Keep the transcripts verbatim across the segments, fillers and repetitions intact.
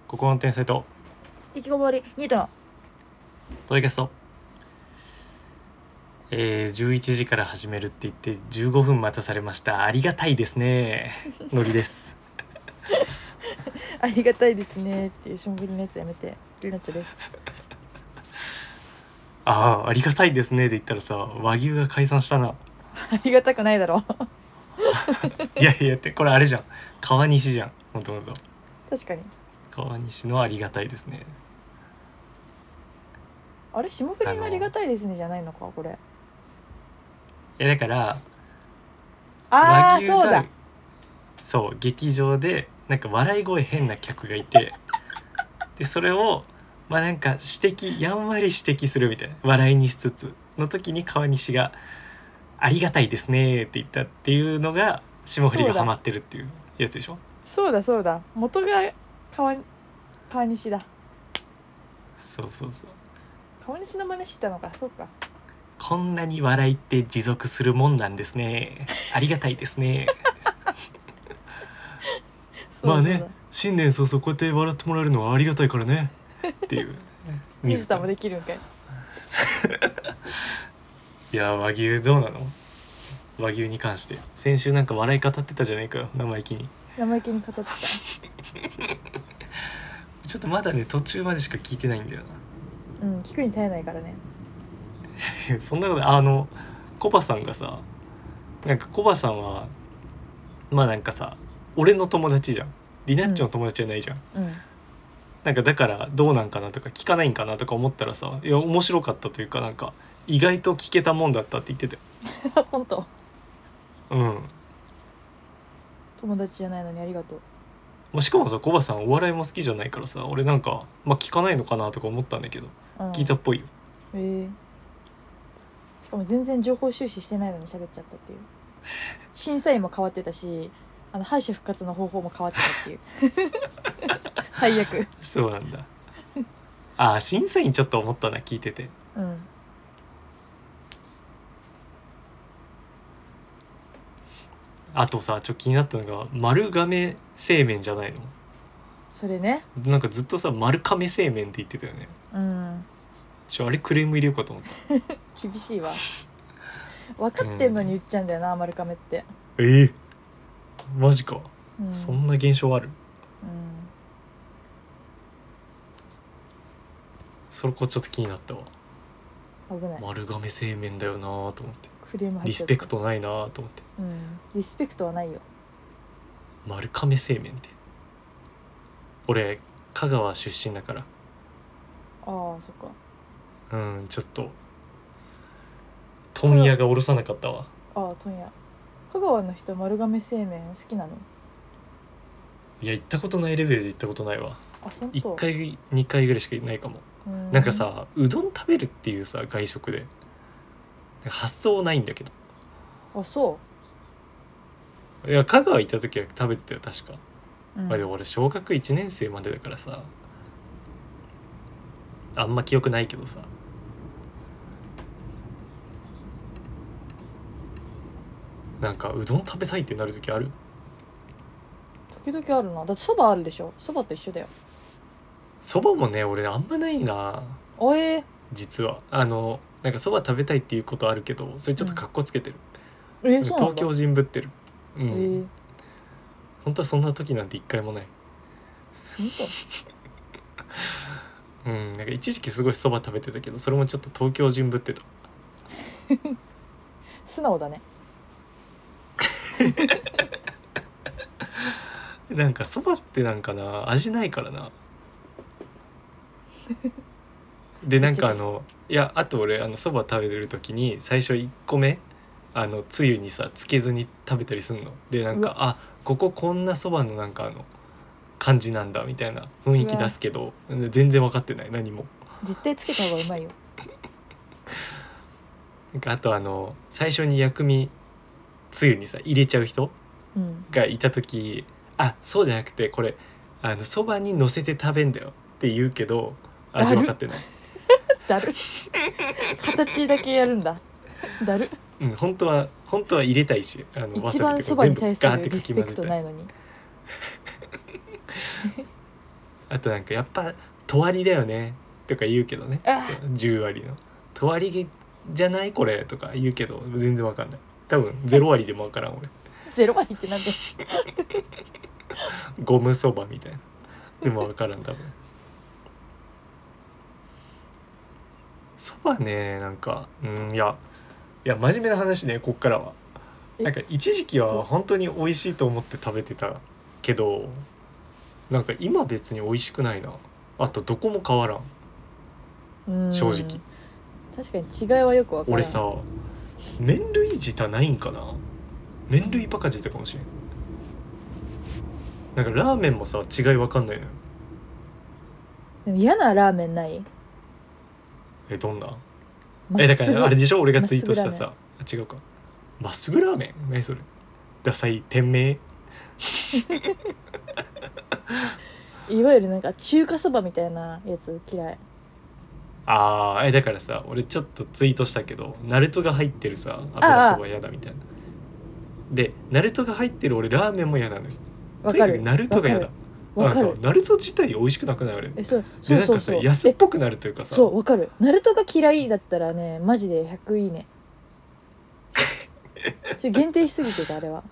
心の天才と引きこもりニートのポッドキャスト、えー、じゅういちじから始めるって言ってじゅうごふん待たされました。ありがたいですね。のりですありがたいですねっていうしょんぼりのやつやめて。リナッチョです。 ああ、ありがたいですねで言ったらさ、和牛が解散したな。 ありがたくないだろいやいやってこれあれじゃん、川西じゃん。もともと確かに。 川西のありがたいですね。 あれ霜降りのありがたいですねじゃないのかこれ。 いやだからあ和牛があそうだ。 そう劇場でなんか笑い声変な客がいてでそれをまあなんか指摘やんわり指摘するみたいな、笑いにしつつの時に川西がありがたいですねって言ったっていうのが霜降りがハマってるっていうやつでしょ。 そうだそうだ元が川川西だ。 そうそうそう。 川西の真似してたのか。そうか。 こんなに笑いって持続するもんなんですね。ありがたいですね。 そうだそうだ。 まあね、新年早々こうやって笑ってもらえるのはありがたいからねっていう水田もできるんかい。 いや和牛どうなの。和牛に関して先週なんか笑い語ってたじゃないかよ、生意気に。 生意気に語ってた。 ちょっとまだね途中までしか聞いてないんだようん、聞くに耐えないからね。 な。そんなことあのコバさんがさ、なんかコバさんはまあなんかさ俺の友達じゃん、リナッチョの友達じゃないじゃん、 うん。 なんかだからどうなんかなとか聞かないんかなとか思ったらさ、いや面白かったというかなんか意外と聞けたもんだったって言ってたよ。 本当。 うん友達じゃないのにありがとう。 もうしかもさコバさんお笑いも好きじゃないからさ、俺なんかまあ聞かないのかなとか思ったんだけど、 うん、 聞いたっぽいよ。 えー、しかも全然情報収集してないのに喋っちゃったっていう。審査員も変わってたし、あの敗者復活の方法も変わってたっていう最悪。 そうなんだ。ああ審査員ちょっと思ったな聞いてて。 うん。 あとさちょっと気になったのが丸亀製麺じゃないの。 それね。 なんかずっとさ丸亀製麺って言ってたよね。 うん。 ちょあれクレーム入れようかと思った。 厳しいわ。分かってんのに言っちゃうんだよな、丸亀って。 えー、マジか、 うん、 そんな現象ある。 うん、 それこちょっと気になったわ。 危ない。 丸亀製麺だよなと思って。 クレーム入っちゃった。 リスペクトないなと思って。 うん、リスペクトはないよ。 丸亀製麺って俺香川出身だから。 ああそっか。 うんちょっと問屋が下ろさなかったわ。 ああ問屋。香川の人丸亀製麺好きなの？ いや行ったことないレベルで行ったことないわ。 あ本当。 いっかいにかいぐらいしかないかも。 んなんかさうどん食べるっていうさ外食で発想ないんだけど。 あそいや香川行った時は食べてたよ確か、 う、うん、 まあ、でも俺小学いちねん生までだからさあんま記憶ないけどさ。なんかうどん食べたいってなる時ある？ 時々あるな。だってそばあるでしょ。そばと一緒だよ。 そばもね俺あんまないなおえー、 実は。あのなんかそば食べたいっていうことあるけどそれちょっとカッコつけてる、 うん、えー、そうなんだ。 東京人ぶってる。うん、 えー、 本当はそんな時なんて一回もない。 本うん、なんか一時期すごいそば食べてたけどそれもちょっと東京人ぶってた。 当素直だね。 なんかそばってなんかな味ないからな。でなんかあのいやあと俺あのそば食べてる時に最初いっこめあのつゆにさつけずに食べたりすんのでなんかあこここんなそばのなんかあの感じなんだみたいな雰囲気出すけど全然分かってない何も。 絶対つけた方がうまいよ。 なんかあとあの最初に薬味つゆにさ入れちゃう人うんがいた時、あそうじゃなくてこれあのそばに乗せて食べんだよって言うけど味分かってない。 だる形だけやるんだ。だる。 うん、本当は本当は入れたいしあの一番そばに対するリスペクトないい。 のにあとなんかやっぱとわりだよねとか言うけどね、 あそうじゅう割のとわりじゃないこれとか言うけど全然わかんない。多分ゼロ割でもわからん俺。 ゼロ割ってなんでゴムそばみたいなでもわからん多分。そばねなんかうんいやいや真面目な話ねこっからは。 えなんか一時期は本当に美味しいと思って食べてたけどなんか今別に美味しくないな。あとどこも変わらんうん正直。 確かに違いはよくわからん。 俺さ麺類自体ないんかな。麺類ばかじったかもしれん。なんかラーメンもさ違いわかんないのよ。 でも嫌なラーメンない？ えどんなまっすぐえだからあれでしょ俺がツイートしたまっすぐさあ違うかまっすぐラーメン何それダサい店名。 いわゆるなんか中華そばみたいなやつ嫌い。 あーえだからさ俺ちょっとツイートしたけどナルトが入ってるさ油そば嫌だみたいな。でナルトが入ってる俺ラーメンも嫌なのよ。 わかるとにかくナルトが嫌だ。 わかるあそうナルト自体美味しくなくないあれ。 えそうでそうなんかさそうそう安っぽくなるというかさそうわかる。ナルトが嫌いだったらねマジでひゃくいいね。ちょ限定しすぎてたあれは。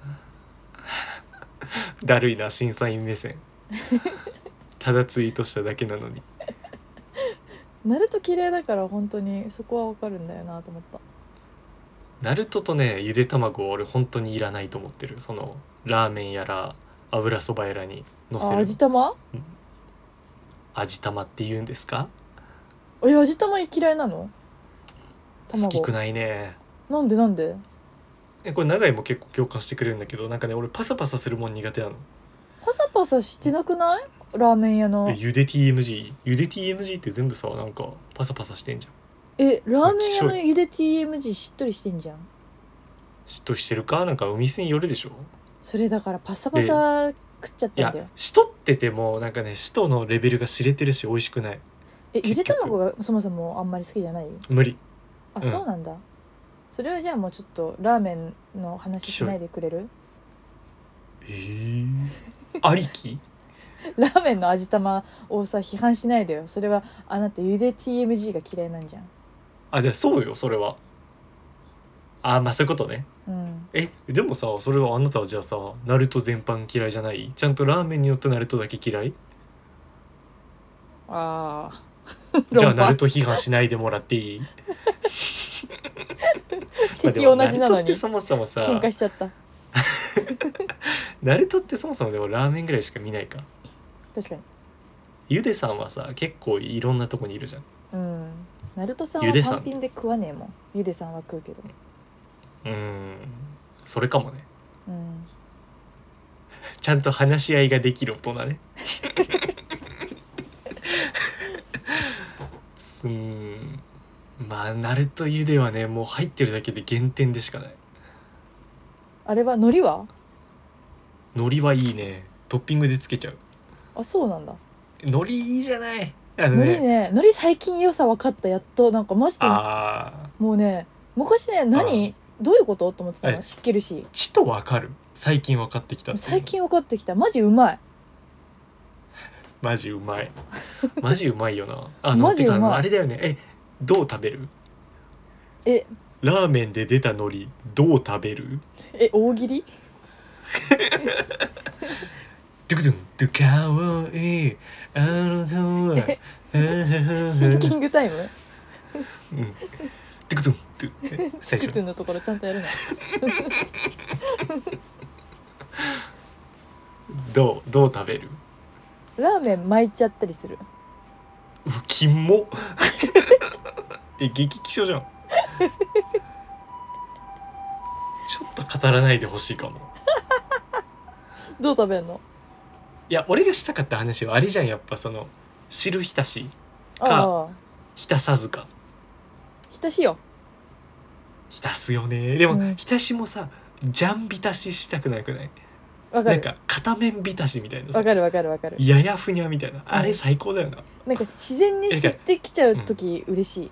だるいな審査員目線。ただツイートしただけなのに。 ナルト嫌いだから本当にそこはわかるんだよなと思った。 ナルトとねゆで卵は俺本当にいらないと思ってる。そのラーメンやら油そばやらにのせある味玉？ 味玉って言うんですか。 え味玉嫌いなの？卵好きくないね。 なんでなんで？ えこれ長井も結構共感してくれるんだけどなんかね俺パサパサするもん苦手なの。 パサパサしてなくない？ラーメン屋のえゆで ティーエムジー ゆで ティーエムジー って全部さなんかパサパサしてんじゃん。 えラーメン屋のゆで ティーエムジー しっとりしてんじゃん。 しっとりしてるかなんかお店によるでしょ。 それだからパサパサ食っちゃっいやたんだよ。 しとっててもなんかねしとのレベルが知れてるし美味しくない。 えゆで結局卵がそもそもあんまり好きじゃない？ 無理。 あ、 うんそうなんだ。それはじゃあもうちょっとラーメンの話しないでくれる？ えー、ありきラーメンの味玉をさ批判しないでよ。それはあなたゆで ティーエムジー が嫌いなんじゃん。 あでそうよそれは。あまあそういうことね。 うんえでもさそれはあなたはじゃあさナルト全般嫌いじゃない？ちゃんとラーメンによってナルトだけ嫌い？ ああじゃあナルト批判しないでもらっていい？ 敵同じなのにナルトってそもそもさ喧嘩しちゃった。 ナルトってそもそもでもラーメンぐらいしか見ないか。 確かに。 ゆでさんはさ結構いろんなとこにいるじゃん。 うんナルトさんはゆでさん単品で食わねえもん。ゆでさんは食うけど。 うーんそれかもね。 うんちゃんと話し合いができる大人ね。うーんまあナルトゆではねもう入ってるだけで減点でしかない。 あれは海苔は？ 海苔はいいね。トッピングでつけちゃう。 あそうなんだ。 海苔いいじゃない。あの海苔ねね海苔最近良さ分かったやっと。なんかマジであもうね昔ね何どういうことと思ってたの。 え湿気るしちとわかる。最近分かってきたっていうの最近分かってきた。マジうまい。 マジうまい。マジうまいよな。あのマジうまいてかあのあれだよね。えどう食べる？ えラーメンで出た海苔どう食べる？ え大喜利？ ドゥクドゥンドゥかわいいあの子はシンキングタイム？ うんドゥクドゥンドゥ最初クトゥンのところちゃんとやるな。 どうどう食べる？ ラーメン巻いちゃったりする。 うキモえ激気象じゃん。ちょっと語らないでほしいかも。 どう食べんの？ いや俺がしたかった話はあれじゃん。やっぱその汁浸しあかあ浸さずか。 浸しよ。 浸すよね。でも、 うん浸しもさジャン浸ししたくなくない？ わかるなんか片面浸しみたいなさわかるわかるわかる。 ややふにゃみたいなあれ最高だよな。 なんか自然に吸ってきちゃう時嬉しい。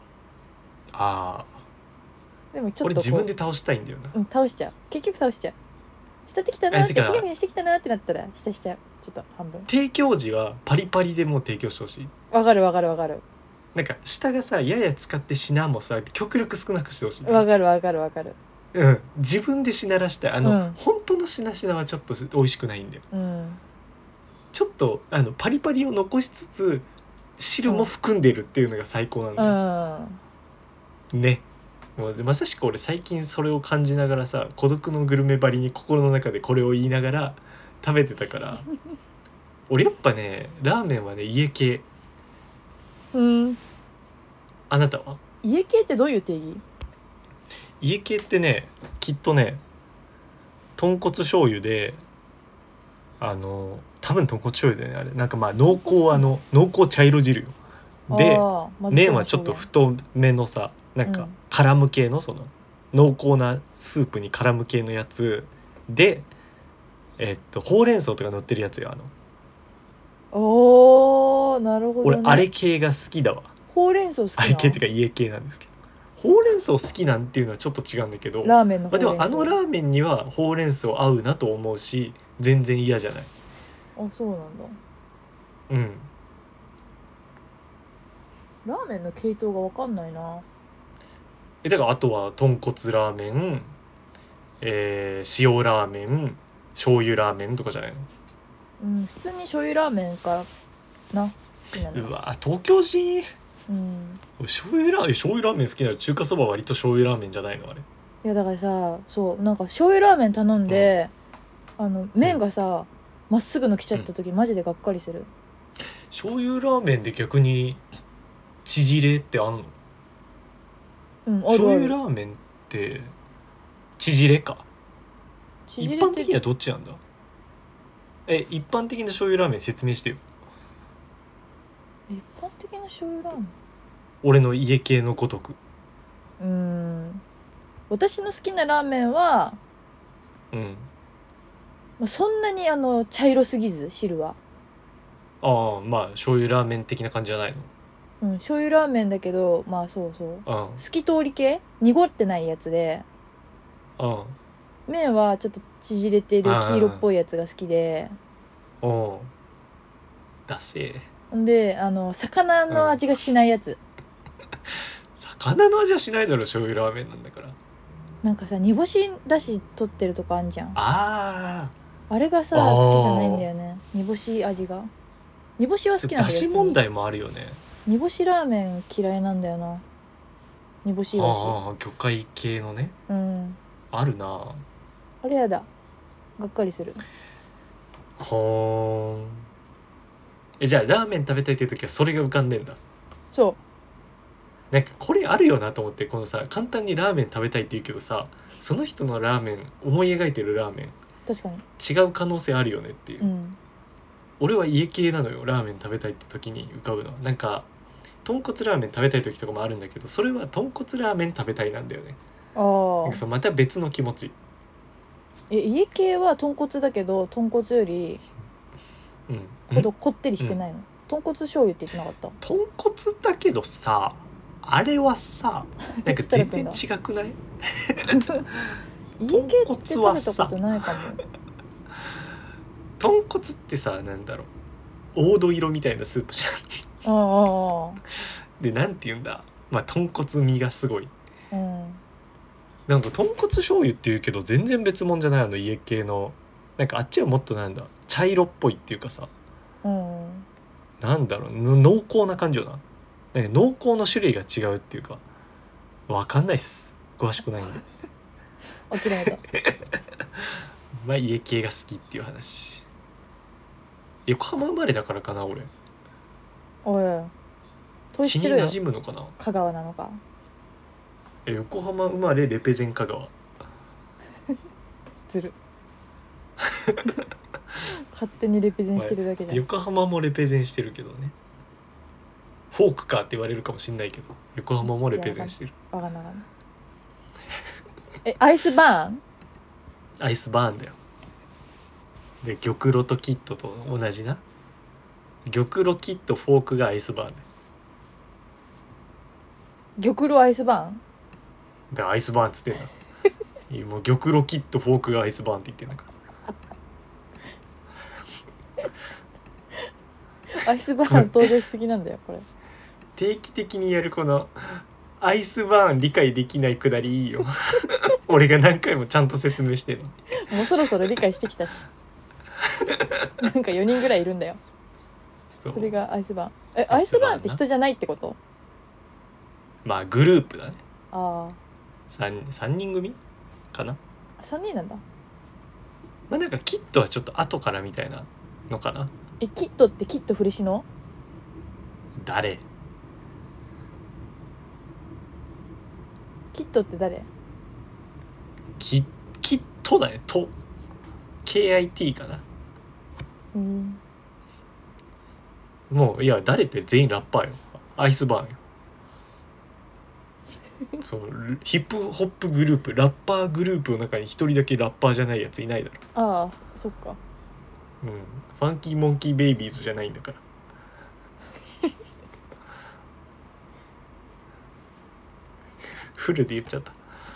あでもちー俺ょっとこう自分で倒したいんだよな。 うん倒しちゃう。結局倒しちゃう。 下ってきたなってえてかふにゃふにゃしてきたなってなったら下しちゃうちょっと半分提供時はパリパリでもう提供してほしい。 わかるわかるわかるなんか下がさやや使ってしなもさ極力少なくしてほしい。 わかるわかるわかるうん、自分でしならしたい。あの、 うん、 本当のしなしなはちょっと美味しくないんだよ。 うんちょっとあのパリパリを残しつつ汁も含んでるっていうのが最高なんうだよ、 んね。もうまさしく俺最近それを感じながらさ孤独のグルメばりに心の中でこれを言いながら食べてたから俺やっぱねラーメンはね家系。 うんあなたは？ 家系ってどういう定義？ 家系ってねきっとね豚骨醤油であの多分豚骨醤油だよねあれ。なんかまあ濃厚あの濃厚茶色汁よ。であーまずそうな麺はちょっと太めのさなんかうん絡む系のその濃厚なスープに絡む系のやつでえっとほうれん草とか乗ってるやつよ。あのおーなるほど、ね、 俺あれ系が好きだわ。 ほうれん草好きなあれ系っていうか家系なんですけどほうれん草好きなんていうのはちょっと違うんだけど、 ラーメンのまあ、 ほうれん草でもあのラーメンにはほうれん草合うなと思うし全然嫌じゃない。 あそうなんだ。 うんラーメンの系統が分かんないな。 えだからあとは豚骨ラーメン、えー、塩ラーメン醤油ラーメンとかじゃないの？ うん普通に醤油ラーメンからな好きなの。 うわ東京人うん醤油ラーメン醤油ラーメン好きなら中華そば割と醤油ラーメンじゃないのあれ？ いやだからさそうなんか醤油ラーメン頼んで、あの麺がさまっすぐの来ちゃった時、マジでがっかりする。 醤油ラーメンで逆に縮れってあんの？ うんある醤ある。 油ラーメンって縮れか。 縮れて一般的にはどっちなんだ？え一般的な醤油ラーメン説明してよ。 一般的な醤油ラーメン俺の家系のごとく。 うーん私の好きなラーメンは、 うんまあ、そんなにあの茶色すぎず汁はああまあ醤油ラーメン的な感じじゃないの？ うん醤油ラーメンだけどまあそうそうあ透き通り系濁ってないやつであ麺はちょっと縮れてる黄色っぽいやつが好きであおうだせえほんであの魚の味がしないやつ、 魚の味はしないだろ醤油ラーメンなんだから。 なんかさ煮干しだし取ってるとこあんじゃん。 ああれがさあー好きじゃないんだよね。煮干し味が煮干しは好きなんだしだけど問題もあるよね。 煮干しラーメン嫌いなんだよな。煮干しいわしああ魚介系のねうんあるな。 あれやだがっかりする。 ほーんえじゃあラーメン食べたいっていう時はそれが浮かんでんだ。 そなんかこれあるよなと思って。このさ簡単にラーメン食べたいって言うけどさその人のラーメン思い描いてるラーメンう確かに違う可能性あるよねっていう、 うん俺は家系なのよ。ラーメン食べたいって時に浮かぶのはなんか豚骨ラーメン食べたい時とかもあるんだけどそれは豚骨ラーメン食べたいなんだよね。なんああかそうまた別の気持ち。 え家系は豚骨だけど豚骨よりうんほどこってりしてないの、豚骨醤油って言ってなかった？ 豚骨だけどさあれはさなんか全然違くない？ 家系って食べたことないかも。 豚骨ってさなんだろう黄土色みたいなスープじゃん。 あああでなんて言うんだまあ豚骨身がすごいあうんなんか豚骨醤油っていうけど全然別物じゃない。あの家系のなんかあっちはもっとなんだ茶色っぽいっていうかさうんなんだろうの濃厚な感じよな。なんか濃厚の種類が違うっていうかわかんないっす詳しくないんで諦めた。 まあ家系が好きっていう話。横浜生まれだからかな俺。 おい統血に一しろよ。 馴染むのかな。 香川なのか。 え横浜生まれレペゼン香川。 ずる勝手にレペゼンしてるだけじゃん。 横浜もレペゼンしてるけどね。フォークかって言われるかもしんないけど横浜もレペゼンしてる。 わかんなかったえアイスバーンアイスバーンだよ。で玉露とキットと同じな。玉露キットフォークがアイスバーンだよ。 玉露アイスバーンだからアイスバーンっつってんだ。いやもう玉露キットフォークがアイスバーンって言ってんだから。 アイスバーン登場しすぎなんだよこれ。 定期的にやるこのアイスバーン理解できないくだりいいよ俺が何回もちゃんと説明してる。 もうそろそろ理解してきたしなんかよにんぐらいいるんだよ。 そ, それがアイスバーン。えアイスバーンって人じゃないってこと？ まあグループだね。 ああ 3, 三人組かな。 さんにんなんだ。 まあなんかキットはちょっと後からみたいなのかな。 えキットってキットフレシノ？ 誰？ キットって誰？ キ, キットだね。と ケーアイティー かな。 うんもういや誰って全員ラッパーよ。アイスバーンよそうヒップホップグループラッパーグループの中に一人だけラッパーじゃないやついないだろ。 ああ そ, そっか。 うんファンキーモンキーベイビーズじゃないんだからフルで言っちゃった。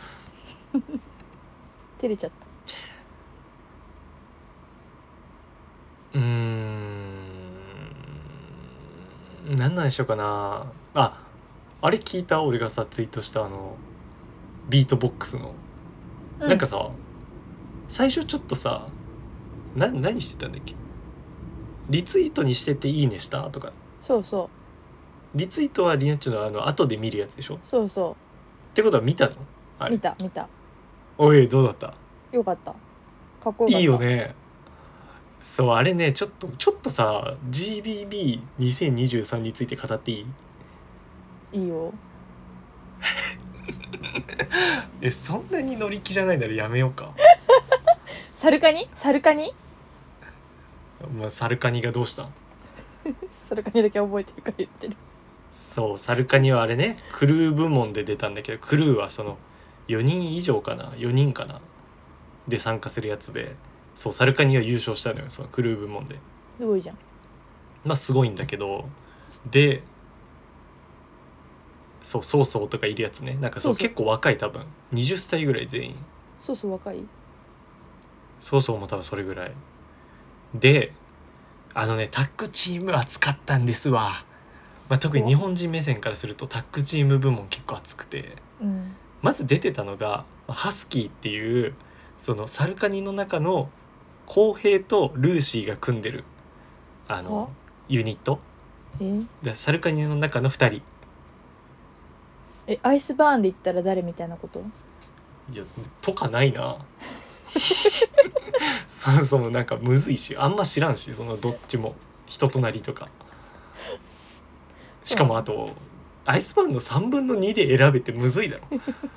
照れちゃった。 うーん何なんでしょうかなあ。あれ聞いた？俺がさツイートしたあのビートボックスの、うん、なんかさ最初ちょっとさな何してたんだっけ。リツイートにしてていいねしたとか。 そうそうリツイートはリナッチのあの後で見るやつでしょ。 そうそうってことは見たの？あれ見た見た。 おいどうだった？ よかった。かっこよかった。 いいよね。そうあれねちょっとちょっとさ ジービービーにせんにじゅうさん について語っていい？ いいよえそんなに乗り気じゃないならやめようかサルカニサルカニまあ、サルカニがどうしたん？ サルカニだけ覚えてるから言ってる。 そうサルカニはあれねクルー部門で出たんだけどクルーはそのよにん以上かなよにんかなで参加するやつで、そうサルカニは優勝したのよそのクルー部門で。 すごいじゃん。 まあすごいんだけどでそうそうそうとかいるやつねなんかそうそうそう結構若い多分はたちぐらい全員。 そうそう若い。 そうそうも多分それぐらいであのねタッグチーム熱かったんですわ、まあ、特に日本人目線からするとタッグチーム部門結構熱くて、 うん、 まず出てたのがハスキーっていうそのサルカニの中のコウヘイとルーシーが組んでるあのユニットえでサルカニの中のふたり。 えアイスバーンで言ったら誰みたいなこと？ いやとかないなそもそもなんかむずいしあんま知らんしそのどっちも人となりとかしかもあとアイスバーンのさんぶんのにで選べてむずいだろ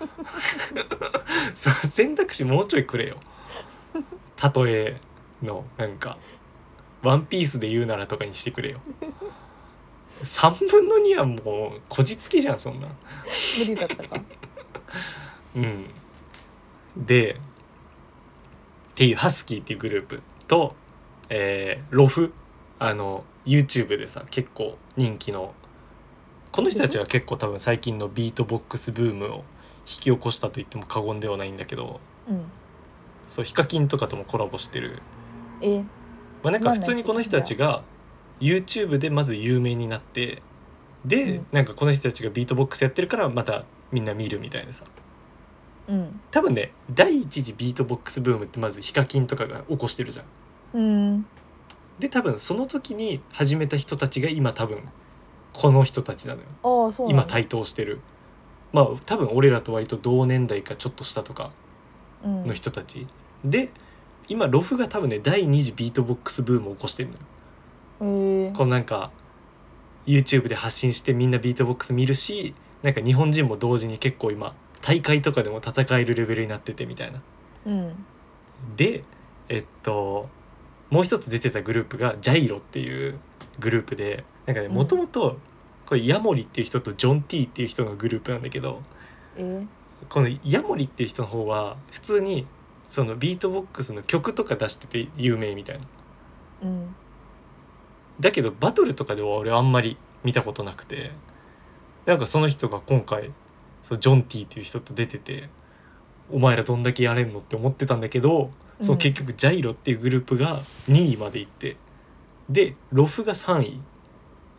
その選択肢もうちょいくれよ。例えのなんかワンピースで言うならとかにしてくれよ。さんぶんのにはもうこじつけじゃんそんな。 無理だったかうんでっていうハスキーっていうグループと、えー、ロフあの YouTube でさ結構人気のこの人たちは結構多分最近のビートボックスブームを引き起こしたと言っても過言ではないんだけど、 うん、 そうヒカキンとかともコラボしてる。 えまあなんか普通にこの人たちが YouTube でまず有名になってで、うん、なんかこの人たちがビートボックスやってるからまたみんな見るみたいなさ、 うん、 多分ね第一次ビートボックスブームってまずヒカキンとかが起こしてるじゃん、 うん、 で多分その時に始めた人たちが今多分この人たちなのよ。 あ、そうなんだ。 今台頭してるまあ多分俺らと割と同年代かちょっと下とかの人たち、うん、で今ロフが多分ね第二次ビートボックスブームを起こしてるのよ。 へー。 このなんか YouTube で発信してみんなビートボックス見るしなんか日本人も同時に結構今大会とかでも戦えるレベルになっててみたいな、 うん、でえっともう一つ出てたグループがジャイロっていうグループでなんかねもともとこれヤモリっていう人とジョン・ティーっていう人のグループなんだけど、 えこのヤモリっていう人の方は普通にそのビートボックスの曲とか出してて有名みたいな、 うん、 だけどバトルとかでは俺あんまり見たことなくてなんかその人が今回そのジョン・ティーっていう人と出ててお前らどんだけやれんのって思ってたんだけど、うん、その結局ジャイロっていうグループがにいまで行ってでロフがさんい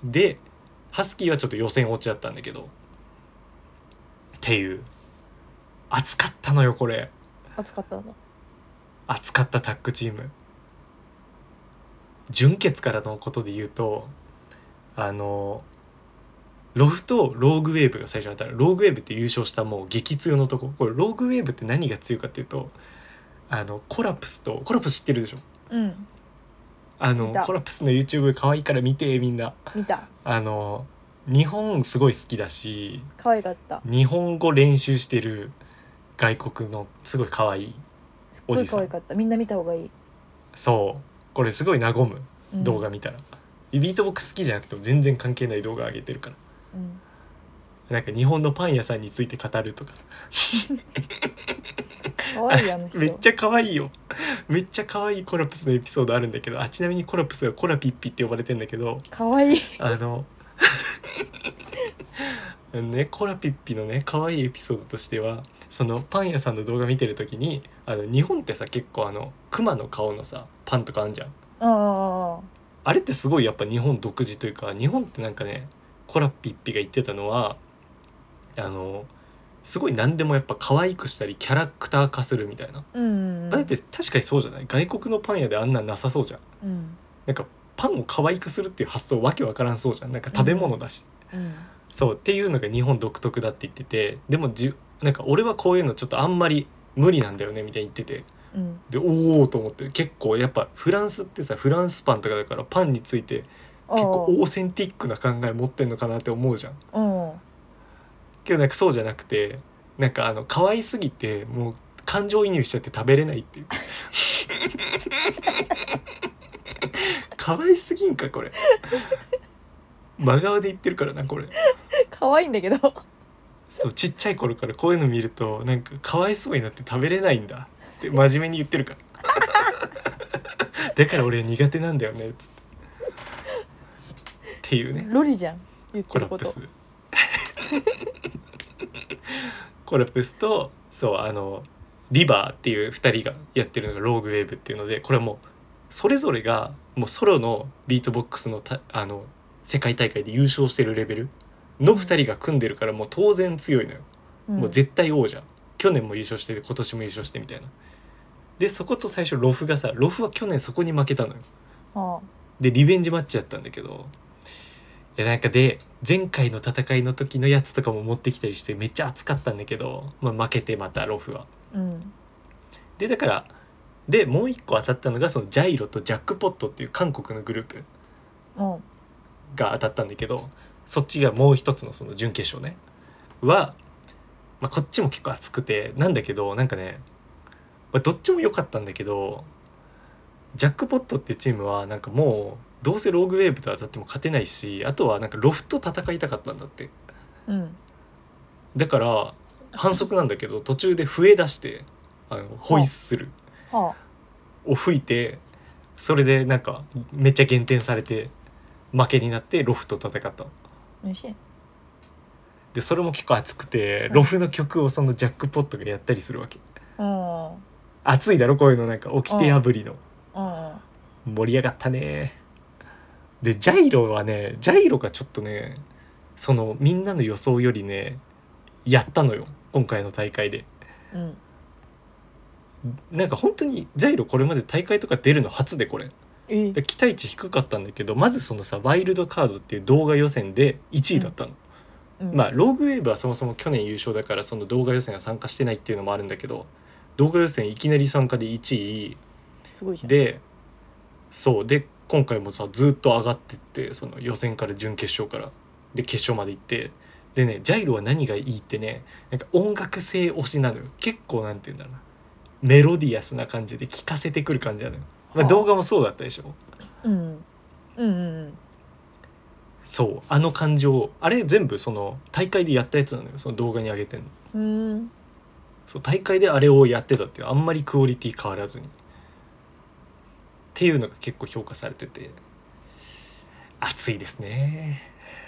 でハスキーはちょっと予選落ちだったんだけどっていう、熱かったのよこれ。 暑かったんだ。 熱かったタッグチーム。準決からのことで言うと、あのロフとローグウェーブが最初あったら、ローグウェーブって優勝したもう激強のとこ。これローグウェーブって何が強いかっていうと、あのコラプスと、コラプス知ってるでしょ。 うんあの見たコラプスの YouTube 可愛いから見てみんな。 見た。 あの日本すごい好きだし、 可愛かった。 日本語練習してる外国のすごい可愛いすっごいおじさん。 可愛かった。みんな見た方がいい。 そうこれすごい和むうん動画見たら、ビートボックス好きじゃなくても全然関係ない動画上げてるから、 うんなんか日本のパン屋さんについて語るとか可愛いあの人。 めっちゃ可愛いよ。めっちゃ可愛いコラプスのエピソードあるんだけど、あちなみにコラプスがコラピッピって呼ばれてんだけど、 可愛い。 あのね、コラピッピのね可愛いエピソードとしては、そのパン屋さんの動画見てる時に、あの日本ってさ結構あの熊の顔のさパンとかあんじゃん。 あああれってすごいやっぱ日本独自というか、日本ってなんかね、コラピッピが言ってたのは、あのすごい何でもやっぱ可愛くしたりキャラクター化するみたいな。 うんうんだって確かにそうじゃない、外国のパン屋であんなんなさそうじゃん。 うんなんかパンを可愛くするっていう発想わけわからんそうじゃん。なんか食べ物だし、 うんそうっていうのが日本独特だって言ってて、でもじなんか俺はこういうのちょっとあんまり無理なんだよねみたいに言ってて、 うんでおおと思って、結構やっぱフランスってさ、フランスパンとかだからパンについて結構オーセンティックな考え持ってんのかなって思うじゃん。 うんけどなんかそうじゃなくて、なんかあの可愛すぎてもう感情移入しちゃって食べれないっていう可愛すぎんかこれ。真顔で言ってるからなこれ。 可愛いんだけど。 そうちっちゃい頃からこういうの見るとなんかかわいそうになって食べれないんだって真面目に言ってるからだから俺苦手なんだよねっつってっていうね。 ロリじゃん言ってること。 コラプスコラプスとそうあのリバーっていうふたりがやってるのがローグウェーブっていうので、これはもうそれぞれがもうソロのビートボックスのたあの世界大会で優勝してるレベルのふたりが組んでるから、もう当然強いのよ、 うんもう絶対王者。去年も優勝して今年も優勝してみたいな。でそこと最初ロフがさ、ロフは去年そこに負けたのよ。 あでリベンジマッチやったんだけど、いやなんかで前回の戦いの時のやつとかも持ってきたりしてめっちゃ熱かったんだけど、まあ、負けてまたロフは。 あうんでだからでもう一個当たったのがそのジャイロとジャックポットっていう韓国のグループうんが当たったんだけど、そっちがもう一つのその準決勝ねは、まあ、こっちも結構熱くてなんだけど、なんかね、まあ、どっちも良かったんだけど、ジャックポットっていうチームはなんかもうどうせローグウェーブと当たっても勝てないし、あとはなんかロフと戦いたかったんだって。 うんだから反則なんだけど途中で笛出してあのホイッスルはを吹いて、それでなんかめっちゃ減点されて負けになってロフと戦ったの。 あおいしい。 でそれも結構熱くて、ロフの曲をそのジャックポットがやったりするわけ。 うんうん熱いだろこういうの、なんか掟破りの。 うん盛り上がったね。でジャイロはね、ジャイロがちょっとね、そのみんなの予想よりねやったのよ今回の大会で。 うんなんか本当にジャイロこれまで大会とか出るの初で、これえで期待値低かったんだけど、まずそのさワイルドカードっていう動画予選でいちいだったの、 うんまあローグウェーブはそもそも去年優勝だからその動画予選は参加してないっていうのもあるんだけど、動画予選いきなり参加でいちいすごいじゃん。 で、そうで今回もさずっと上がってって、その予選から準決勝からで決勝まで行って、でねジャイロは何がいいってね、なんか音楽性推しなのよ。結構なんて言うんだろうな、メロディアスな感じで聴かせてくる感じなのよ、まあ、 はあ動画もそうだったでしょ。 うんうんうんうんそうあの感情、あれ全部その大会でやったやつなのよ、その動画に上げてんの。 うーんそう大会であれをやってたっていう、あんまりクオリティ変わらずにっていうのが結構評価されてて熱いですね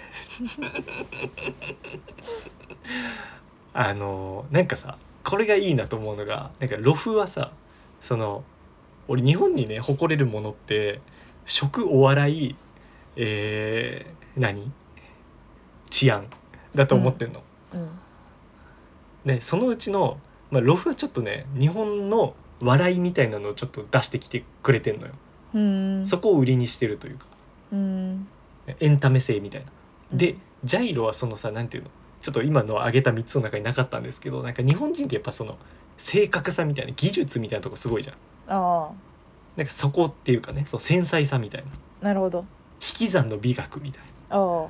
あのなんかさこれがいいなと思うのが、なんかロフはさ、その俺日本にね誇れるものって食、お笑い、え何治安だと思ってんの、 うんでそのうちの、まあ、ロフはちょっとね日本の笑いみたいなのをちょっと出してきてくれてんのよ、 うーんそこを売りにしてるというかうーんエンタメ性みたいな。でうんジャイロはそのさなんていうのちょっと今の挙げたみっつの中になかったんですけどなんか日本人ってやっぱその正確さみたいな技術みたいなとこすごいじゃん。 あなんかそこっていうかねそう繊細さみたいなあなるほど。 引き算の美学みたいなああ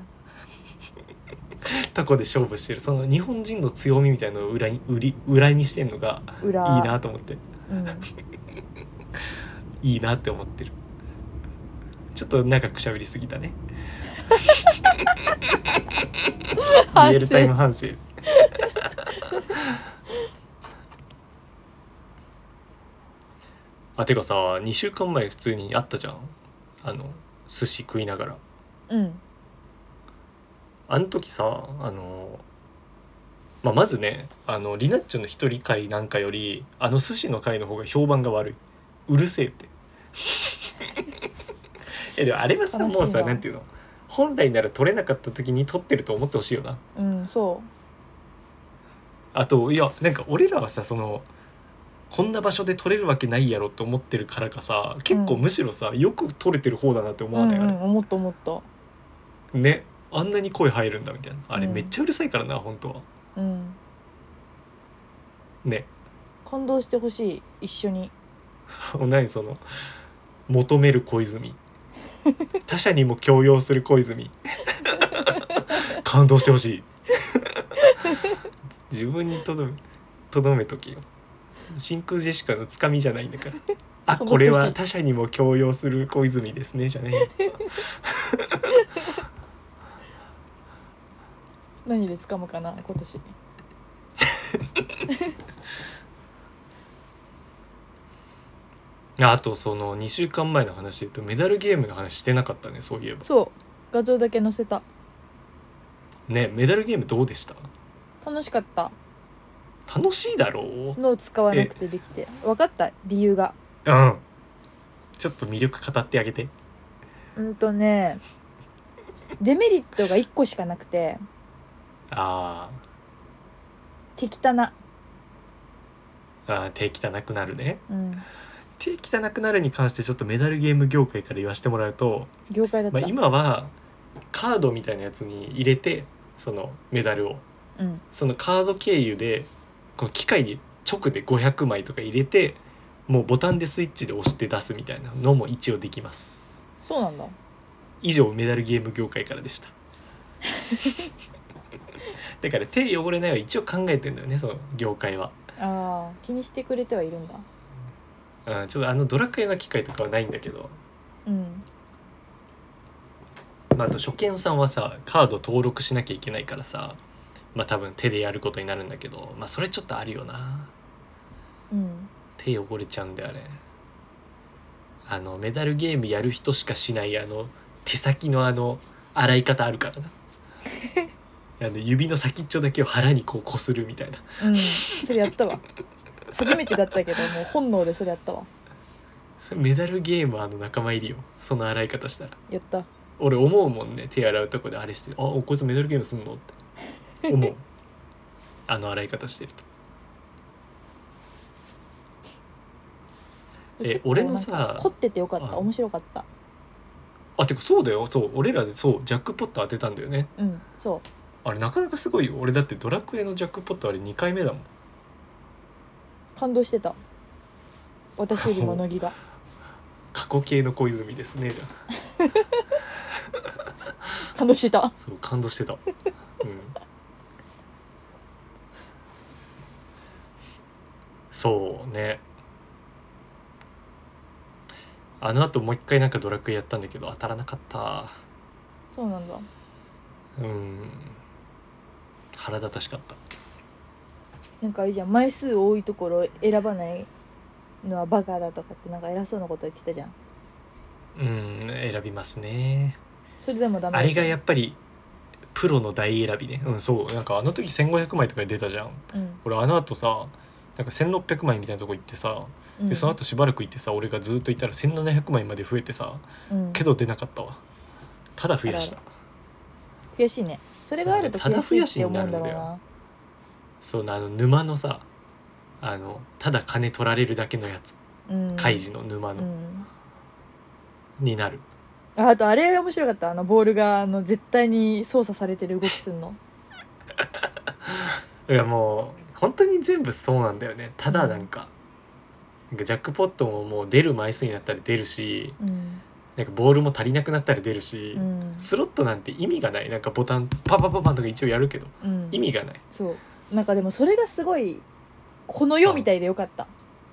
とこで勝負してるその日本人の強みみたいなのを裏に売り裏にしてんのが裏いいなと思ってうんいいなって思ってる。ちょっと長く喋りすぎたねリアルタイム反省あてかさにしゅうかんまえ普通にあったじゃんあの寿司食いながらうんあの時さあの、まあ、まずねあのリナッチョの一人会なんかよりあの寿司の会の方が評判が悪いうるせえってえでもあれはさ悲しいなもうさなんていうの本来なら取れなかった時に取ってると思ってほしいよな。 うんそあといやなんか俺らはさそのこんな場所で取れるわけないやろって思ってるからかさ結構うんむしろさ、よく取れてる方だなって思うわない、あれうんうん思った思ったねあんなに声入るんだみたいなあれうんめっちゃうるさいからな本当はうんね感動してほしい一緒に何その求める小泉他者にも強要する小泉感動してほしい自分にとどめとどめとけよ真空ジェシカのつかみじゃないんだからあこれは他者にも強要する小泉ですねじゃねえ何で掴むかな今年あとそのにしゅうかんまえの話で言うとメダルゲームの話してなかったねそういえばそう画像だけ載せたねメダルゲームどうでした？ 楽しかった楽しいだろう脳使わなくてできて分かった理由がうんちょっと魅力語ってあげて。 うんとねデメリットがいっこしかなくてあ手汚なーあー手汚くなるね。 うん手汚くなるに関してちょっとメダルゲーム業界から言わせてもらうと、 業界だった、 まあ、今はカードみたいなやつに入れてそのメダルをうんそのカード経由でこの機械に直でごひゃくまいとか入れてもうボタンでスイッチで押して出すみたいなのも一応できます。 そうなんだ以上メダルゲーム業界からでしただから手汚れないは一応考えてんだよねその業界は。 あー気にしてくれてはいるんだうん、ちょっとあのドラクエの機械とかはないんだけど、 うんまあ、あと初見さんはさカード登録しなきゃいけないからさまあ多分手でやることになるんだけど、まあそれちょっとあるよな。 うん手汚れちゃうんであれあのメダルゲームやる人しかしないあの手先のあの洗い方あるからなあの指の先っちょだけを腹にこうこするみたいな。 うんそれやったわ初めてだったけどもう本能でそれやったわメダルゲーマーの仲間入りよその洗い方したら。 やった俺思うもんね手洗うとこであれしてるあこいつメダルゲームすんのって思うあの洗い方してると。え結構俺のさなんか凝っててよかったあ面白かったあてかそうだよそう俺らでそうジャックポット当てたんだよね。 うんそあれなかなかすごいよ。俺だってドラクエのジャックポットあれにかいめだもん。 う感動してた私よりも乃木が過去形の小泉ですねじゃあ感動してたそう感動してた、うん、そうねあのあともう一回なんかドラクエやったんだけど当たらなかった。 そうなんだうん腹立たしかった。 なんかあれじゃん枚数多いところ選ばないのはバカだとかってなんか偉そうなこと言ってたじゃんうん選びますね。 それでもダメあれがやっっぱりプロの大選びね。うんそうなんかあの時せんごひゃくまいとか出たじゃん。 た、うん俺あの後さなんかせんろっぴゃくまいみたいなとこ行ってさうん、 でその後しばらく行ってさ俺がずっといたらせんななひゃくまいまで増えてさうん、 けど出なかったわ。ただ増やした。 悔しいね。それがあるとそうね悔しいって思うんだろうただ増やしになるんだな。 そうあの沼のさあのただ金取られるだけのやつ、 うんカイジの沼の、 うんになる。 ああとあれ面白かった。あのボールがあの絶対に操作されてる動きすんの。 いやもう本当に全部そうなんだよね。ただなんか、なんかジャックポットももう出る枚数になったら出るし、 うんなんかボールも足りなくなったら出るし、 うんスロットなんて意味がない。なんかボタンパパパパンとか一応やるけどうん意味がない。 そうなんかでもそれがすごいこの世みたいでよかった。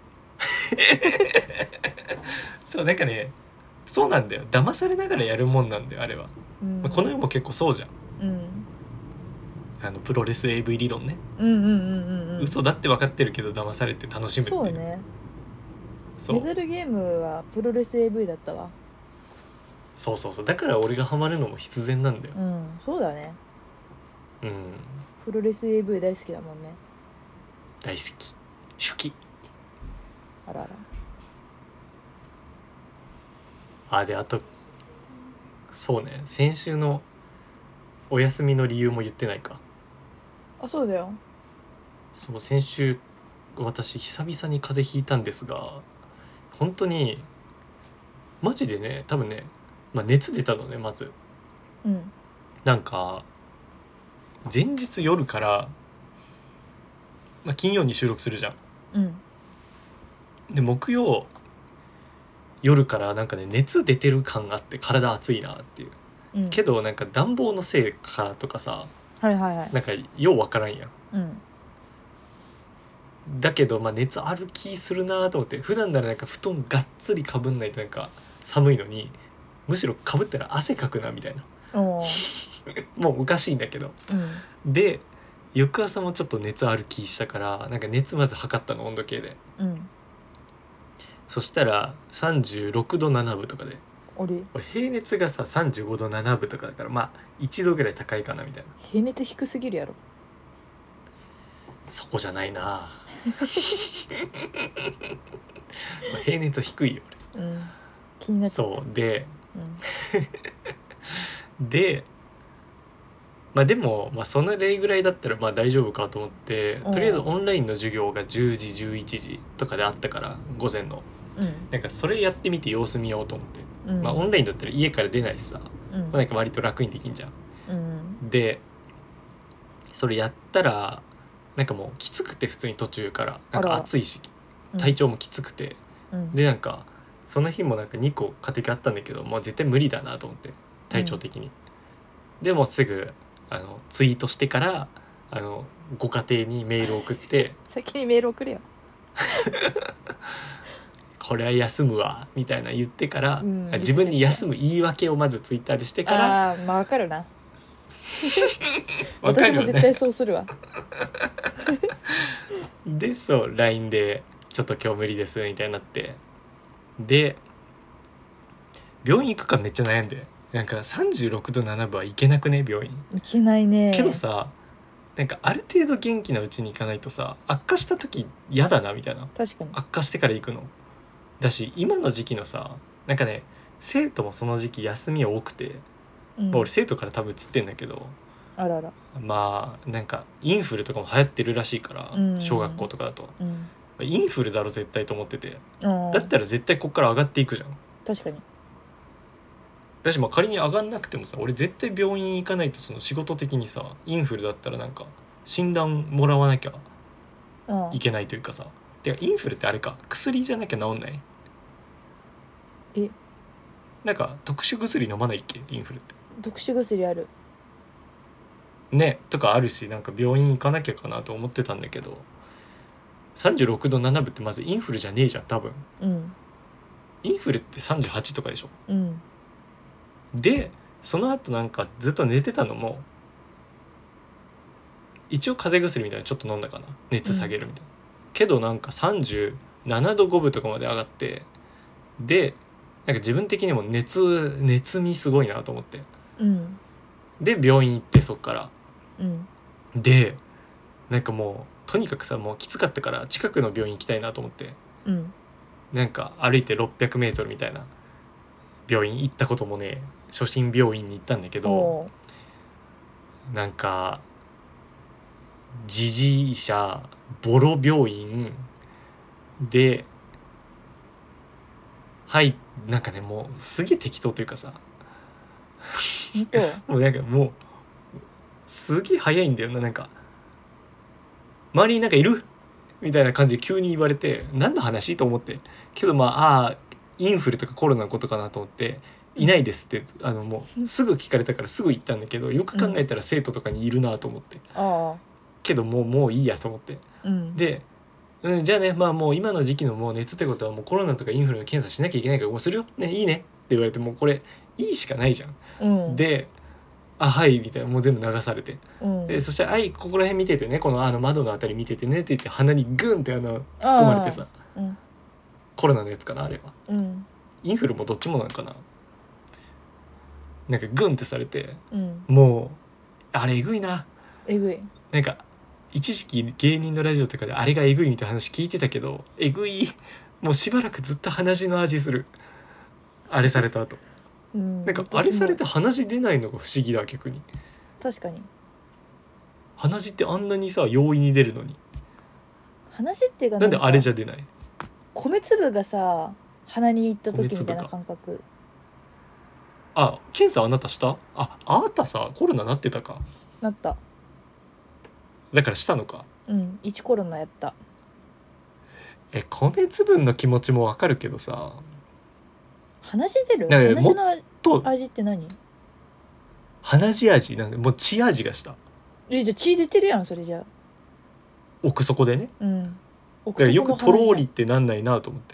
そうなんかねそうなんだよ。騙されながらやるもんなんだよあれは、 うんまあ、この世も結構そうじゃん。 うんあのプロレス エーブイ 理論ね、 うんうんうんうんうん嘘だって分かってるけど騙されて楽しむっていう。 そうね。 そうメダルゲームはプロレス エーブイ だったわ。 そうそうそうだから俺がハマるのも必然なんだよ。 うんそうだね。 うんプロレス エーブイ 大好きだもんね。 大好き手記。 あらあら。 あであとそうね先週のお休みの理由も言ってないか。 あそうだよ。 そう先週私久々に風邪ひいたんですが本当にマジでね多分ね、まあ、熱出たのねまず。 うんなんか前日夜から、まあ、金曜に収録するじゃん。 うんで木曜夜からなんかね熱出てる感があって体熱いなっていう。 うんけどなんか暖房のせいかとかさはいはいはい。 なんかようわからんやん。 うんだけどまあ熱ある気するなと思って普段ならなんか布団がっつりかぶんないとなんか寒いのにむしろかぶったら汗かくなみたいなおーもうおかしいんだけど。 うんで翌朝もちょっと熱ある気したからなんか熱まず測ったの温度計で。 うんそしたらさんじゅうろくどななぶとかであれ俺平熱がささんじゅうごどななぶとかだからまあいちどぐらい高いかなみたいな。 平熱低すぎるやろ。 そこじゃないなまあ平熱低いようん気にな俺。 っちゃった。 そうでうんでまあでも、まあ、その例ぐらいだったらまあ大丈夫かと思ってうんとりあえずオンラインの授業がじゅうじじゅういちじとかであったから午前のうんなんかそれやってみて様子見ようと思って、 うんまあオンラインだったら家から出ないしさ、 うんまあ、なんか割と楽にできんじゃん。 うんでそれやったらなんかもうきつくて普通に途中からなんか暑いし体調もきつくて、 うんでなんかその日もなんかにこ家庭があったんだけどもう絶対無理だなと思って体調的に、でもすぐあのツイートしてからあのご家庭にメールを送って先にメール送れよ。 これは休むわみたいな言ってから、 うん自分に休む言い訳をまずツイッターでしてからああまあわかるな。 わかるよ私も絶対ね。 そうするわ。 でそう ライン でちょっと今日無理ですみたいになってで病院行くかめっちゃ悩んでなんかさんじゅうろくどななぶは行けなくね病院。 いけないね。 けどさなんかある程度元気なうちに行かないとさ悪化した時嫌だなみたいな。 確かに。 悪化してから行くのだし今の時期のさなんかね生徒もその時期休み多くて、 うんまあ俺生徒から多分移ってんだけどあらら。 まあなんかインフルとかも流行ってるらしいから、 うん小学校とかだとうんインフルだろ絶対と思っててあだったら絶対こっから上がっていくじゃん。 確かに。 だしまあ仮に上がんなくてもさ俺絶対病院行かないとその仕事的にさインフルだったらなんか診断もらわなきゃあいけないというかさてかインフルってあれか薬じゃなきゃ治んない。 えなんか特殊薬飲まないっけインフルって特殊薬ある。 ねとかあるしなんか病院行かなきゃかなと思ってたんだけどさんじゅうろくどななぶってまずインフルじゃねえじゃん多分。 うんインフルってさんじゅうはちとかでしょ。 うんでその後なんかずっと寝てたのも一応風邪薬みたいなのちょっと飲んだかな熱下げるみたいな、うん、けどなんかさんじゅうななどごぶとかまで上がってでなんか自分的にも熱熱みすごいなと思ってうんで病院行ってそっからうんでなんかもうとにかくさもうきつかったから近くの病院行きたいなと思ってうんなんか歩いてろっぴゃくメートルみたいな病院行ったこともね初診病院に行ったんだけどおなんかじじい社ボロ病院で、はいなんかねもうすげえ適当というかさ、 本当もうなんかもうすげえ早いんだよな。なんか周りになんかいるみたいな感じで急に言われて何の話と思って、けどまああーインフルとかコロナのことかなと思っていないですってあのもうすぐ聞かれたからすぐ言ったんだけど、よく考えたら生徒とかにいるなと思って、 ああけどもうもういいやと思って、 うんで、うん、じゃあねまあもう今の時期のもう熱ってことはもうコロナとかインフルの検査しなきゃいけないからもうするよね、いいねって言われて、もうこれいいしかないじゃん。 うんであはいみたいな、もう全部流されて、 うんでそしたら「はいここら辺見ててね、このあの窓のあたり見ててね」って言って鼻にグンってあの突っ込まれてさ、 うんコロナのやつかなあれは、 うんインフルもどっちもなのかな、なんかグンってされて、 うんもうあれえぐいな。 えぐいなんか一時期芸人のラジオとかであれがえぐいみたいな話聞いてたけど、えぐい、もうしばらくずっと鼻血の味する、あれされた後。 うんなんかあれされて鼻血出ないのが不思議だ逆に。 確かに鼻血ってあんなにさ容易に出るのに話っていうかなんであれじゃゃ出ない。 米粒がさ鼻に行った時みたいな米粒が感覚あ、検査あなたした？あ、あなたさコロナなってたか。 なった。 だからしたのか。 うんいちコロナやった。 え、米粒の気持ちもわかるけどさ、 鼻血出る？ なんか鼻血のと味って何？ 鼻血味なんでもう血味がした。 えじゃあ血出てるやんそれじゃあ。 奥底でね。 うんだからよくとろーりりってなんないなと思って。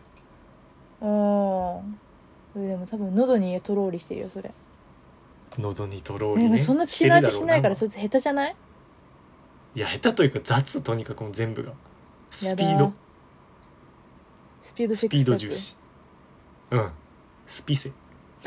うんでも多分喉にとろーりしてるよそれ。 喉にとろーりね。 でもそんな血の味しないからそいつ下手じゃない？ いや下手というか雑、とにかくもう全部がスピーやだドスピードセスピーックスタイプド重視。うんスピセ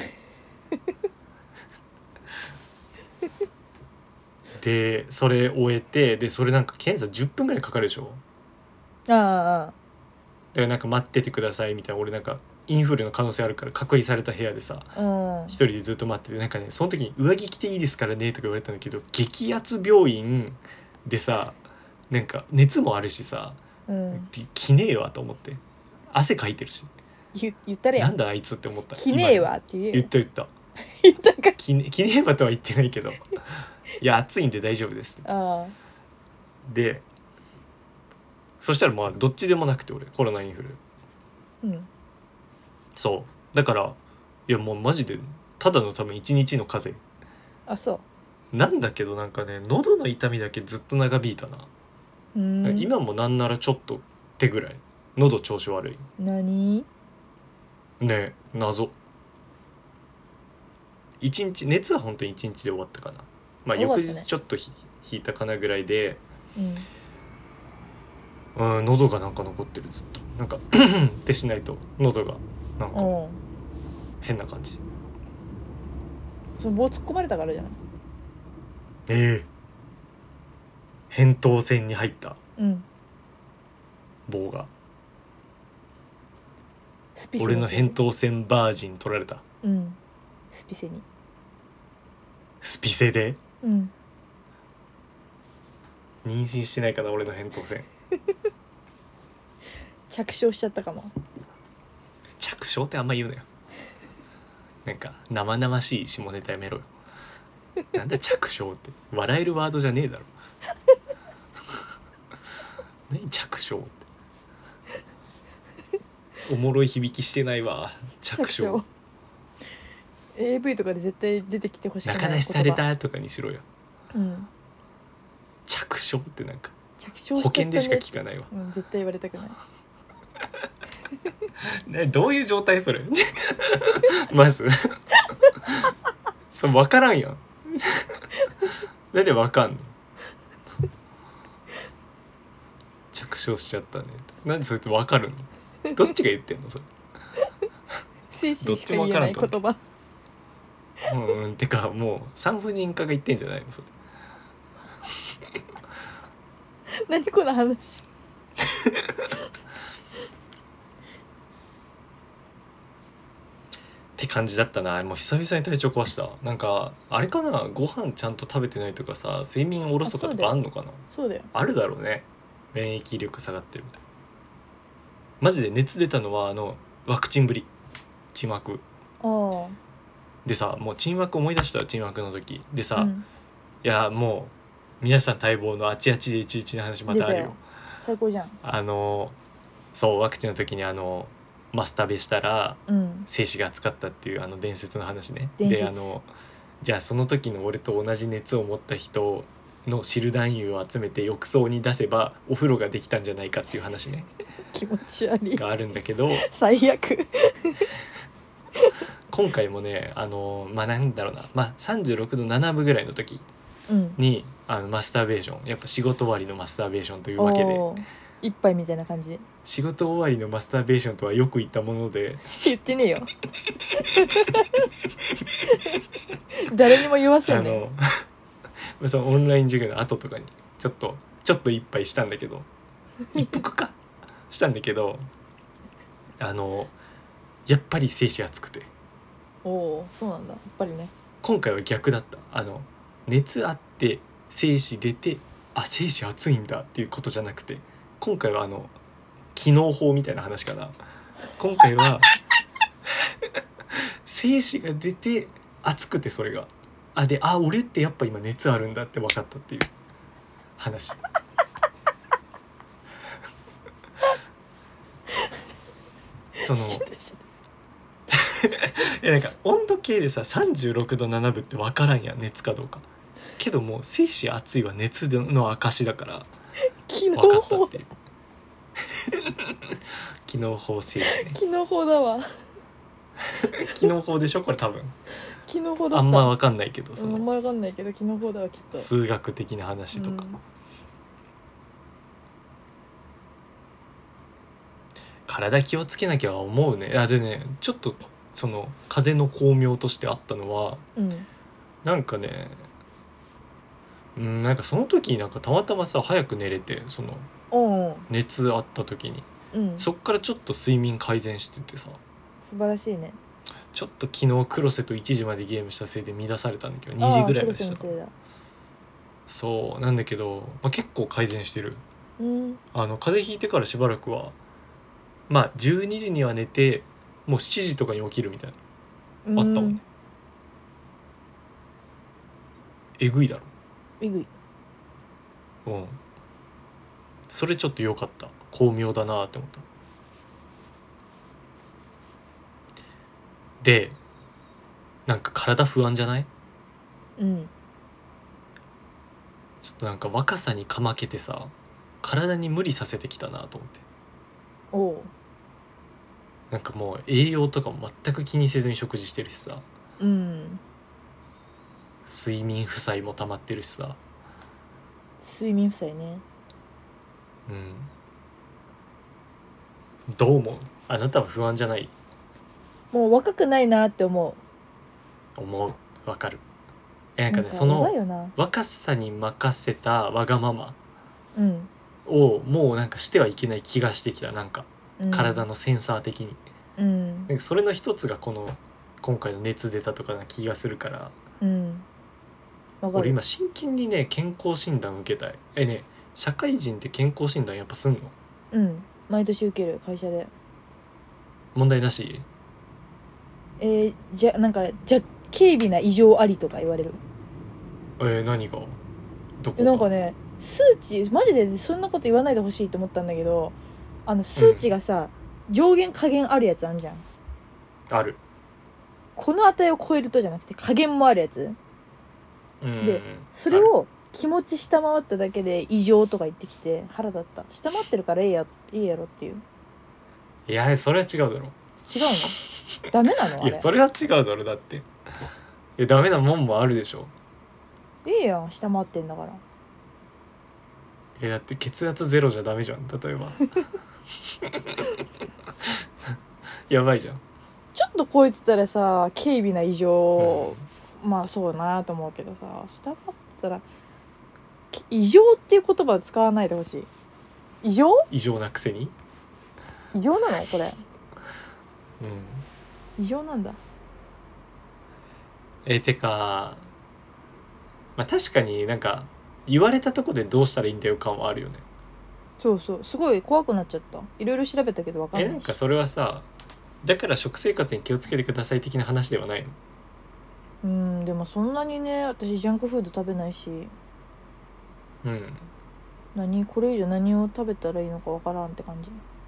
でそれ終えて、でそれなんか検査じゅっぷんぐらいかかるでしょ。 あああだからなんか待っててくださいみたいな、俺なんかインフルの可能性あるから隔離された部屋でさあうん一人でずっと待ってて、なんかねその時に上着着ていいですからねとか言われたんだけど、激アツ病院でさなんか熱もあるしさ、 うん着ねえわと思って、汗かいてるし、 言言ったれやなんだあいつって思った。 きねえわって言えよ言った言った言ったか着ね着ねえわとは言ってないけどいや暑いんで大丈夫ですああで、そしたらまあどっちでもなくて、俺コロナインフル、 うんそうだからいやもうマジでただの多分一日の風邪あそなんだけど、なんかね喉の痛みだけずっと長引いたな、 ううん今もなんならちょっと手ぐらい喉調子悪い何ね。謎。一日熱は本当に一日で終わったかな。まあ翌終わったね日ちょっとひ引いたかなぐらいで、 うんうん、喉がなんか残ってるずっと、なんかってしないと喉がなんかうん変な感じ。 その棒突っ込まれたからじゃない？ ええ扁桃腺に入ったうん棒が、 スピセに俺の扁桃腺バージン取られた。 うんスピセにスピセでうん妊娠してないかな俺の扁桃腺。 着床しちゃったかも。 着床ってあんま言うなよ。なんか生々しい下ネタやめろよ。なんだ着床って笑えるワードじゃねえだろ。何着床っておもろい響きしてないわ。着床エーブイ とかで絶対出てきてほしくない中出しされたとかにしろよ。 言葉うん着床ってなんか着床しちゃったね保険でしか聞かないわ。 うん絶対言われたくない。 ね、どういう状態それまずそれ分からんやん。なんで分かんの。着床しちゃったね。なんでそいつ分かるの。どっちが言ってんのそれ。 精神しか言えない言葉。 うん、てかもう産婦人科が言ってんじゃないのそれ。 何この話。 っって感じだったな。もう久々に体調壊した。なんかあれかな、ご飯ちゃんと食べてないとかさ、睡眠おろそかとかあんのかな。 そうだよ。 あるだろうね、免疫力下がってるみたいな。マジで熱出たのはあのワクチンぶり、鎮膜ああ。 でさ、もう鎮膜思い出した、鎮膜の時でさ、 うん、 いやもう皆さん待望のあちあちでいちいちの話またあるよ。 出たよ最高じゃん。 あのそうワクチンの時にあのマスタベしたらうん精子が熱かったっていうあの伝説の話ね。 伝説であのじゃあその時の俺と同じ熱を持った人の汁男優を集めて浴槽に出せばお風呂ができたんじゃないかっていう話ね気持ち悪いがあるんだけど、 最悪今回もねあのまあなんだろうな、まあさんじゅうろくどななぶぐらいの時うんにあのマスターベーション、やっぱ仕事終わりのマスターベーションというわけで、 おー一杯みたいな感じで仕事終わりのマスターベーションとはよく言ったもので言ってねえよ誰にも言わせあんねのそのオンライン授業の後とかにちょっとちょっと一杯したんだけど一服かしたんだけどあのやっぱり精子熱くて、 おおそうなんだやっぱりね。 今回は逆だった。あの熱あって精子出て、あ精子熱いんだっていうことじゃなくて、今回はあの機能法みたいな話かな。今回は精子が出て熱くて、それがあであ俺ってやっぱ今熱あるんだって分かったっていう話そのいやなんか温度計でささんじゅうろくどななぶって分からんやん熱かどうか。けどもう精子熱いは熱の証だから機能分かったっ法ていう機能法精子ね。 機能法だわ機能法でしょこれ多分。 機能法だった。 あんま分かんないけどそうん、あんのま分かんないけど機能法だわきっと。 数学的な話とか、 うん体気をつけなきゃ思うね。あでねちょっとその風邪の巧妙としてあったのはうんなんかねうんなんかその時なんかたまたまさ早く寝れて、そのおう熱あった時にうんそっからちょっと睡眠改善しててさ、 素晴らしいね。 ちょっと昨日黒瀬といちじまでゲームしたせいで乱されたんだけどにじぐらいまでしたああ黒瀬のせいだ。 そうなんだけど、まあ、結構改善してる。 うんあの風邪ひいてからしばらくはまあじゅうにじには寝てもうしちじとかに起きるみたいなあったもんね。えぐいだえぐい。 ろ。うんそれちょっと良かった、巧妙だなって思った。でなんか体不安じゃない？ うんちょっとなんか若さにかまけてさ体に無理させてきたなと思って。 おうなんかもう栄養とかも全く気にせずに食事してるしさ、 うん睡眠負債も溜まってるしさ、 睡眠負債ね。 うんどう思う？あなたは不安じゃない？ もう若くないなって思思う。わかる。えなう。 んかねそやばのいよな。 若さに任せたわがままうん、 をもうなんかしてはいけない気がしてきた。なんかうん、 体のセンサー的に、 うんなんかそれの一つがこの今回の熱出たとかな気がするから、 うんわかる。 俺今真剣にね健康診断受けたい。えね社会人って健康診断やっぱすんの？ うん毎年受ける会社で。 問題なし？ えー、じゃなんかじゃ軽微な異常ありとか言われる。 えー、何がどこでがなんかね数値マジでそんなこと言わないでほしいと思ったんだけど、あの数値がさ、うん、上限下限あるやつあんじゃん。 ある。 この値を超えるとじゃなくて下限もあるやつうんで、それを気持ち下回っただけで異常とか言ってきて腹立った。下回ってるからいいやいいやろっていう。 いやそれは違うだろ。 違うの？ダメなのあれ？ いやそれは違うだろだって。いやダメなもんもあるでしょ。 いいやん下回ってんだから。 いやだって血圧ゼロじゃダメじゃん例えばやばいじゃん。 ちょっと超えてたらさ軽微な異常、うん、まあそうなと思うけどさ下回ったら異常っていう言葉を使わないでほしい。異常？ 異常なくせに異常なのこれ？ うん異常なんだ。 えーてかまあ確かになんか言われたとこでどうしたらいいんだよ感はあるよね。 そうそう、すごい怖くなっちゃった。いろいろ調べたけど分かんないし。 えなんかそれはさ、だから食生活に気をつけてください的な話ではないの？ うんでもそんなにね、私ジャンクフード食べないし、 うん何これ以上何を食べたらいいのか分からんって感じ。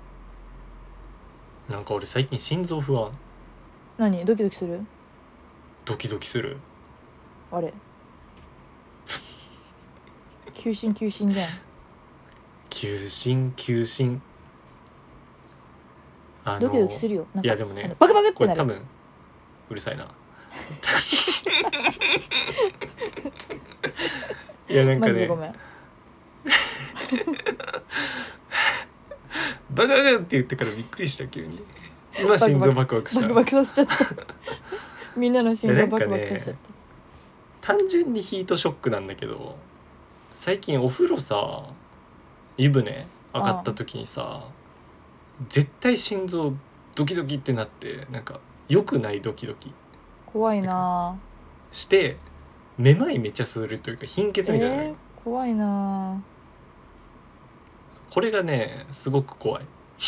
なんか俺最近心臓不安。 何ドキドキする？ ドキドキする。 あれ急進急進じゃん。 急進急進。あのドキドキするよ。なんかいやでもねあのバクバクってなる。 これ多分うるさいな。いやなんかねマジでごめん。 バカバカって言ってからびっくりした急に。今心臓バクバクした。 バクバクさせちゃった。みんなの心臓バクバクさせちゃった。 単純にヒートショックなんだけど、最近お風呂さ湯船上がった時にさ絶対心臓ドキドキってなって、なんか良くないドキドキ怖いなしてめまいめっちゃするというか貧血みたいなのよ、 えー、怖いなこれがねすごく怖い。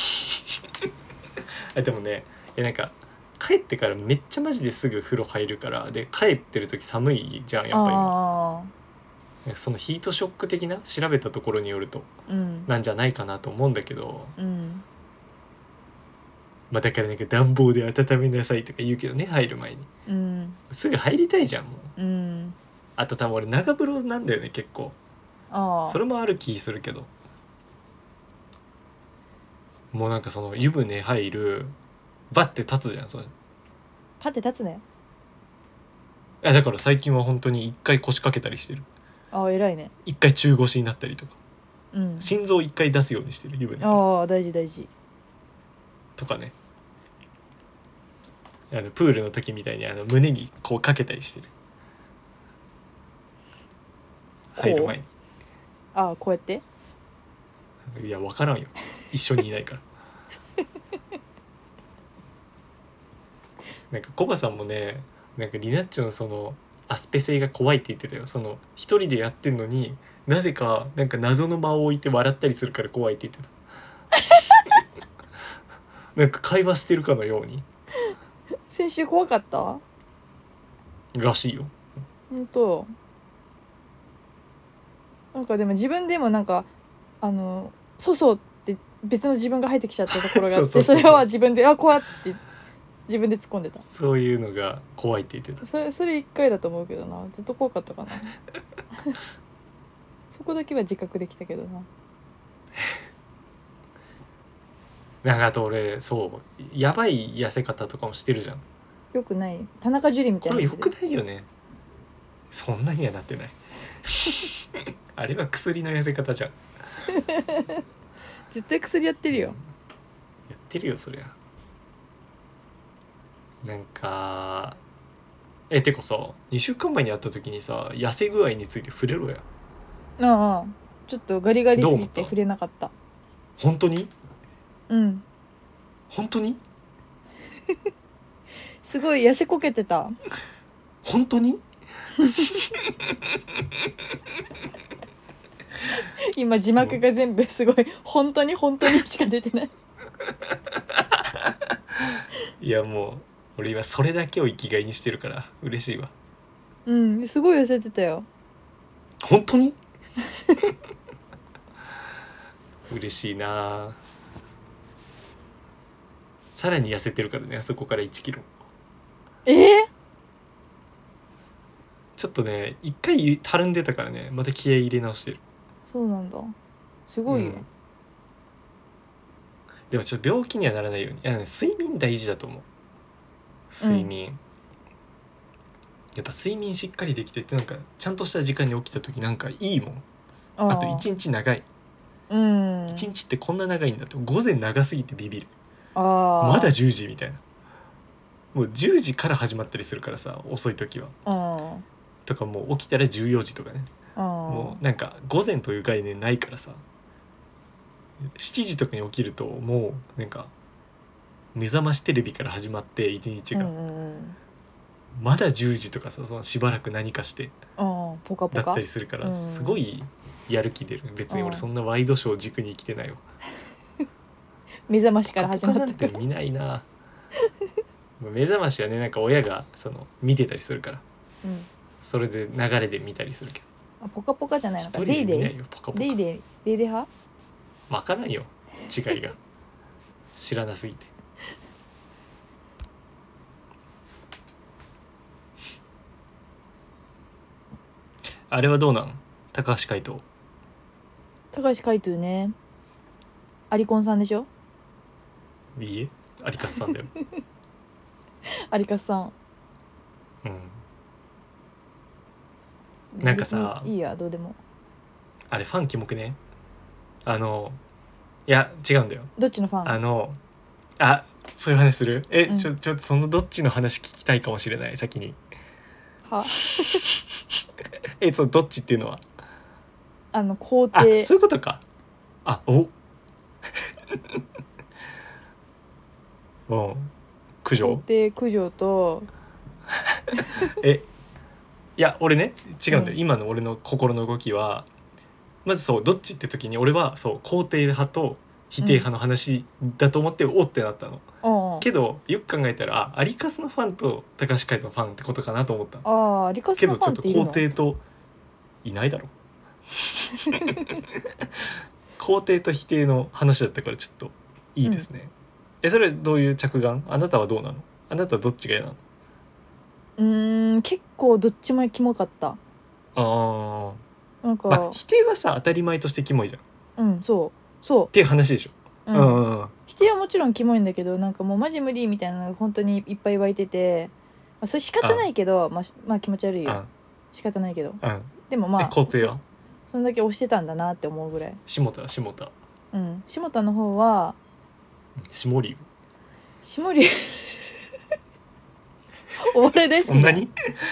あでもねいやなんか帰ってからめっちゃマジですぐ風呂入るから、で帰ってる時寒いじゃんやっぱり今。 あそのヒートショック的な調べたところによるとうんなんじゃないかなと思うんだけど、 うんまあだからなんか暖房で温めなさいとか言うけどね、入る前にうんすぐ入りたいじゃんもう。 うんあと多分俺長風呂なんだよね結構。 ああそれもある気するけど、もうなんかその湯船入るバッて立つじゃんそれ。 パって立つね。 あだから最近は本当に一回腰掛けたりしてる。 ああ偉いね。 一回中腰になったりとか、 うん心臓一回出すようにしてる湯船からああ大事大事。 とかね。あのプールの時みたいにあの胸にこうかけたりしてる、入る前に。 ああこうやって。 いや分からんよ一緒にいないから。なんかコバさんもね、なんかリナッチョのそのアスペ性が怖いって言ってたよ。その一人でやってんのになぜかなんか謎の間を置いて笑ったりするから怖いって言ってた。なんか会話してるかのように先週怖かった？ らしいよ。 ほんと。なんかでも自分でもなんかあのそうそうって別の自分が入ってきちゃったところがあってそうそうそうそうそれは自分であ怖って自分で突っ込んでた。 そういうのが怖いって言ってた。 それそれ一回だと思うけどな、ずっと怖かったかな。そこだけは自覚できたけどな。 なんかあと俺そうやばい痩せ方とかもしてるじゃん。 よくない。田中樹みたいなやつでこれよくないよね。そんなにはなってない。あれは薬の痩せ方じゃん。 絶対薬やってるよ。 やってるよそりゃ。なんかえてかさにしゅうかんまえに会った時にさ痩せ具合について触れろや。 ああちょっとガリガリすどう思ったぎて触れなかった。 本当にうん本当にすごい痩せこけてた。 本当に今字幕が全部すごい本当に本当にしか出てない。 いやもう俺今それだけを生きがいにしてるから嬉しいわ。 うんすごい痩せてたよ。 本当に嬉しいな。さらに痩せてるからね、そこからいちキロ。 えー、 ちょっとね一回たるんでたからね、また気合い入れ直してる。 そうなんだ。すごいよ、 うん、でもちょっと病気にはならないように。いや、ね、睡眠大事だと思う。睡眠、うん、やっぱ睡眠しっかりできててなんかちゃんとした時間に起きた時なんかいいもん。 あ, あといちにち長い。 うんいちにちってこんな長いんだと。午前長すぎてビビる。 あまだじゅうじみたいな。もうじゅうじから始まったりするからさ遅い時は。 あとかもう起きたらじゅうよじとかね。もうなんか午前という概念ないからさ、しちじとかに起きるともうなんか目覚ましテレビから始まって一日が、 うんうん、 まだじゅうじとかさ、そのしばらく何かしてうんポカポカだったりするからうんすごいやる気出る。別にうん俺そんなワイドショー軸に生きてないわ。 目覚ましからポカ始まったからポカなんて見ないな。目覚ましはねなんか親がその見てたりするからうんそれで流れで見たりするけどあポカポカじゃないの一人でかデイデイ見ないよポカポカ。 デイデイデイデイ派わからんよ違いが知らなすぎて。あれはどうなん？高橋海人。 高橋海人ねアリコンさんでしょ。 いいえ有勝さんだよ。 アリカスさんうんなんかさ別にいいやどうでも。 あれファンキモくね。あのいや違うんだよ。 どっちのファン？ あのあそういう話する？え、 うんちょちょっとそのどっちの話聞きたいかもしれない先に。 はえそのどっちっていうのはあの皇あ帝そういうことか。あおうん九皇条帝九条とえいや俺ね違うんだよ、 うん今の俺の心の動きはまずそうどっちって時に俺はそう肯定派と否定派の話だと思って、おってなったのうんけどよく考えたらあアリカスのファンと高橋海人のファンってことかなと思ったのああアリカスのフけどちょっとァンっているの？ 肯定といないだろ肯定と否定の話だったからちょっといいですね、えそれどういう着眼？あなたはどうなの？あなたはどっちが嫌なの？ うーん結構どっちもキモかったあなんか、 まあ否定はさ当たり前としてキモいじゃんっうんそうそていう話でしょ、 う、 ううんんうんうん否定はもちろんキモいんだけどなんかもうマジ無理みたいなのが本当にいっぱい湧いてて、まあ、それ仕方ないけどまあ、まあ気持ち悪いよ仕方ないけどうんうんえでもまあ肯定はそそんだけ押してたんだなって思うぐらい。 下田下田うん下田の方は下流下流お笑い大好きじゃんそんなに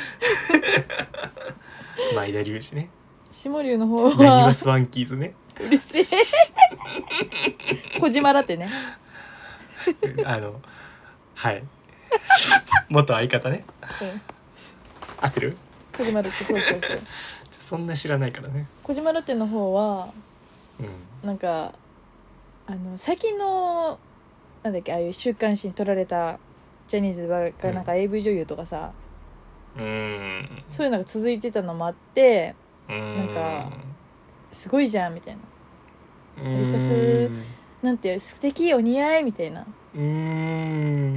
前田隆二ね下流の方なにわはスワンキーズねうるせえ小島ラテねあのはい元相方ねうん合ってる？ 小島ラテそうそうそうちょそんな知らないからね小島ラテの方はうんなんかあの最近のなんだっけああいう週刊誌に撮られたジャニーズがなんか エーブイ 女優とかさ、 うーんそういうのが続いてたのもあってうーんなんかすごいじゃんみたいなうーんリカスなんて素敵お似合いみたいなうーん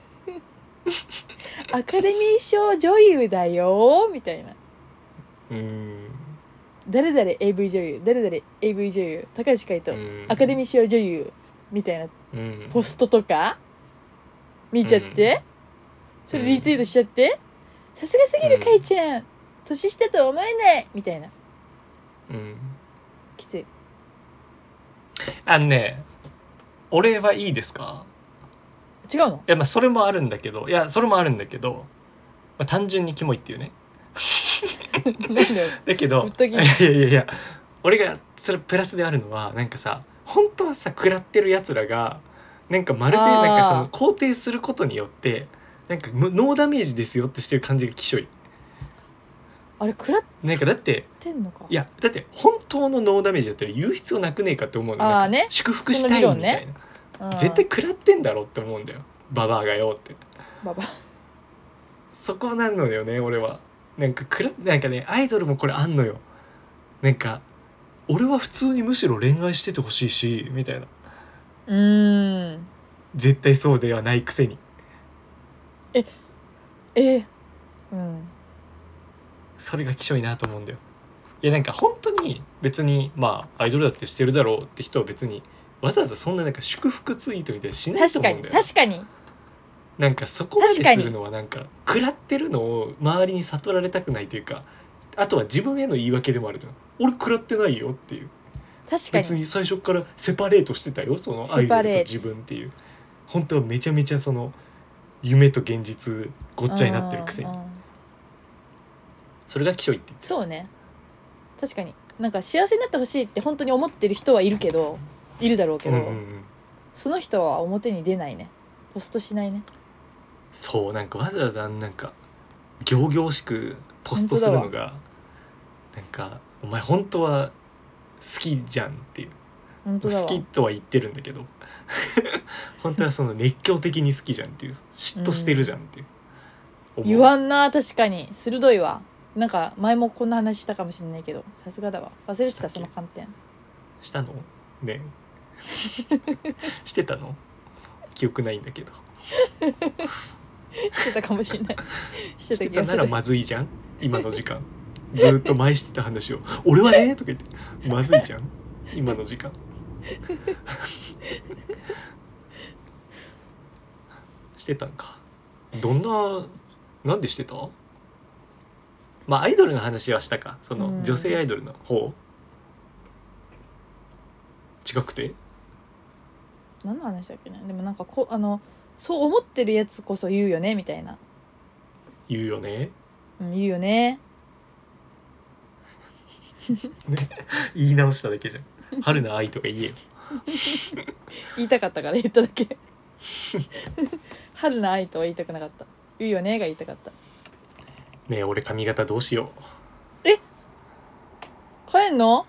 アカデミー賞女優だよみたいなうーん誰々 エーブイ 女優誰々 エーブイ 女優高橋海人うんアカデミー賞女優みたいなうんポストとか見ちゃって、 うんそれリツイートしちゃってさすがすぎるかいちゃん年下とは思えないみたいなうんきついあのね俺はいいですか？ 違うのいやまあそれもあるんだけどいやそれもあるんだけど、まあ、単純にキモいっていうねなんだよだけどぶっとぎいやいやいやいや俺がそれプラスであるのはなんかさ本当はさ食らってるやつらがなんかまるであーなんかその肯定することによってなんかノーダメージですよってしてる感じがきしょい。 あれ食らっなんかだっててんのかいやだって本当のノーダメージだったら言う必要なくねえかって思うの。なんかあーね祝福したいそのみたいな、 理論ねうん絶対食らってんだろって思うんだよババアがよって。 ババそこなのよね俺は。なんかくらなんかねアイドルもこれあんのよ。なんか俺は普通にむしろ恋愛しててほしいしみたいなうーん絶対そうではないくせにえうんそれがきしょいなと思うんだよ。いやなんか本当に別にまあアイドルだってしてるだろうって人は別にわざわざそんななんか祝福ツイートみたいなしないと確かに思うんだよ。 確かになんかそこまです確かにるのはなんか食らってるのを周りに悟られたくないというかあとは自分への言い訳でもあるじゃん。俺食らってないよっていう確かに別に最初からセパレートしてたよそのアイドルと自分っていう本当はめちゃめちゃその夢と現実ごっちゃになってるくせにうんうんそれがきしょいって言ってそうね確かになんか幸せになってほしいって本当に思ってる人はいるけどいるだろうけど、 うんうんうん、 その人は表に出ないねポストしないねそうなんかわざわざなんか仰々しくポストするのがなんかお前本当は好きじゃんっていう、 本当だわ好きとは言ってるんだけど本当はその熱狂的に好きじゃんっていう、嫉妬してるじゃんっていう、思う言わんな、確かに鋭いわ。なんか前もこんな話したかもしれないけど、さすがだわ、忘れてたその観点。 したのねしてたの記憶ないんだけどしてたかもしれないしてしたて気がする。 たならまずいじゃん今の時間ずーっと前してた話を俺はねとか言ってまずいじゃん今の時間してたんか。どんななんでしてた？まあアイドルの話はしたか、その女性アイドルの方、違くて何の話だっけね。でもなんかこあのそう思ってるやつこそ言うよねみたいな、 言うよねうん、言うよね。 ね言い直しただけじゃん。春の愛とか言えよ言いたかったから言っただけ春の愛とは言いたくなかった。言うよねが言いたかった。 ねえ俺髪型どうしよ帰んの？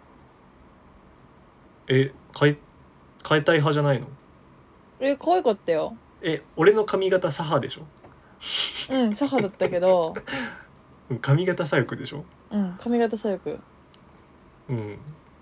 う。え変え変えたい派じゃないの？ え、可愛かったよ。 え俺の髪型左派でしょ？ うん、左派だったけどうん髪型左翼でしょ？ うん髪型左翼。 うん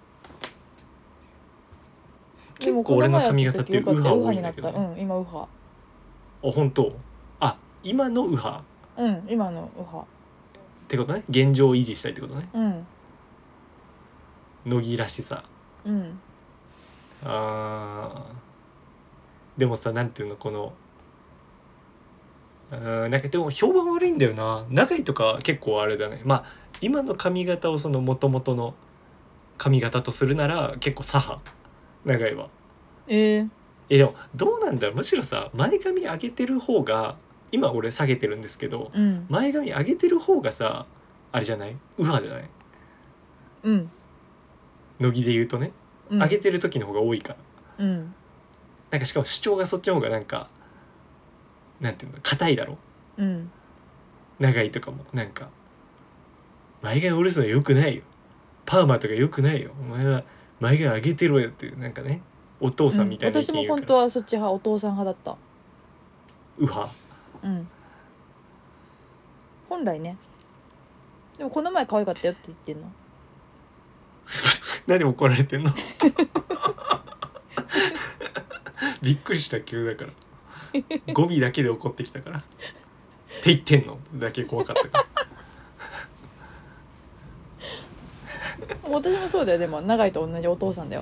でも結構俺の髪型ってこの前や右った時よかった。右派になった。 派多いんだけどね。 うん、今右派。 あ本当？あ今の右派うん今の右派。 ってことね。現状を維持したいってことね。 うん乃木らしさ。 うんあーでもさなんていうのこのうーんなんかでも評判悪いんだよな。長いとか結構あれだね。まあ今の髪型をその元々の髪型とするなら結構左派長いわ。 えー、 えでもどうなんだろう。むしろさ前髪上げてる方が、今俺下げてるんですけど、 うん前髪上げてる方がさあれじゃない？右派じゃない？ うん乃木で言うとね、 うん上げてる時の方が多いから、 うんなんかしかも主張がそっちの方がなんかなんていうの硬いだろ。 うん長いとかもなんか前髪下ろすのよくないよ、パーマとかよくないよ、お前は前髪上げてろよっていうなんかねお父さんみたいな意私も見言うから、 本当はそっち派、お父さん派だっ右派た。うん本来ね。でもこの前可愛かったよって言ってんの。 何怒られてんのびっくりした急だから語尾だけで怒ってきたからって言ってんのだけ怖かったから私もそうだよ。でも長いと同じお父さんだよ。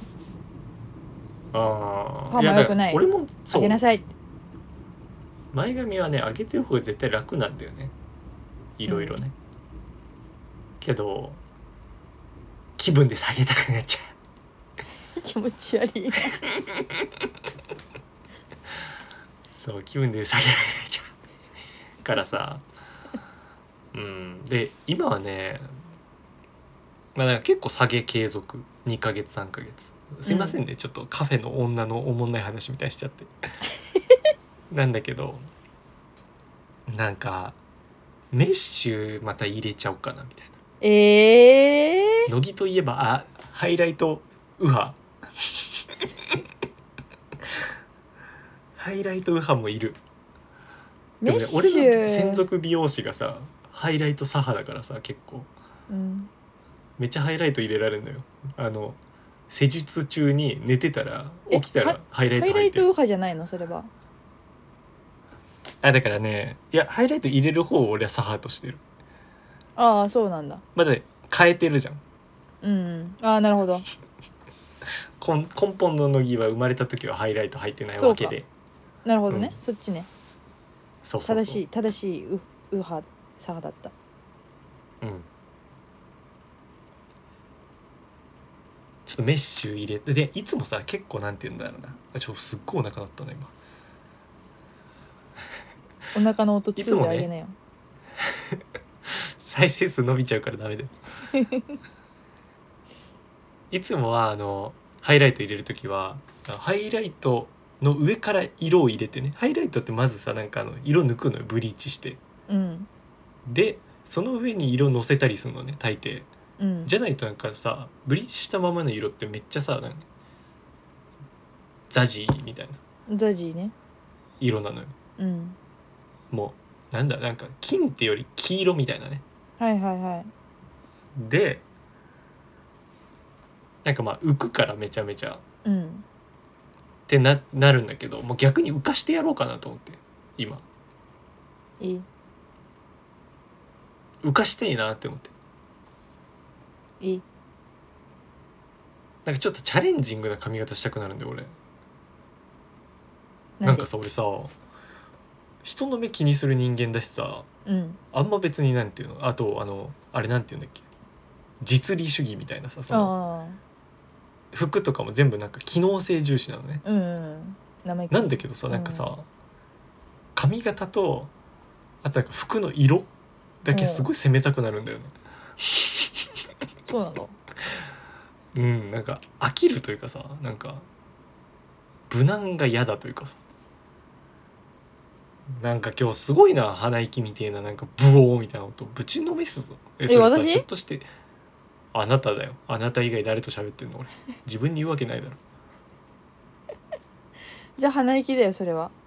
あパーマ良くない、 俺もそうあげなさいって。 前髪はね上げてる方が絶対楽なんだよね、いろいろね、うん、けど気分で下げたくなっちゃう気持ち悪いそう気分で下げたくなっちゃうからさうんで今はねまあ結構下げ継続にかげつさんかげつすいませんね、うん、ちょっとカフェの女のおもんない話みたいにしちゃってなんだけどなんかメッシュまた入れちゃおうかなみたいな。 えー、 乃木といえばあハイライト右派ハイライト右派もいる。でもね俺の専属美容師がさハイライト左派だからさ結構、 うん、 めっちゃハイライト入れられるのよ。あの施術中に寝てたら起きたらハイライト入ってる。 ハイライト右派じゃないのそれは。 あだからねいやハイライト入れる方を俺は左派としてる。 ああそうなんだ。 まだ、ね、変えてるじゃん。 うんああなるほど根本の乃木は生まれた時はハイライト入ってないわけで。 なるほどね、 うん、 そっちね。 そうそうそう正しい正しい右派左派だった。 うんちょっとメッシュ入れてでいつもさ結構なんて言うんだろうな、ちょっとすっごいお腹鳴ったな今お腹の音ツーであげなよ、ね、 再生数伸びちゃうからダメだよいつもはあのハイライト入れるときはハイライトの上から色を入れてね。ハイライトってまずさなんかあの色抜くのよ、ブリーチして、 うん、 でその上に色乗せたりするのね大抵。 うんじゃないとなんかさブリーチしたままの色ってめっちゃさなんかザジーみたいなザジーね。 色なのよ。 うんもうなんだなんか金ってより黄色みたいなね。 はいはいはい。 でなんかまあ浮くからめちゃめちゃっうんて な, なるんだけどもう逆に浮かしてやろうかなと思って今いい浮かしていいなって思っていい。 なんかちょっとチャレンジングな髪型したくなるんで俺なでなんんかさ俺さ人の目気にする人間だしさうんあんま別になんていうのあとあのあれなんていうんだっけ実利主義みたいなさそのあ服とかも全部なんか機能性重視なのね。 あうんうん名前なんだけどさなんかさ、 うん髪型とあとなんか服の色だけすごい攻めたくなるんだよね。 そうなの。 うんなんか飽きるというかさなんか無難が嫌だというかさなんか今日すごいな鼻息みてえななんかブオーみたいな音ぶちのめすぞ。ええそれさ私ひょっとしてあなただよ。あなた以外誰と喋ってんの俺自分に言うわけないだろ。 じゃあ鼻息だよそれは。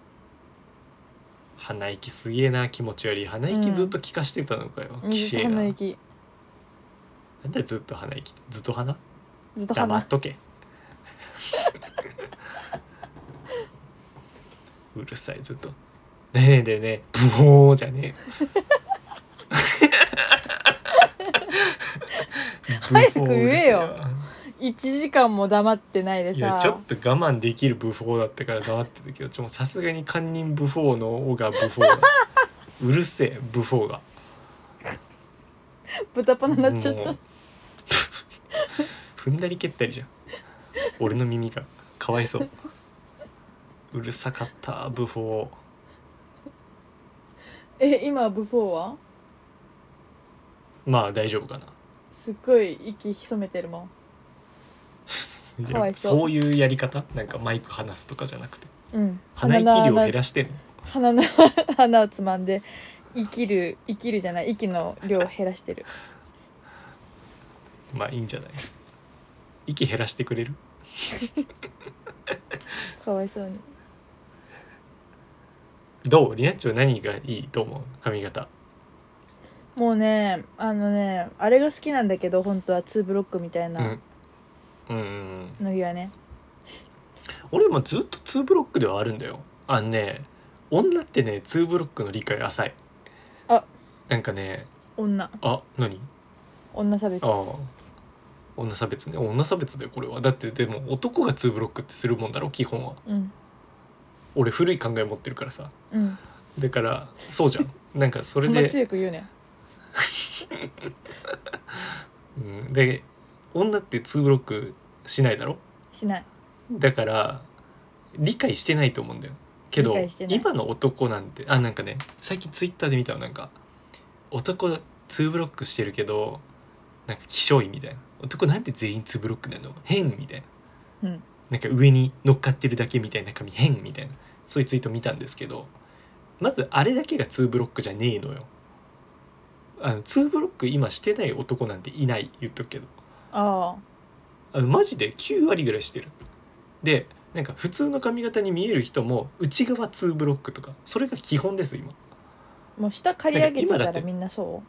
鼻息すげえな気持ち悪い鼻息ずっと聞かしてたのかよ、 うんずっときしえな。 鼻息なんだよずっと鼻息ってずっと鼻ずっと鼻黙っとけうるさいずっとねえねえだよねブオーじゃねえ早く言えよブオーうるせえわいちじかんも黙ってないでいやさ。 ちょっと我慢できるブフォーだったから黙ってたけどちょさすがに堪忍ブフォーの「お」がブフォーだうるせえブフォーが豚パナになっちゃったもう踏んだり蹴ったりじゃん俺の耳がかわいそううるさかったブフォー。 え今ブフォーはまあ大丈夫かな。 すっごい息潜めてるもん。 いやかわいそうそういうやり方なんかマイク離すとかじゃなくてうん鼻息量減らしてんの。 鼻の鼻をつまんで生きる生きるじゃない息の量を減らしてる。 まあいいんじゃない息減らしてくれる。 かわいそうに。 どうリナッチョ何がいいと思う髪型。 もうねあのねあれが好きなんだけど本当はツーブロックみたいなうんうんうんのぎはね、 俺もずっとツーブロックではあるんだよ。あのね女ってねツーブロックの理解浅い。 あなんかね女あ何女差別。 ああ女差別ね女差別だよこれは。だってでも男がツーブロックってするもんだろ基本は。 うん俺古い考え持ってるからさうんだからそうじゃんなんかそれそんなで、 強く言うね。 うん、で女ってツーブロックしないだろ。 しない。 だから理解してないと思うんだよけど理解してない今の男なんてあなんかね最近ツイッターで見たのなんか男ツーブロックしてるけどなんか希少いみたいな男なんで全員ツーブロックなの変みたいなうんなんか上に乗っかってるだけみたいな髪変みたいなそういうツイート見たんですけどまずあれだけがツーブロックじゃねえのよ。あのツーブロック今してない男なんていない言っとくけどああのマジできゅう割ぐらいしてる。でなんか普通の髪型に見える人も内側ツーブロックとかそれが基本です今。 あもう下刈り上げて今だってたらみんなそ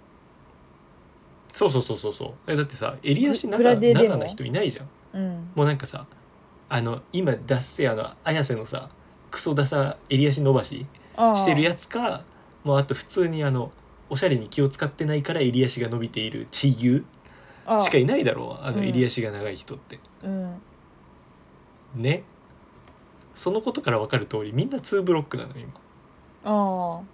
そうそうそうそうそうえだってさ襟足長グラデーでも長な人いないじゃん。 う。うんもうなんかさあの今ダッセあの綾瀬のさクソダサ襟足伸ばしああしてるやつかもうあと普通にあのおしゃれに気を使ってないから襟足が伸びている地優ああしかいないだろうあのうん襟足が長い人って、 うんねそのことから分かる通りみんなツーブロックなの今。 ああ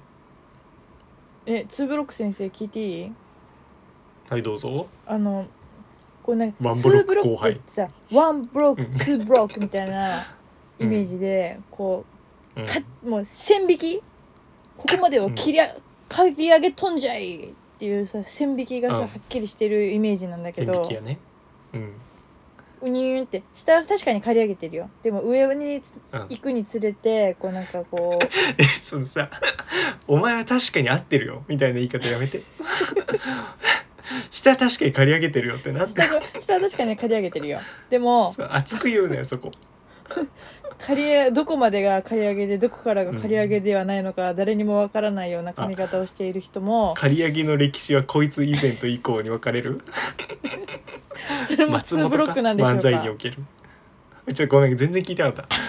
えツーブロック先生聞いていい？ はいどうぞ。 あのこうなんかワンブロックツーブロックってさワンブロックツーブロックみたいなイメージでこうんうかもう線引きここまでを切りあ刈り上げとんじゃいっていうさ線引きがさうんはっきりしてるイメージなんだけ線引どきやねうんうにーんって下は確かに刈り上げてるよ。でも上にうん行くにつれてこうなんかこうえそのさお前は確かに合ってるよみたいな言い方やめて下確かに刈り上げてるよってなって下が下は確かに刈り上げてるよ。でもそう熱く言うなよそこ。 刈りどこまでが刈り上げでどこからが刈り上げではないのか誰にもわからないような髪型をしている人も刈り上げの歴史はこいつ以前と以降に分かれるそれもツーブロックなんでしょう漫才か。 におけるちょごめん全然聞いてなかった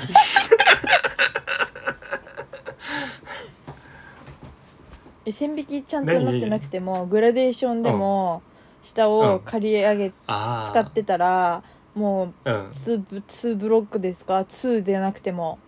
え線引きちゃんとなってなくてもグラデーションでも下を刈り上げあー使ってたらもううんツーブツーブロックですかツーでなくても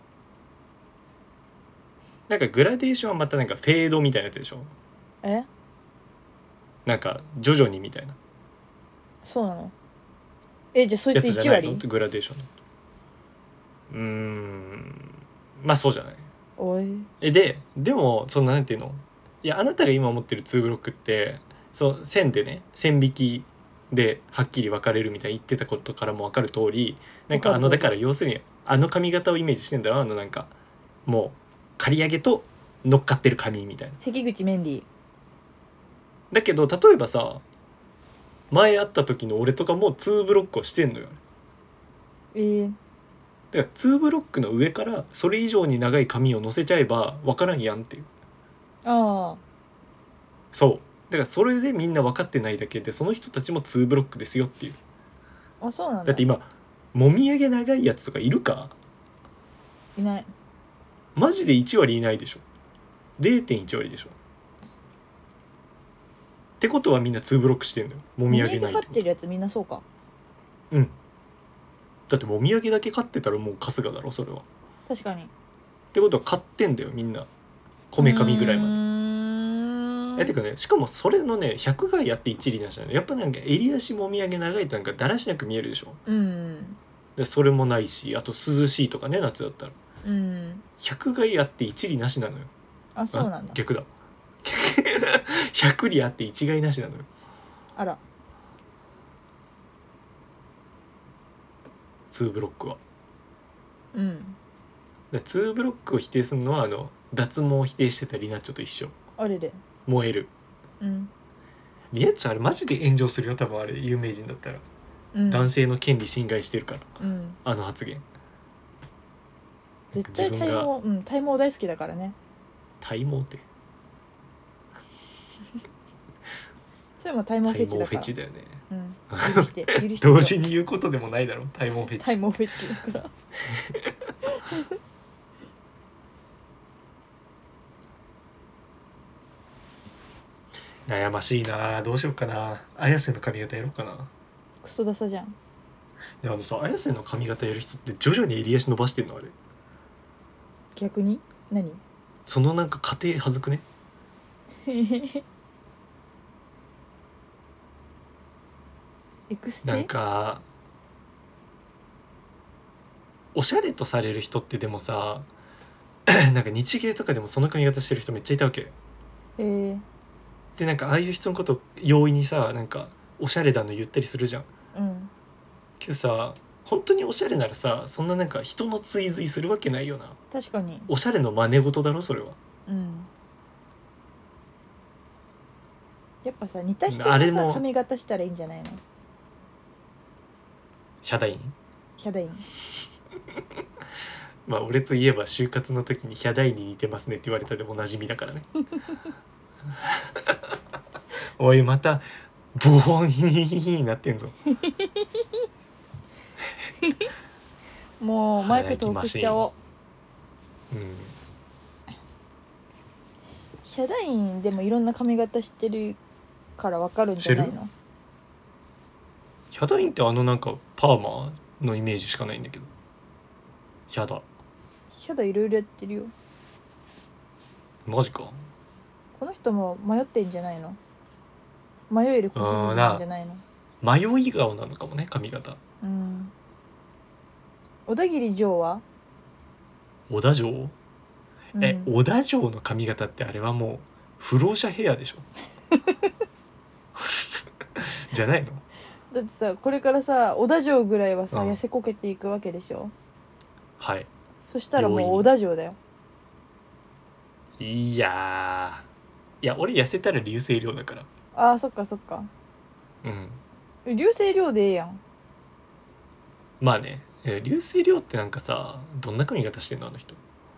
なんかグラデーションはまたなんかフェードみたいなやつでしょ。 えなんか徐々にみたいなそうなの。えじゃあそいついちやつじゃないの割グラデーションのうーんまあそうじゃない。 おいえででもそのなんていうのいやあなたが今持ってるツーブロックってそう線でね線引きではっきり分かれるみたいに言ってたことからも分かる通りなんかあのだから要するにあの髪型をイメージしてんだろあのなんかもう刈り上げと乗っかってる髪みたいな。 関口メンディーだけど例えばさ前会った時の俺とかもツーブロックをしてんのよ。 えー、 だからツーブロックの上からそれ以上に長い髪を乗せちゃえば分からんやんっていう。 ああそうだからそれでみんな分かってないだけでその人たちもツーブロックですよっていう。 あそうなんだ。 だって今もみあげ長いやつとかいるか。 いない。 マジでいち割いないでしょ。 れいてんいち 割でしょ。ってことはみんなツーブロックしてんのよ。もみあげないもみあげ飼ってるやつみんなそうか。 うんだってもみあげだけ飼ってたらもう春日だろそれは。っ確かに。 てことは飼ってんだよみんなこめかみぐらいまで。 うーんえてかねしかもそれのねひゃく害あって一理なしなの。やっぱなんか襟足もみあげ長いとなんかだらしなく見えるでしょ。 うんでそれもないしあと涼しいとかね夏だったらうんひゃく害あって一理なしなのよ。 あそうなんだ。 あ逆だひゃく理あって一害なしなのよ。 あらツーブロックは。 うんでツーブロックを否定するのはあの脱毛を否定してたリナッチョと一緒。 あれで燃える。 うんリナッチョあれマジで炎上するよ多分あれ有名人だったら、 うん男性の権利侵害してるからうんあの発言。 絶対体自分が毛うん体毛大好きだからね。 体毛ってそれも体毛フ体毛ェチだから。 フェチだよね。 うん許して許して同時に言うことでもないだろ体毛フェチ。 体毛フェチだから。 悩ましいなどうしようかな。綾瀬の髪型やろうかな。 クソダサじゃん。 であのさ綾瀬の髪型やる人って徐々に襟足伸ばしてんのあれ。 逆に何そのなんか過程はずくね。 エクステなんかおしゃれとされる人ってでもさなんか日芸とかでもその髪型してる人めっちゃいたわけえー、 でなんかああいう人のこと容易にさなんかおしゃれだの言ったりするじゃん。 うんけどさ本当におしゃれならさそんななんか人の追随するわけないよな。 確かにおしゃれの真似事だろそれは。 うんやっぱさ似た人がさあれも髪型したらいいんじゃないの。 ヒャダインヒャダインまあ俺といえば就活の時にヒャダインに似てますねって言われたでおなじみだからねおいまたボーンヒヒヒヒになってんぞもうマイク遠くしちゃおう。 うんヒャダインでもいろんな髪型してるからわかるんじゃないの。 ヒャダインってあのなんかパーマのイメージしかないんだけど。ヒャダヒャダいろいろやってるよ。 マジか。 この人も迷ってんじゃないの。迷える子羊なんじゃないの。 迷い顔なのかもね髪型。 うん小田切城は小田城、 うんえ小田城の髪型ってあれはもう不老者ヘアでしょじゃないの。 だってさこれからさ小田城ぐらいはさ、 うん痩せこけていくわけでしょ。 はい。 そしたらも容易にう小田城だよ。 いやーいや俺痩せたら流星量だから。 あーそっかそっか。 うん流星量でええやん。 まあね。え流星量ってなんかさどんな髪型してんのあの人。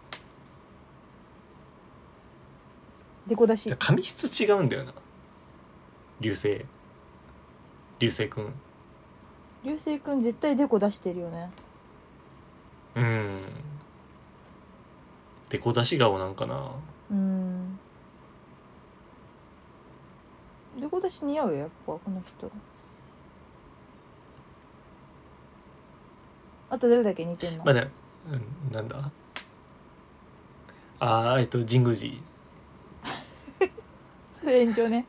デコ出し。 髪質違うんだよな。流星流星くん。 流星くん絶対デコ出してるよね。 うんデコ出し顔なんかな。 うーんデコ出し似合うよやっぱこの人。あと誰だけ似てんの。 まあね、うん、なんだあーえっと神宮寺。 それ炎上ね。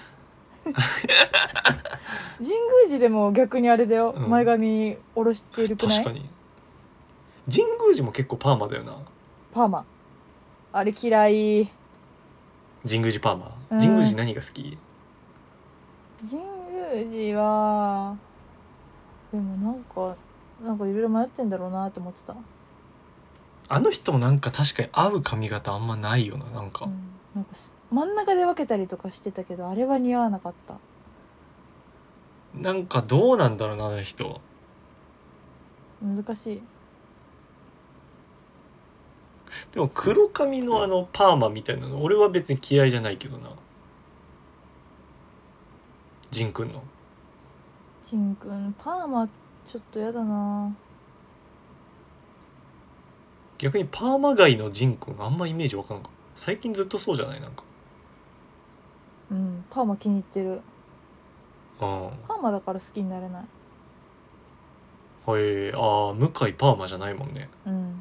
神宮寺でも逆にあれだよ、 うん前髪下ろしてるくない。 確かに神宮寺も結構パーマだよな。 パーマあれ嫌い。 神宮寺パーマ。 うん神宮寺何が好き？ 神宮寺はでもなんかなんかいろいろ迷ってんだろうなって思ってた。 あの人もなんか確かに合う髪型あんまないよな。なんか、 うん、なんかす真ん中で分けたりとかしてたけどあれは似合わなかった。 なんかどうなんだろうなあの人。 難しい。 でも黒髪のあのパーマみたいなの俺は別に嫌いじゃないけどな。仁くんのしんくんパーマちょっとやだな。 逆にパーマ界の仁くんあんまイメージわかんか。最近ずっとそうじゃないなんか。 うんパーマ気に入ってる。 うんパーマだから好きになれない。 へえああ向井パーマじゃないもんね。 うん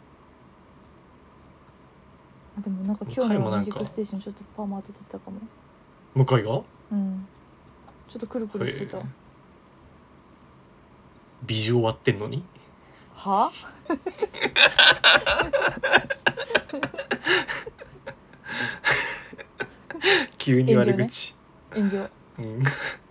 あでもなんか今日のミュージックステーションちょっとパーマ当ててたかも。 向井がうんちょっとくるくるしてた。 へえ美女割ってんのには急に悪口、 炎上。 うん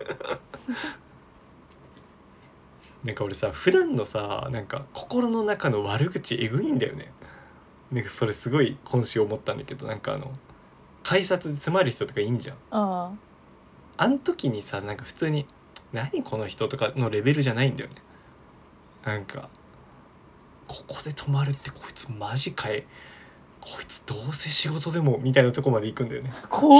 なんか俺さ普段のさなんか心の中の悪口えぐいんだよね。なんかそれすごい今週思ったんだけどなんかあの改札で詰まる人とかいいんじゃん。 ああん時にさなんか普通に何この人とかのレベルじゃないんだよね。なんかここで止まるってこいつマジかえこいつどうせ仕事でもみたいなとこまで行くんだよね。 あこう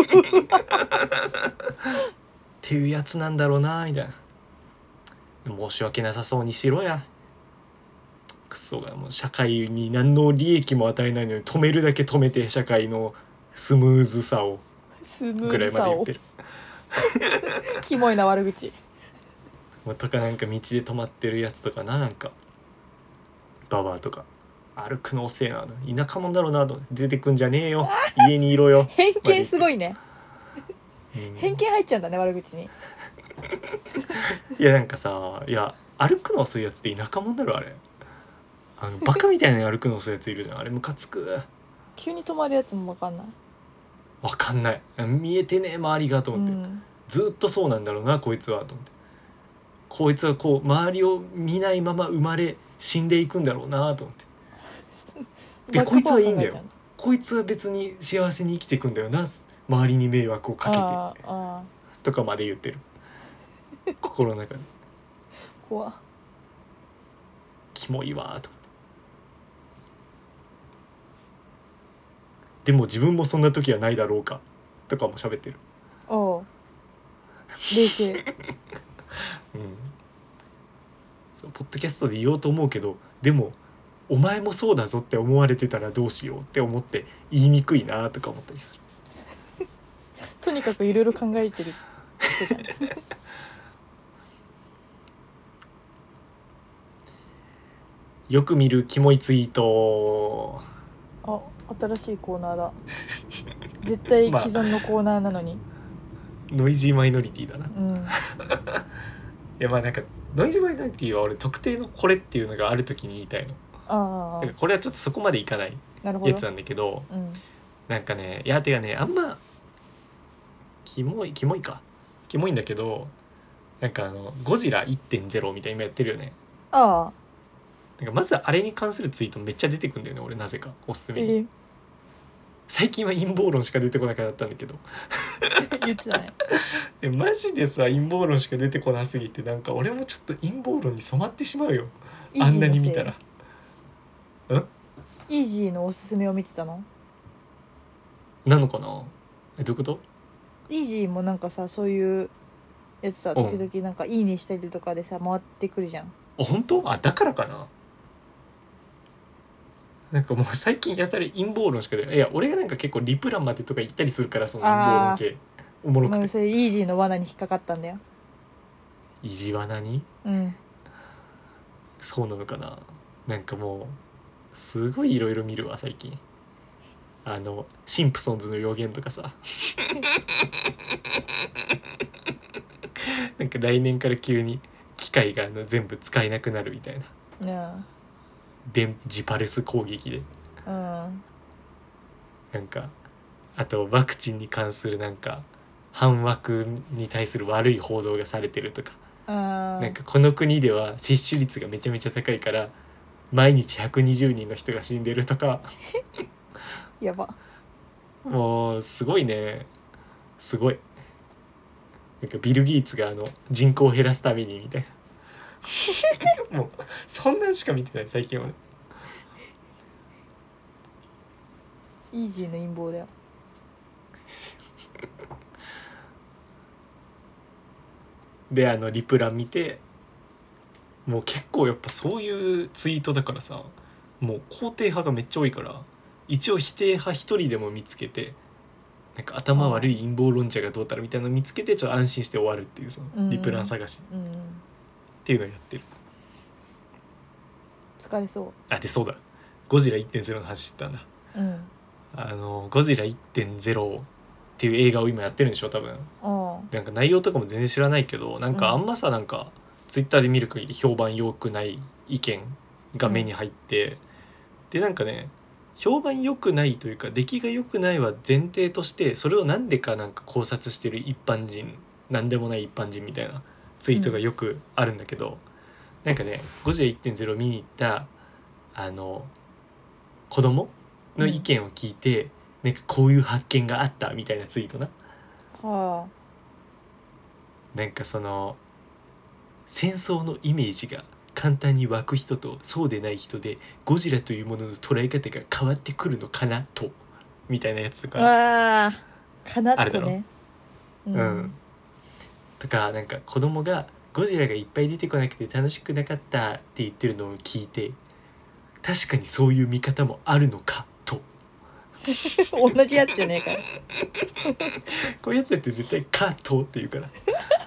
っていうやつなんだろうなみたいな。申し訳なさそうにしろやクソがもう社会に何の利益も与えないのに止めるだけ止めて社会のスムーズさをスムぐらいーズさをまで言ってる。 キモいな悪口。 とかなんか道で止まってるやつとかななんかババアとか歩くの遅えな田舎者だろうなと出てくんじゃねえよ家にいろよ偏見すごいね。 うん偏見入っちゃうんだね悪口に。 いやなんかさいや歩くの遅いやつって田舎者だろあれ。あのバカみたいな歩くの遅いやついるじゃんあれムカつく。 急に止まるやつも分かんない。 わかんない見えてねえ周りがと思って、 うん、 ずっとそうなんだろうなこいつはと思ってこいつはこう周りを見ないまま生まれ死んでいくんだろうなと思ってでこいつはいいんだよこいつは別に幸せに生きていくんだよな周りに迷惑をかけてああとかまで言ってる心の中で怖っ。 キモいわと思ってでも自分もそんな時はないだろうかとかも喋ってる。 おう冷静。 うんそうポッドキャストで言おうと思うけどでもお前もそうだぞって思われてたらどうしようって思って言いにくいなとか思ったりする。 とにかくいろいろ考えてる人じゃん。 よく見るキモいツイート。 あ新しいコーナーだ。絶対既存のコーナーなのに、 ノイジーマイノリティだな。いうんやまあなんかノイジーマイノリティは俺特定のこれっていうのがある時に言いたいの。 あだからこれはちょっとそこまでいかないあなるほどやつなんだけどうんなんかねいやてかねあんまキモいキモいかキモいんだけどなんかあのゴジラ いってんゼロ みたいな今やってるよね。 ああなんかまずあれに関するツイートめっちゃ出てくんだよね俺なぜかおすすめに。 えー、 最近は陰謀論しか出てこなくなったんだけど言ってたね。 えマジでさ陰謀論しか出てこなすぎてなんか俺もちょっと陰謀論に染まってしまうよあんなに見たら。 イージーのおすすめを見てたの？ なのかな。えどういうこと。 イージーもなんかさそういうやつさうん時々なんかいいねしたりとかでさ回ってくるじゃん。 あ本当。あだからかな。なんかもう最近やたら陰謀論しか出ない。いや俺がなんか結構リプランまでとか言ったりするからその陰謀論系おもろくて。 まあそれイージーの罠に引っかかったんだよ。 意地罠に。 うんそうなのかな。なんかもうすごいいろいろ見るわ最近。あのシンプソンズの予言とかさなんか来年から急に機械があの全部使えなくなるみたいな。 ね電磁パルス攻撃で。 えうんなんかあとワクチンに関するなんか反ワクに対する悪い報道がされてるとか。 あなんかこの国では接種率がめちゃめちゃ高いから毎日ひゃくにじゅうにんの人が死んでるとかやば。 もうすごいね。すごいなんかビル・ゲイツがあの人口を減らすためにみたいなもうそんなんしか見てない最近はね。 イージーの陰謀だよ。 であのリプラン見てもう結構やっぱそういうツイートだからさもう肯定派がめっちゃ多いから一応否定派一人でも見つけてなんか頭悪い陰謀論者がどうたらみたいなの見つけてちょっと安心して終わるっていうそのリプラン探しうんっていうのをやってる。 疲れそあでそうだゴジラ いってんゼロ の話してたんだ。 う。うんあのゴジラ いってんゼロ っていう映画を今やってるんでしょ多分。 あなんか内容とかも全然知らないけどなんかあんまさなんかツイッターで見る限り評判良くない意見が目に入って、うん、でなんかね評判良くないというか出来が良くないは前提としてそれをなんでかなんか考察してる一般人なんでもない一般人みたいなツイートがよくあるんだけど、うん、なんかねゴジラ いってんゼロ 見に行ったあの子供の意見を聞いて、うん、なんかこういう発見があったみたいなツイートな。 はあなんかその戦争のイメージが簡単に湧く人とそうでない人でゴジラというものの捉え方が変わってくるのかなとみたいなやつとかあーかなあるだろとね。 う、うん、とかなんか子供がゴジラがいっぱい出てこなくて楽しくなかったって言ってるのを聞いて確かにそういう見方もあるのかと同じやつじゃねえかよこういうやつって絶対かとって言うから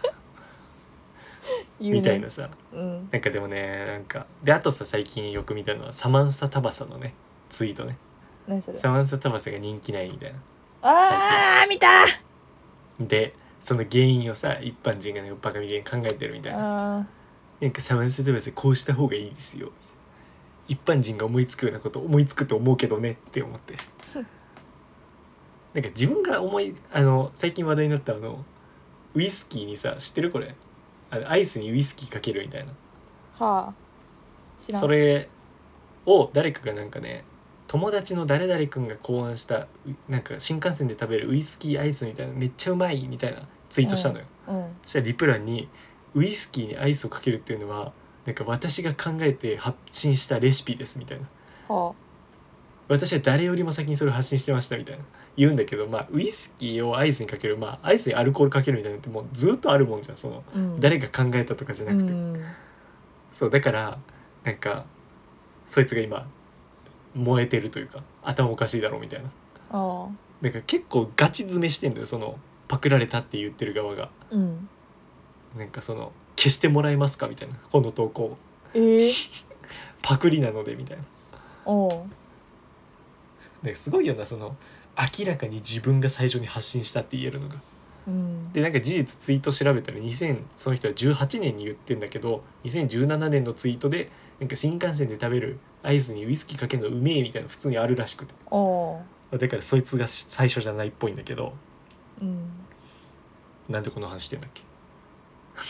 ね、 みたいなさ、 うん、 なんかでもねなんかであとさ最近よく見たのはサマンサタバサのねツイートね。 何それ。 サマンサタバサが人気ないみたいな。 あー見たでその原因をさ一般人がねバカみたいに考えてるみたいな。 あなんかサマンサタバサこうした方がいいですよ一般人が思いつくようなこと思いつくと思うけどねって思ってなんか自分が思いあの最近話題になったあのウイスキーにさ知ってるこれあのアイスにウイスキーかけるみたいな。 はあ知らん。 それを誰かがなんかね友達の誰々くんが考案したなんか新幹線で食べるウイスキーアイスみたいなめっちゃうまいみたいなツイートしたのよ、 うんうん、 そしたらリプランにウイスキーにアイスをかけるっていうのはなんか私が考えて発信したレシピですみたいな、 はあ、 私は誰よりも先にそれを発信してましたみたいな言うんだけど、まあウイスキーをアイスにかける、まあアイスにアルコールかけるみたいなのってもうずっとあるもんじゃんその、 うん、 誰が考えたとかじゃなくて、 うん、 そうだからなんかそいつが今燃えてるというか頭おかしいだろうみたいな。 あなんか結構ガチ詰めしてんだよそのパクられたって言ってる側が。 うん、 なんかその消してもらえますかみたいなこの投稿えー、 パクリなのでみたいな。 おうですごいよなその明らかに自分が最初に発信したって言えるのが。 うん、 でなんか事実ツイート調べたらにせんその人はじゅうはちねんに言ってんだけどにせんじゅうななねんのツイートでなんか新幹線で食べるアイスにウイスキーかけるのうめえみたいな普通にあるらしくて、 おう、 だからそいつが最初じゃないっぽいんだけど、 うん、 なんでこの話してんだっけ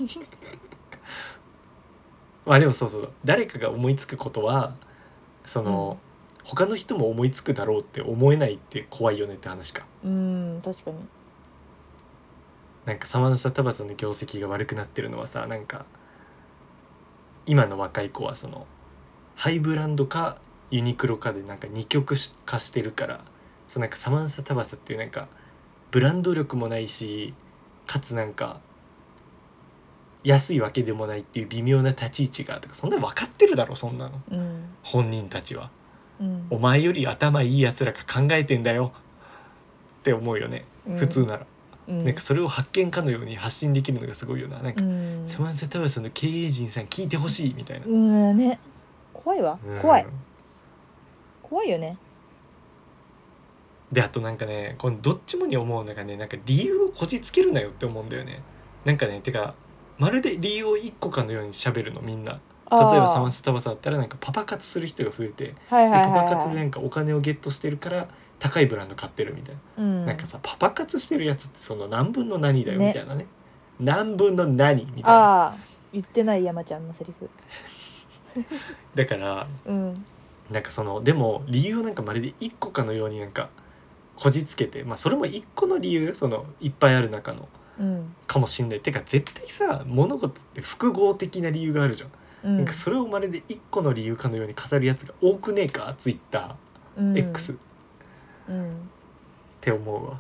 まあでもそうそう誰かが思いつくことはその、うん、他の人も思いつくだろうって思えないって怖いよねって話か。 うん確かに。 なんかサマンサタバサの業績が悪くなってるのはさ、なんか今の若い子はそのハイブランドかユニクロかでなんか二極化してるから、そのなんかサマンサタバサっていうなんかブランド力もないしかつなんか安いわけでもないっていう微妙な立ち位置がとか、そんなの分かってるだろそんなの、 うん、 本人たちは、 うん、 お前より頭いいやつらが考えてんだよって思うよね、うん、普通なら、うん、なんかそれを発見かのように発信できるのがすごいよな。なんか、うん、サマンサタバサの経営陣さん聞いてほしいみたいな、 うんね、怖いわ、うん、怖い怖いよね。 であとなんかねこのどっちもに思うのがね、なんか理由をこじつけるなよって思うんだよね。なんかねてかまるで理由を一個かのように喋るのみんな。例えばサマンサタバサだったらなんかパパ活する人が増えて、 はいはいはいはい、 でパパ活でなんかお金をゲットしてるから高いブランド買ってるみたいな、うん、なんかさパパ活してるやつってその何分の何だよみたいなね、何分の何みたいな。 ああ言ってない山ちゃんのセリフだから、うん、なんかそのでも理由をなんかまるで一個かのようになんかこじつけて、まあそれも一個の理由そのいっぱいある中の、うん、かもしんない。てか絶対さ物事って複合的な理由があるじゃん、うん、なんかそれをまるで一個の理由かのように語るやつが多くねえかツイッター、うん、X、うん、って思うわ。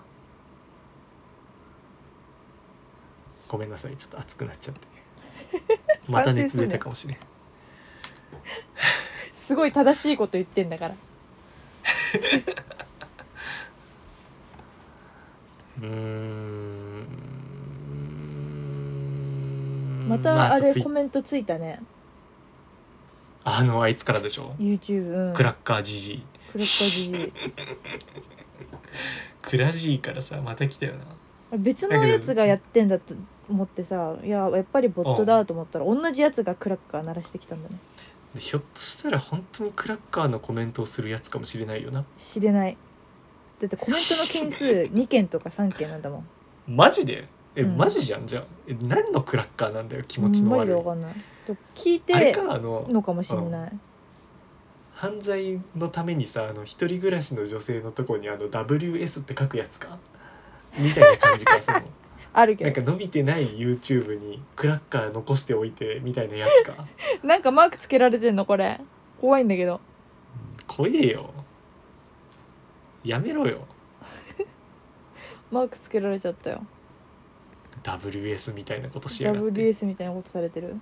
ごめんなさいちょっと熱くなっちゃってまた熱出たかもしれんすごい正しいこと言ってんだからうーんまたあれコメントついたね。 あのあいつからでしょ YouTube、うん、 クラッカージジイクラッカージジイクラジーからさまた来たよな。 別のやつがやってんだと思ってさ、いややっぱりボットだと思ったら同じやつがクラッカー鳴らしてきたんだね。 ひょっとしたら本当にクラッカーのコメントをするやつかもしれないよな。 知れない。だってコメントの件数にけんとかさんけんなんだもん。 マジでえ、うん、マジじゃん。じゃあえ何のクラッカーなんだよ気持ちの悪い、 うん、マジでわかんない。聞いてのかもしれない。 犯罪のためにさあの一人暮らしの女性のとこにあの ダブリューエス って書くやつかみたいな感じかそのあるけどなんか伸びてない YouTube にクラッカー残しておいてみたいなやつかなんかマークつけられてんのこれ怖いんだけど。 怖えよやめろよマークつけられちゃったよ。 ダブリューエス みたいなことしやがって。 ダブリューエス みたいなことされてる。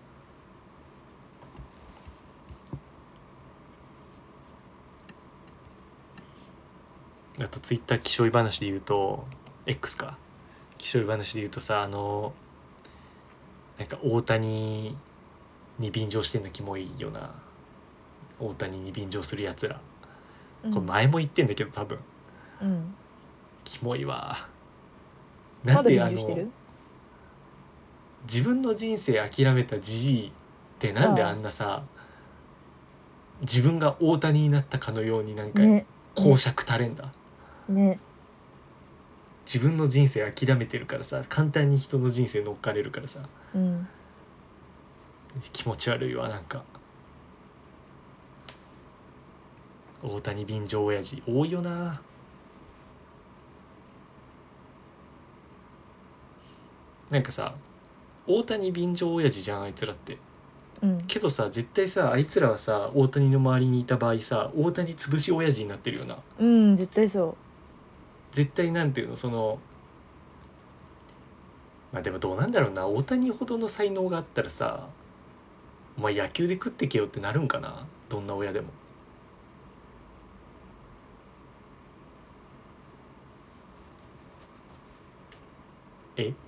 あとツイッター気象い話で言うと X か気象い話で言うとさあのなんか大谷に便乗してんのキモいよな。大谷に便乗するやつら、うん、これ前も言ってんだけど多分、うん、キモいわ。なんであの自分の人生諦めたじじいってなんであんなさ自分が大谷になったかのようになんか講釈垂れんだ、ねね、自分の人生諦めてるからさ簡単に人の人生乗っかれるからさ、うん、気持ち悪いわ。なんか大谷便乗親父多いよな。なんかさ大谷便乗親父じゃんあいつらって、うん、けどさ絶対さあいつらはさ大谷の周りにいた場合さ大谷潰し親父になってるよな。 うん絶対そう。 絶対なんていうのそのまあでもどうなんだろうな。大谷ほどの才能があったらさお前野球で食ってけよってなるんかなどんな親でも。ええ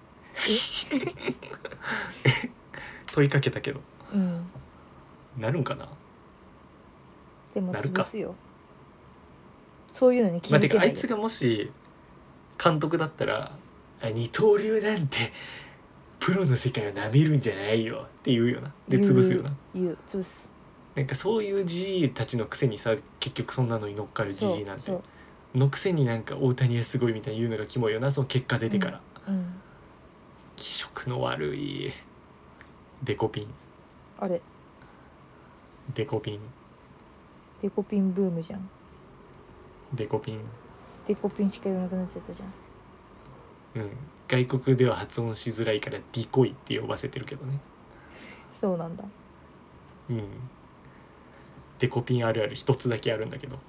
問いかけたけど、うん、なるんかな。 でも潰すよそういうのに気づけないで、 まあ、てかあいつがもし監督だったら二刀流なんてプロの世界をなめるんじゃないよって言うよな。で潰すよな。 言う潰す。 なんかそういうじじいたちのくせにさ結局そんなのに乗っかるじじいなんてのくせになんか大谷はすごいみたいに言うのがキモいよなその結果出てから、うんうん、 気色の悪いデコピンあれデコピンデコピンブームじゃん。 デコピンデコピンしか言わなくなっちゃったじゃん。 うん外国では発音しづらいからディコイって呼ばせてるけどね。 そうなんだ。 うんデコピンあるある一つだけあるんだけど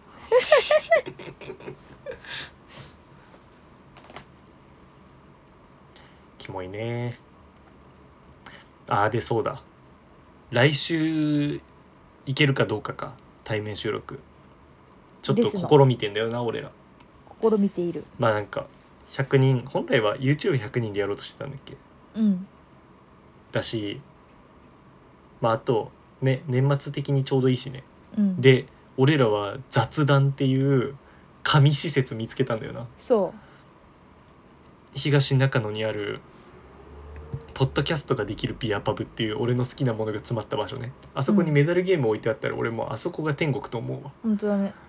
キモいね。あーでそうだ来週行けるかどうかか対面収録ちょっとですの試みてんだよな俺ら。 試みている。 まあなんかひゃくにん本来は ユーチューブひゃくにんでやろうとしてたんだっけうんだしまああとね年末的にちょうどいいしね。 うんで俺らは雑談っていう神施設見つけたんだよな。 そ東中野にあるポッドキャストができるビアパブっていう俺の好きなものが詰まった場所ね。あそこにメダルゲーム置いてあったら俺もうあそこが天国と思うわ。 う本当だね。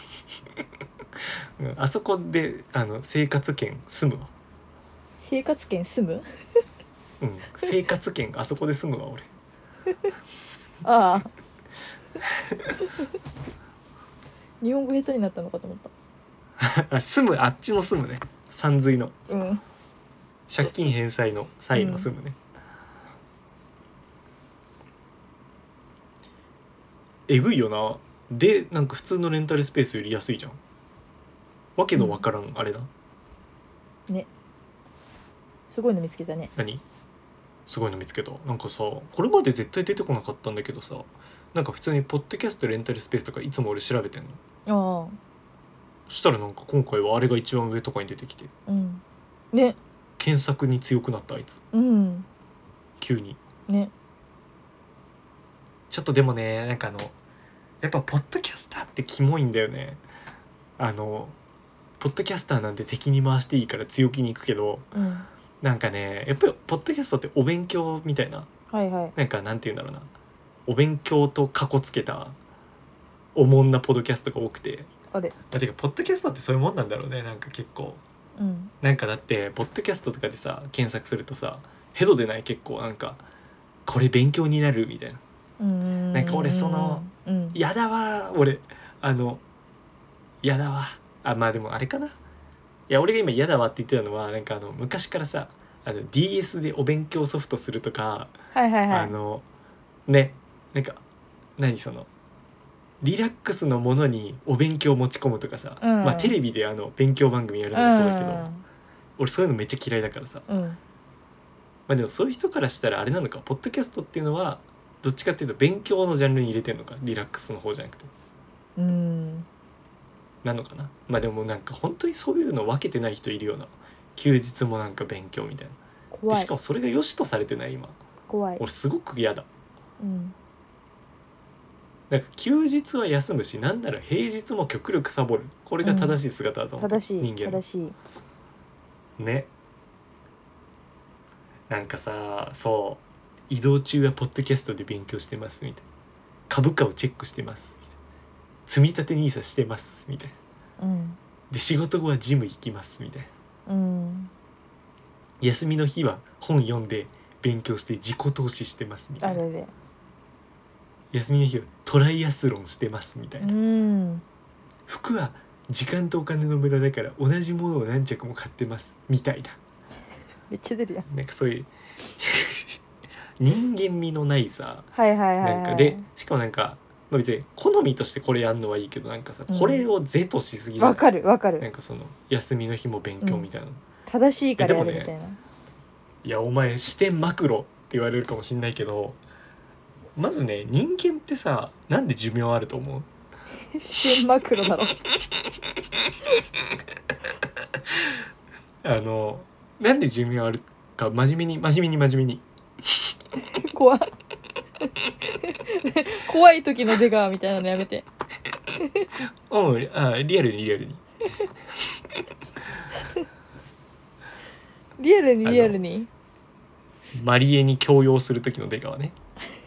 うんあそこであの生活圏住むわ。 生活圏住むうん生活圏あそこで住むわ俺。 ああ日本語下手になったのかと思っあ住むあっちの住むね山水のた。うん借金返済の際の住むね、うん、えぐいよな。でなんか普通のレンタルスペースより安いじゃん。わけのわからん、うん、あれだね。すごいの見つけたね。 何すごいの見つけた。なんかさこれまで絶対出てこなかったんだけどさなんか普通にポッドキャストレンタルスペースとかいつも俺調べてんの。 ああそしたらなんか今回はあれが一番上とかに出てきてうんね検索に強くなったあいつうん急にね。 ちょっとでもねなんかあのやっぱポッドキャスターってキモいんだよね。あのポッドキャスターなんて敵に回していいから強気に行くけどうんなんかねやっぱりポッドキャストってお勉強みたいなはいはい。 なんかなんて言うんだろうなお勉強とかこつけたおもんなポッドキャストが多くてあれだってかポッドキャストってそういうもんなんだろうね。なんか結構うんなんかだってポッドキャストとかでさ検索するとさヘドでない結構なんかこれ勉強になるみたいなうんなんか俺そのうんやだわ俺あのやだわあまあでもあれかないや俺が今やだわって言ってたのはなんかあの昔からさあの ディーエス でお勉強ソフトするとか、 はいはいはい。 あのねなんか何そのリラックスのものにお勉強持ち込むとかさ、 うんまあテレビであの勉強番組やるのもそうだけど、 うん俺そういうのめっちゃ嫌いだからさ、 うんまあでもそういう人からしたらあれなのかポッドキャストっていうのはどっちかっていうと勉強のジャンルに入れてるのかリラックスの方じゃなくてうんなのかな。まあでもなんか本当にそういうの分けてない人いるような休日もなんか勉強みたいな怖いでしかもそれが良しとされてない今怖い。 俺すごく嫌だ。 うんなんか休日は休むしなんなら平日も極力サボるこれが正しい姿だと思う、 正しい人間の正しい。 ね。なんかさそう移動中はポッドキャストで勉強してますみたいな株価をチェックしてますみたいな積み立てニーサしてますみたいなうんで仕事後はジム行きますみたいなうん休みの日は本読んで勉強して自己投資してますみたいなあれで休みの日はトライアスロンしてますみたいうな、 ん服は時間とお金の無駄だから同じものを何着も買ってますみたいなめっちゃ出るやん。 なんかそういう人間味のないさはいはいはいはい。 なんかでしかもなんか、まあ、別に好みとしてこれやんのはいいけどなんかさ、 うんこれを是としすぎじゃないわかるわかる。 なんかその休みの日も勉強みたいな、 正しいからやるえでもねみたいな。 いやお前視点マクロって言われるかもしんないけどまずね人間ってさなんで寿命あると思う視点マクロだろ。 あのなんで寿命あるか真面目に真面目に真面目に怖っ怖い時の出川みたいなのやめて。 うんあリアルにリアルにリアルにリアルにマリエに強要する時の出川ね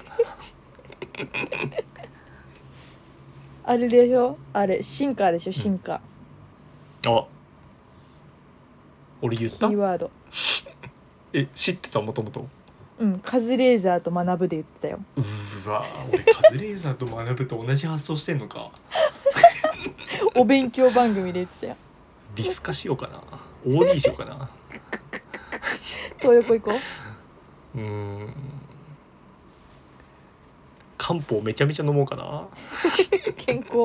あれでしょあれシンカーでしょシンカー、 あ俺言ったキーワードえ知ってたもともと？ うんカズレーザーと学ぶで言ってたよ。 うーわ俺カズレーザーと学ぶと同じ発想してんのか。 お勉強番組で言ってたよ。 リス化しようかな オーディー しようかな。 東横行こうーん漢方めちゃめちゃ飲もうかな。 う。健康。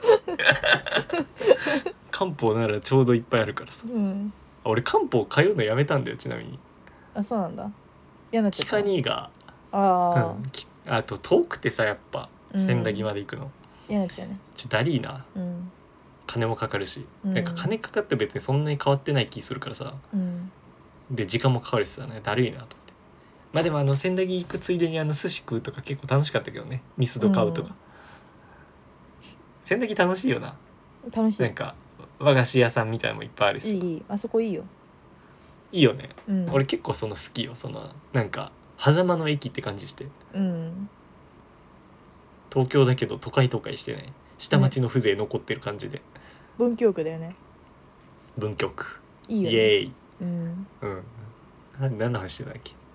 漢方ならちょうどいっぱいあるからさ。 うん俺漢方通うのやめたんだよちなみに。 あそうなんだ。嫌になっちゃキった。 カ兄が、 あうん、きあと遠くてさやっぱ千駄木まで行くの、 あ嫌になっちゃうね。 ちょだりーな。 うん金もかかるし、 うんなんか金かかって別にそんなに変わってない気するからさ。 うんで時間もかかるしさねだるいなと思って。まあでもあの千駄木行くついでにあの寿司食うとか結構楽しかったけどね。ミスド買うとか、 うん千駄木楽しいよな。 楽しい。 なんか和菓子屋さんみたいなのもいっぱいあるしさ。 いいいいあそこいいよ。 いいよね、 うん俺結構その好きよ。そのなんか狭間の駅って感じして、 うん東京だけど都会都会してない下町の風情残ってる感じで、 文京区だよね。 文京区いいよね。 イエーイ。 うんうんな何の話してたんだっけ。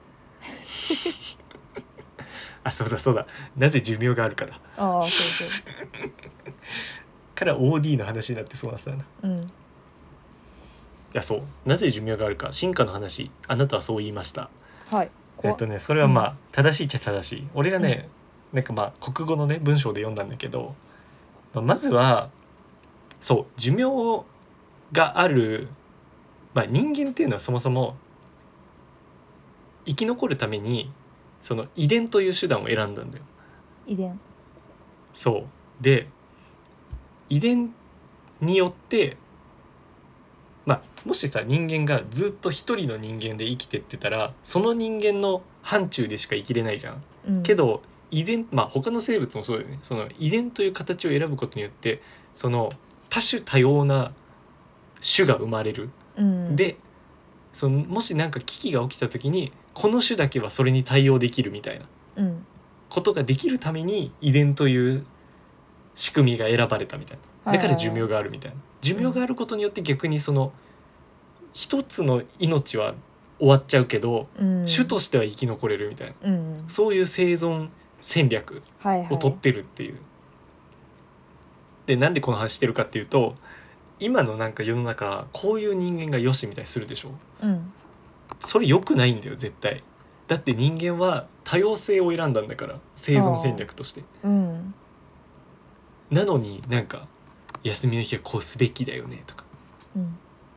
あそうだそうだなぜ寿命があるかだああそうそうから オーディー の話になってそうなったな。いうんやそうなぜ寿命があるか進化の話あなたはそう言いました。 はいえっとねそれはまあ、正しいっちゃ正しい。俺がね、なんかまあ国語のね文章で読んだんだけど、まあまずはそう寿命がある、まあ、人間っていうのはそもそも生き残るためにその遺伝という手段を選んだんだよ。 遺伝。 そうで遺伝によってまあもしさ人間がずっと一人の人間で生きてってたらその人間の範疇でしか生きれないじゃん。 うんけど遺伝まあ他の生物もそうだよね。その遺伝という形を選ぶことによってその多種多様な種が生まれる。 うんでそのもし何か危機が起きた時にこの種だけはそれに対応できるみたいなうんことができるために遺伝という仕組みが選ばれたみたいな。だから寿命があるみたいな。寿命があることによって逆にその一つの命は終わっちゃうけど、 うん種としては生き残れるみたいな、 うんそういう生存戦略はいはいを取ってるっていう。でなんでこの話してるかっていうと今のなんか世の中こういう人間が良しみたいにするでしょ。 うんそれ良くないんだよ絶対。だって人間は多様性を選んだんだから生存戦略として。 うんなのになんか休みの日はこうすべきだよねとかうん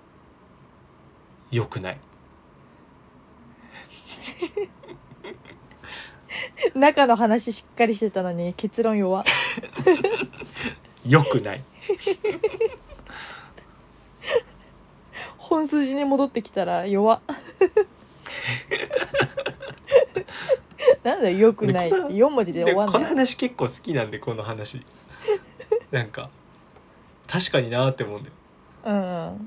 良くない。 中の話しっかりしてたのに結論弱。 良くない。 本筋に戻ってきたら弱。なんだよよくないってよん文字で終わんでこのない。 話結構好きなんでこの話なんか確かになーって思うんだよ。 うんうん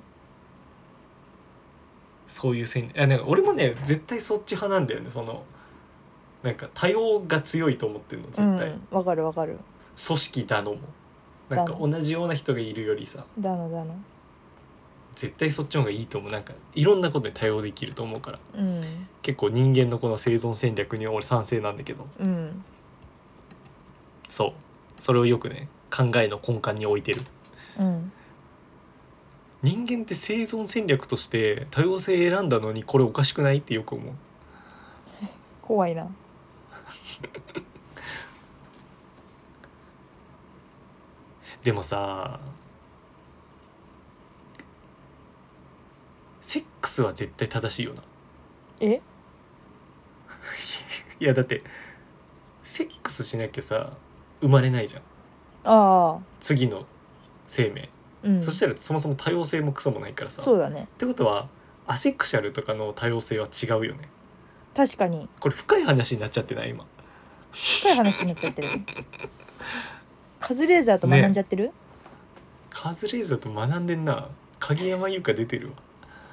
そういう戦いやなんか俺もね絶対そっち派なんだよね。そのなんか多様が強いと思ってるの絶対、 うんわかるわかる。 組織だのもなんかだの同じような人がいるよりさだのだの絶対そっちの方がいいと思う。なんかいろんなことに対応できると思うからうん結構人間のこの生存戦略に俺賛成なんだけど、 うんそうそれをよくね考えの根幹に置いてる。 うん人間って生存戦略として多様性選んだのにこれおかしくないってよく思う。 怖いな。 でもさセックスは絶対正しいよな。 えいやだってセックスしなきゃさ生まれないじゃんああ次の生命、 うんそしたらそもそも多様性もクソもないからさ。 そうだねってことはアセクシャルとかの多様性は違うよね。 確かにこれ深い話になっちゃってない今。 深い話になっちゃってる。カズレーザーと学んじゃってる、 カズレーザーと学んでんな。影山優香出てるわ。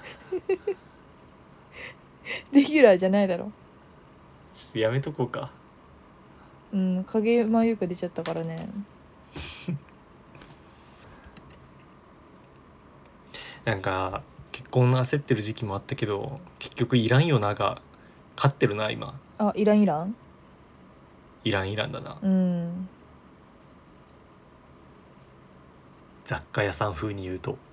レギュラーじゃないだろ。 ちょっとやめとこうか。 うん影山優香出ちゃったからね。 なんか結婚焦ってる時期もあったけど結局いらんよなが勝ってるな今。 あ、イランイラン。 いらんいらんだな、 うん。 雑貨屋さん風に言うと。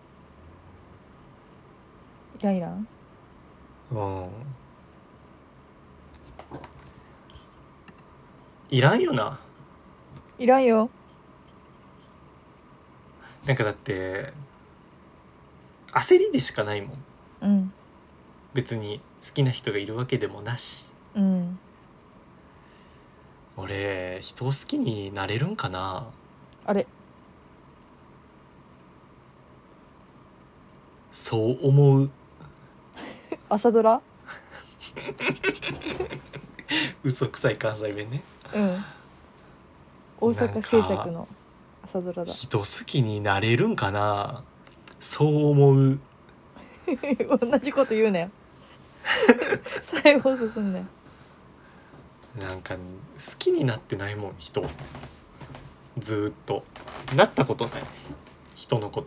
イランイラン。 うんいらんよな。 いらんよ。 なんかだって焦りでしかないもん。 うん。 別に好きな人がいるわけでもなし。 うん。 俺人を好きになれるんかな。 あれ。 そう思う。 朝ドラ。 嘘くさい関西弁ね。 うん。大阪制作の朝ドラだ。 人好きになれるんかな。そう思う。 同じこと言うなよ。再放送すんなよ。 なんか好きになってないもん人。ずーっとなったことない人のこと。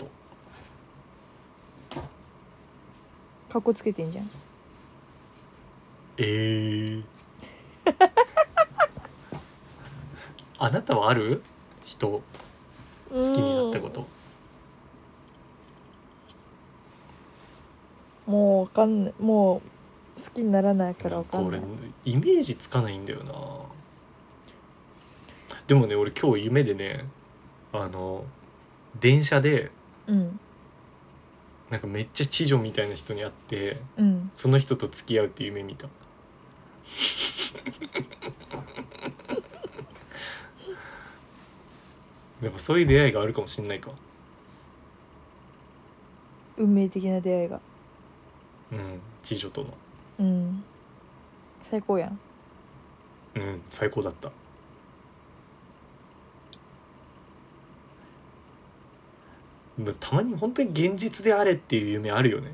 かっこつけてんじゃん。 えー、あなたはある人好きになったこと。 もうわかんない。もう好きにならないからわかんない。 なんか俺イメージつかないんだよな。でもね俺今日夢でねあの電車でうんなんかめっちゃ知女みたいな人に会ってうんその人と付き合うっていう夢見た。でもそういう出会いがあるかもしんないか。 運命的な出会いが。 うん知女との。 うん最高やん。 うん最高だった。でもたまに本当に現実であれっていう夢あるよね。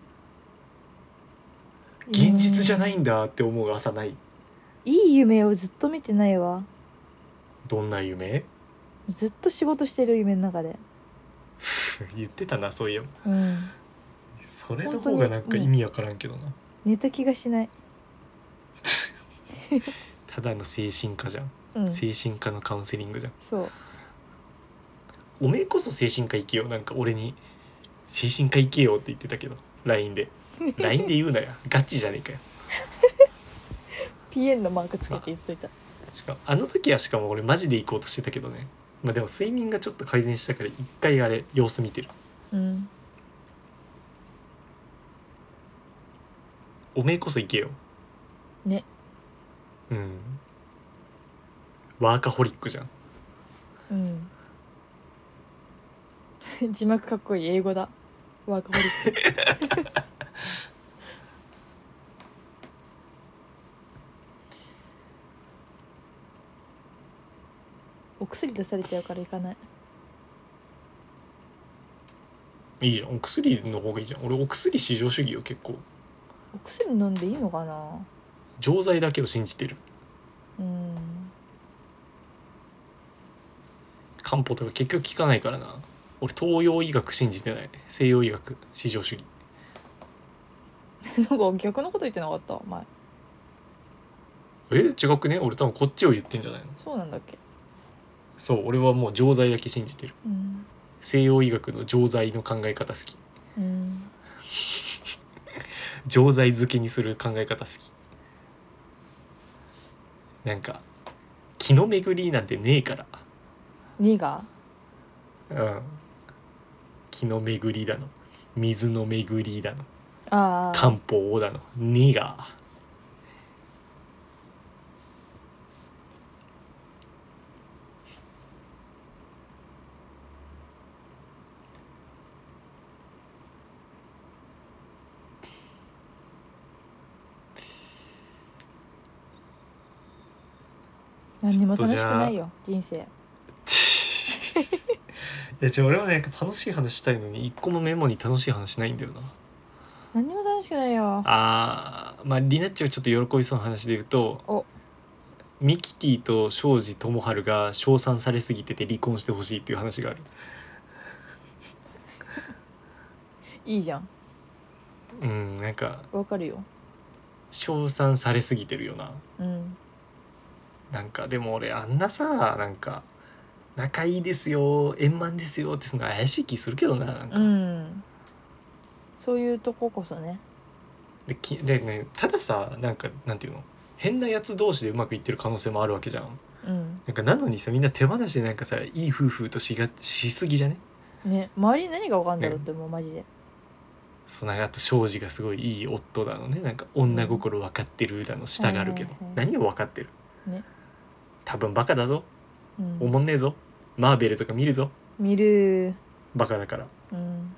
現実じゃないんだって思う朝ない。 いい夢をずっと見てないわ。 どんな夢？ ずっと仕事してる夢の中で。 言ってたなそういえば。 うんそれの方がなんか意味わからんけどな。 寝た気がしない。 ただの精神科じゃん、 うん、 精神科のカウンセリングじゃん。 そう。 おめえこそ精神科行けよ。なんか俺に精神科行けよって言ってたけど ライン で ライン で言うなよガチじゃねえかよ。 ピーエヌ のマークつけて言っといた。 しかもあの時はしかも俺マジで行こうとしてたけどね。まあでも睡眠がちょっと改善したから一回あれ様子見てる。 うんおめえこそ行けよ。 ね。 うんワーカホリックじゃん。 うん字幕かっこいい。英語だ。ワーカホリック。お薬出されちゃうから行かない。 いいじゃんお薬の方がいいじゃん。俺お薬至上主義よ結構。 お薬飲んでいいのかな。 錠剤だけを信じてる。 うん漢方とか結局効かないからな。俺東洋医学信じてない。西洋医学至上主義。 なんか逆のこと言ってなかった前。 え違くね。俺多分こっちを言ってんじゃないの。 そうなんだっけ。 そう俺はもう錠剤だけ信じてる。 うん西洋医学の錠剤の考え方好き。 うん錠剤漬けにする考え方好き。なんか気の巡りなんてねえから。 にがうん気の巡りだの水の巡りだのああ漢方だのねが。 何にも楽しくないよ人生。 いやじゃあ俺はね楽しい話したいのに一個もメモに楽しい話ないんだよな。 何にも楽しくないよ。 あーまあリナッチはちょっと喜びそうな話で言うとおミキティと庄司智春が称賛されすぎてて離婚してほしいっていう話がある。 いいじゃん。 うんなんかわかるよ。 称賛されすぎてるよな。 うんなんかでも俺あんなさなんか仲いいですよ円満ですよってその怪しい気するけどななんか、 うんそういうとここそね。 できでねたださなんかなんていうの変なやつ同士でうまくいってる可能性もあるわけじゃん。 うんなんかなのにさみんな手放しでなんかさいい夫婦としがしすぎじゃね。 ね周りに何がわかんだろうって思う、マジで。 そうなんかあと庄司がすごいいい夫だのねなんか女心分かってるだの従うけど、 はいはいはい何を分かってるね多分バカだぞうんおもんねえぞマーベルとか見るぞ見る。 バカだから。 うん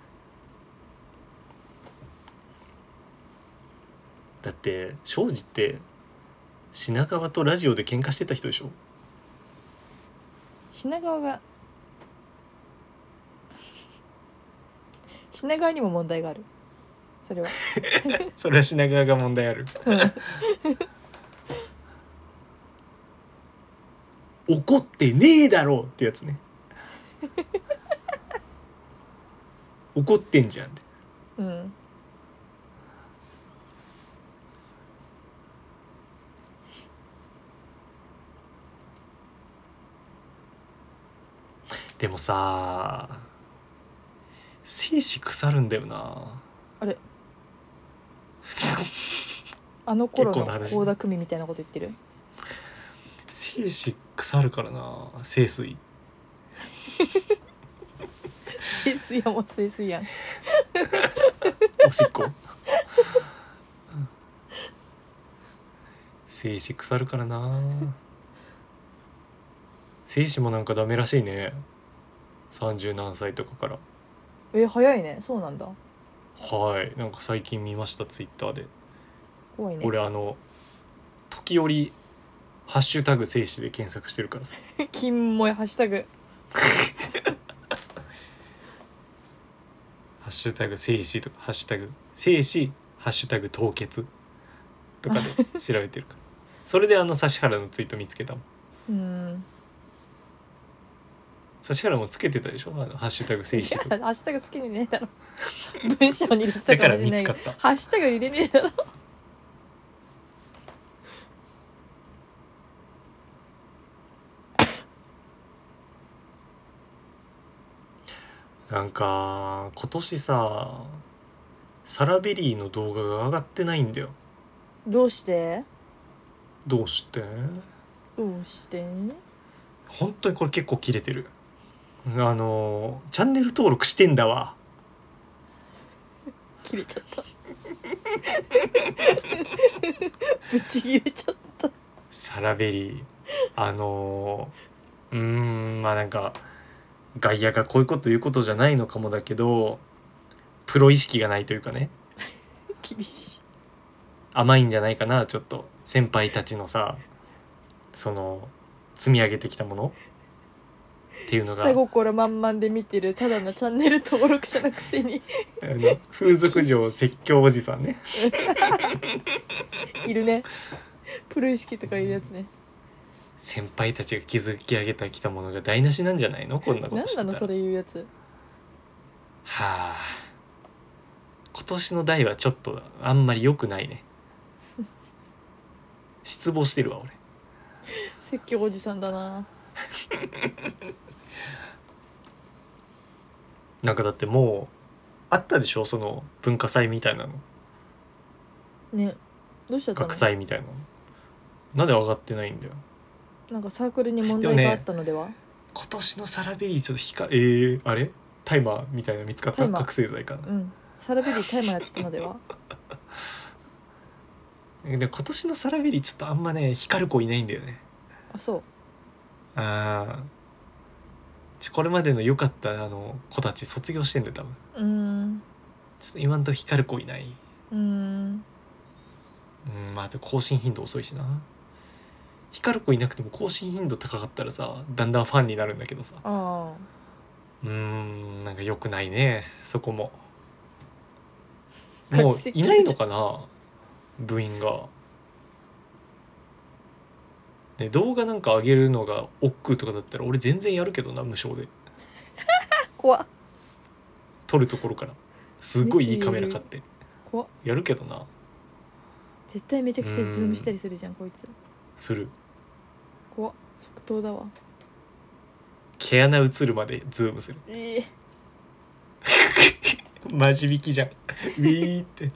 だって庄司って品川とラジオで喧嘩してた人でしょ。 品川が品川にも問題がある。それはそれは品川が問題ある怒ってねえだろってやつね怒ってんじゃんって。 うんでもさ精子腐るんだよな。 あれあの頃の結構な話倖田來未みたいなこと言ってる。 精子腐るからな清水清水やもん清水やん。 おしっこ精子腐るからな。精子もなんかダメらしいねさんじゅう何歳とかから。 え早いね。そうなんだ。 はいなんか最近見ましたツイッターで。 怖いね。 俺あの時折ハッシュタグ精子で検索してるからさ金もやハッシュタグ。 ハッシュタグ精子とかハッシュタグ精子ハッシュタグ凍結とかで調べてるからそれであの指原のツイート見つけたもん。 うん指原もつけてたでしょあのハッシュタグ精子とかハッシュタグ好きにねえだろ。文章に入れてたかもしれないけどだから見つかったハッシュタグ入れねえだろ。 なんか今年さサラベリーの動画が上がってないんだよ。 どうしてどうしてどうして本当にこれ結構切れてる。あのチャンネル登録してんだわ。 切れちゃったぶち切れちゃった。 サラベリーあのうーんまあなんか外野がこういうこと言うことじゃないのかもだけどプロ意識がないというかね厳しい。 甘いんじゃないかなちょっと先輩たちのさその積み上げてきたものっていうのが下心満々で見てるただのチャンネル登録者のくせにあの風俗嬢説教おじさんねいるね。プロ意識とかいうやつね。 先輩たちが築き上げてきたものが台無しなんじゃないのこんなことしてたら。 何なのそれ言うやつ。 はあ今年の代はちょっとあんまり良くないね失望してるわ俺。 説教おじさんだな。 なんかだってもうあったでしょその文化祭みたいなのねどうしちゃったの。 学祭みたいなのなんで上がってないんだよ。 なんかサークルに問題があったのでは。 今年のサラベリーちょっとひかえー、あれタイマーみたいなの見つかったタイマー覚醒剤かな。 うんサラベリータイマーやってたのでは。 で今年のサラベリーちょっとあんまね光る子いないんだよね。 あそう。 あーこれまでの良かったあの子たち卒業してんだよ多分。 うーんちょっと今んとこ光る子いない。 うーんうんまああと更新頻度遅いしな。光る子いなくても更新頻度高かったらさだんだんファンになるんだけどさあうーんなんか良くないねそこも。 あもういないのかな部員が。ね、動画なんか上げるのが億劫とかだったら俺全然やるけどな無償で怖っ撮るところからすっごいいいカメラ買って。 怖っ。 やるけどな。 絶対めちゃくちゃズームしたりするじゃんこいつ。 する。 怖っ。即答だわ。 毛穴映るまでズームする。 ええマジ引きじゃん。ウィーって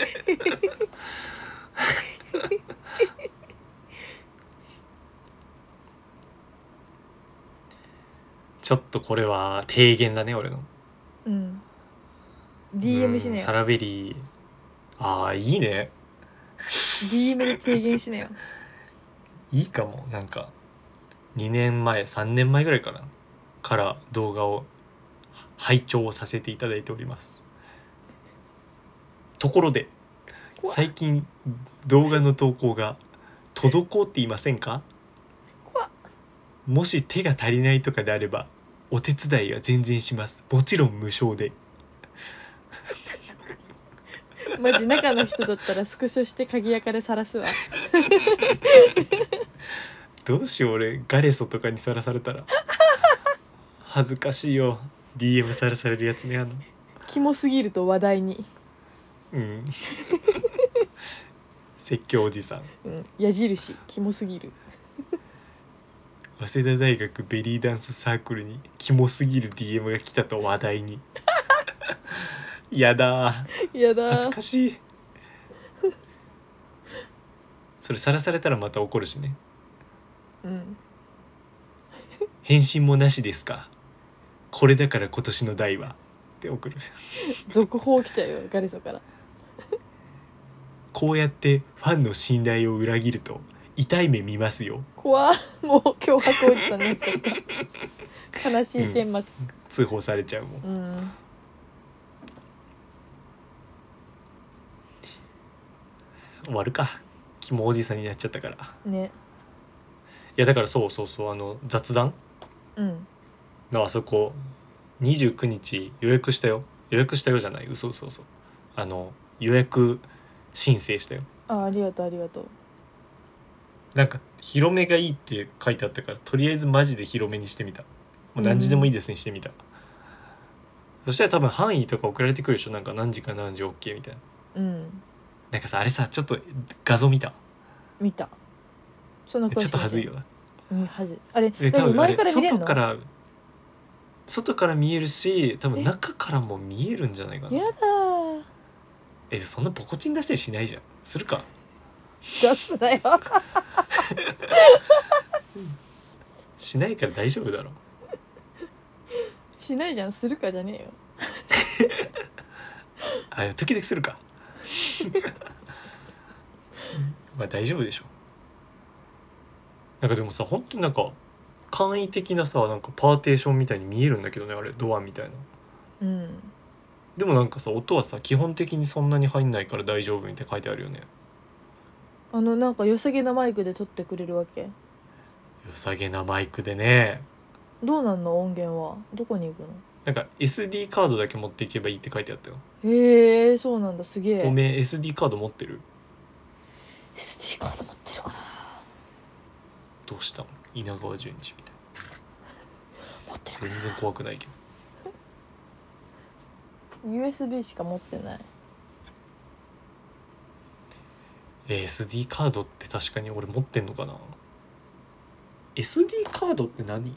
ちょっとこれは提言だね俺の。 うん。ディーエム しねよ。 サラベリー。ああいいね。 ディーエム で提言しねよ。 いいかも。なんかにねんまえさんねんまえぐらいかなから動画を拝聴させていただいております。ところで怖っ最近動画の投稿が滞っていませんか？ 怖っ。 もし手が足りないとかであればお手伝いは全然します。もちろん無償で。 マジ中の人だったらスクショして鍵垢で晒すわ。 どうしよう俺ガレソとかにさらされたら恥ずかしいよ。 ディーエム さらされるやつね。あのキモすぎると話題に。 うん説教おじさん。 うん。矢印キモすぎる。 早稲田大学ベリーダンスサークルにキモすぎる ディーエム が来たと話題に。やだやだ恥ずかしい。それさらされたらまた怒るしね。 うん。 返信もなしですか？これだから今年の代はって送る。 続報来ちゃうよガリソから。 こうやってファンの信頼を裏切ると痛い目見ますよ。 怖っ。もう脅迫おじさんになっちゃった。悲しい顛末。 通報されちゃうもん。 うん。 終わるか。キモおじさんになっちゃったから。いね。 やだからそうそうそうあの雑談うんのあそこにじゅうくにち予約したよ。予約したよじゃない嘘嘘嘘あの予約申請したよ。 あありがとうありがとう。 なんか広めがいいって書いてあったからとりあえずマジで広めにしてみた。もう何時でもいいですにしてみた、うん、そしたら多分範囲とか送られてくるでしょ。なんか何時か何時 OK みたいな。 うんなんかさあれさちょっと画像見た。 見た。そのちょっと恥ずいよな。 うんはずい。あれえ多分あれ前から見れんの？ 外から外から見えるし多分中からも見えるんじゃないかな。 やだー。 えそんなポコチン出したりしないじゃん。するか。 出すなよ。 しないから大丈夫だろ。 しないじゃん。するかじゃねえよ。 あ時々するか。まあ大丈夫でしょ。なんかでもさ本当になんか簡易的なさなんかパーテーションみたいに見えるんだけどねあれドアみたいな。 うんでもなんかさ音はさ基本的にそんなに入んないから大丈夫みたいな書いてあるよね。 あのなんか良さげなマイクで撮ってくれるわけ？ 良さげなマイクでね。 どうなんの音源はどこに行くの？ なんか エスディー カードだけ持っていけばいいって書いてあったよ。 へえそうなんだすげえ。 おめえ エスディー カード持ってる？ エスディー カード持ってるかな。 どうしたの稲川淳二みたい持ってるかな。 全然怖くないけど。 ユーエスビー しか持ってない。 えー エスディー カードって確かに俺持ってんのかな。 エスディー カードって何？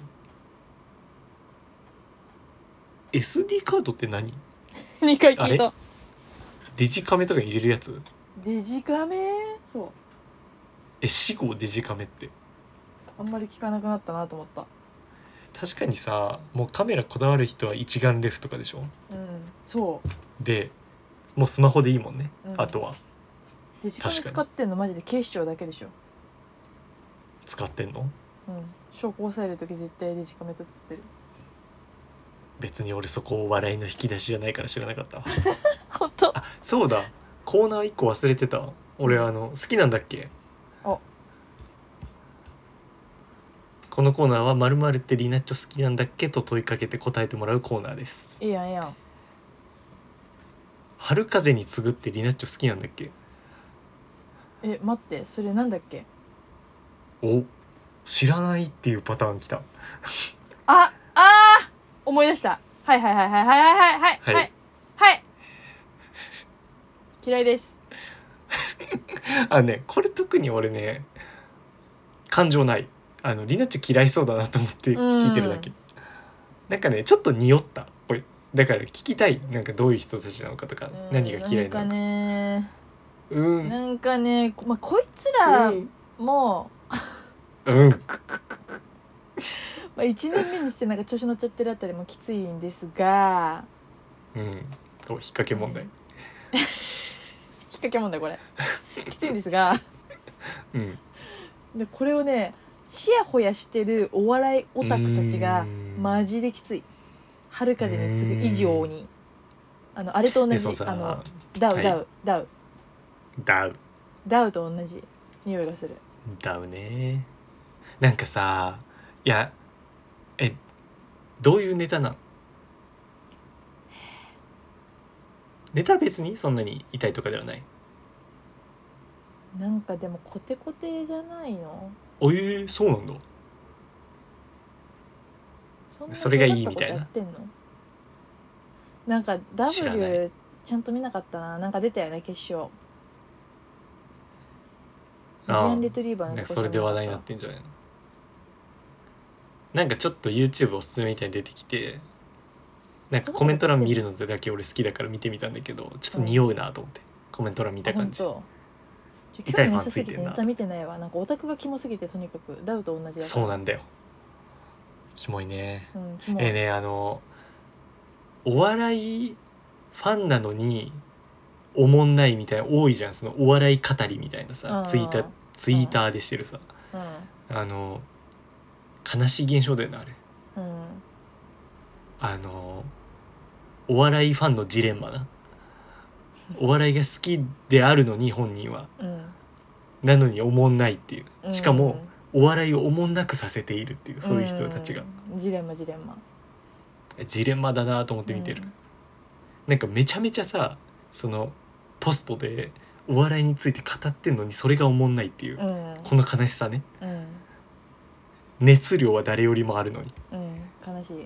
エスディー カードって何？ にかい聞いた。 デジカメとかに入れるやつ？ デジカメ。そうえ死後デジカメってあんまり聞かなくなったなと思った。 確かにさもうカメラこだわる人は一眼レフとかでしょ。 うんそうでもうスマホでいいもんね、うん、あとはデジカメ使ってんのマジで警視庁だけでしょ。 使ってんの？ うん証拠押さえるとき絶対デジカメ撮ってる。 別に俺そこを笑いの引き出しじゃないから知らなかったわ。 本当？ あそうだコーナーいっこ忘れてた。俺あの好きなんだっけ。 あこのコーナーは〇〇ってリナッチョ好きなんだっけと問いかけて答えてもらうコーナーです。 いいやんいいやん。 春風に次ぐってリナッチョ好きなんだっけ。 え待ってそれなんだっけ。 お知らないっていうパターンきた。 ああ思い出した。はいはいはいはいはいはいはいはいはい嫌いです。 あのねこれ特に俺ね感情ない。あのリナッチョ嫌いそうだなと思って聞いてるだけ。なんかねちょっと匂ったおい。だから聞きたい。なんかどういう人たちなのかとか何が嫌いなのか。 なんかねうんなんかね、まあ、こいつらも、 うん、うん、 まあいちねんめにしてなんか調子乗っちゃってるあたりもきついんですが、 うん、お引っ掛け問題。 引っ掛け問題これきついんですがうんでこれをねちやほやしてるお笑いオタクたちがうーんマジできつい。春風に次ぐ以上にあのあれと同じでそうさあのダウはいダウダウダウダウと同じ匂いがする。 ダウね。なんかさいやえどういうネタなん。ネタは別にそんなに痛いとかではない。 なんかでもコテコテじゃないの。 おえー、そうなんだ。 そんなそれがいいみたいな尖ったことやってんの。なんか知らない W ちゃんと見なかったな。なんか出たよね決勝。ビビアンレトリーバーのとこそれで話題になってんじゃないの。なんかちょっと YouTube おすすめみたいに出てきてなんかコメント欄見るのだけ俺好きだから見てみたんだけどちょっと匂うなと思って、うん、コメント欄見た感じ。 興味なさすぎてネタ見てないわ。なんかオタクがキモすぎてとにかくダウと同じだから。 そうなんだよ。キモいね。 うん、キモい。 えー、ねあのお笑いファンなのにおもんないみたいな多いじゃん。そのお笑い語りみたいなさ、ツイッターツイッターでしてるさ、うん、あの悲しい現象だよねあれ、うん、あのお笑いファンのジレンマな。お笑いが好きであるのに本人は、うん、なのにおもんないっていう。しかも、うん、お笑いをおもんなくさせているっていうそういう人たちが、 うん、ジレンマジレンマジレンマだなと思って見てる、うん、なんかめちゃめちゃさそのポストでお笑いについて語ってんのにそれがおもんないっていう、うん、この悲しさね、うん、熱量は誰よりもあるのに、 うん、悲しい。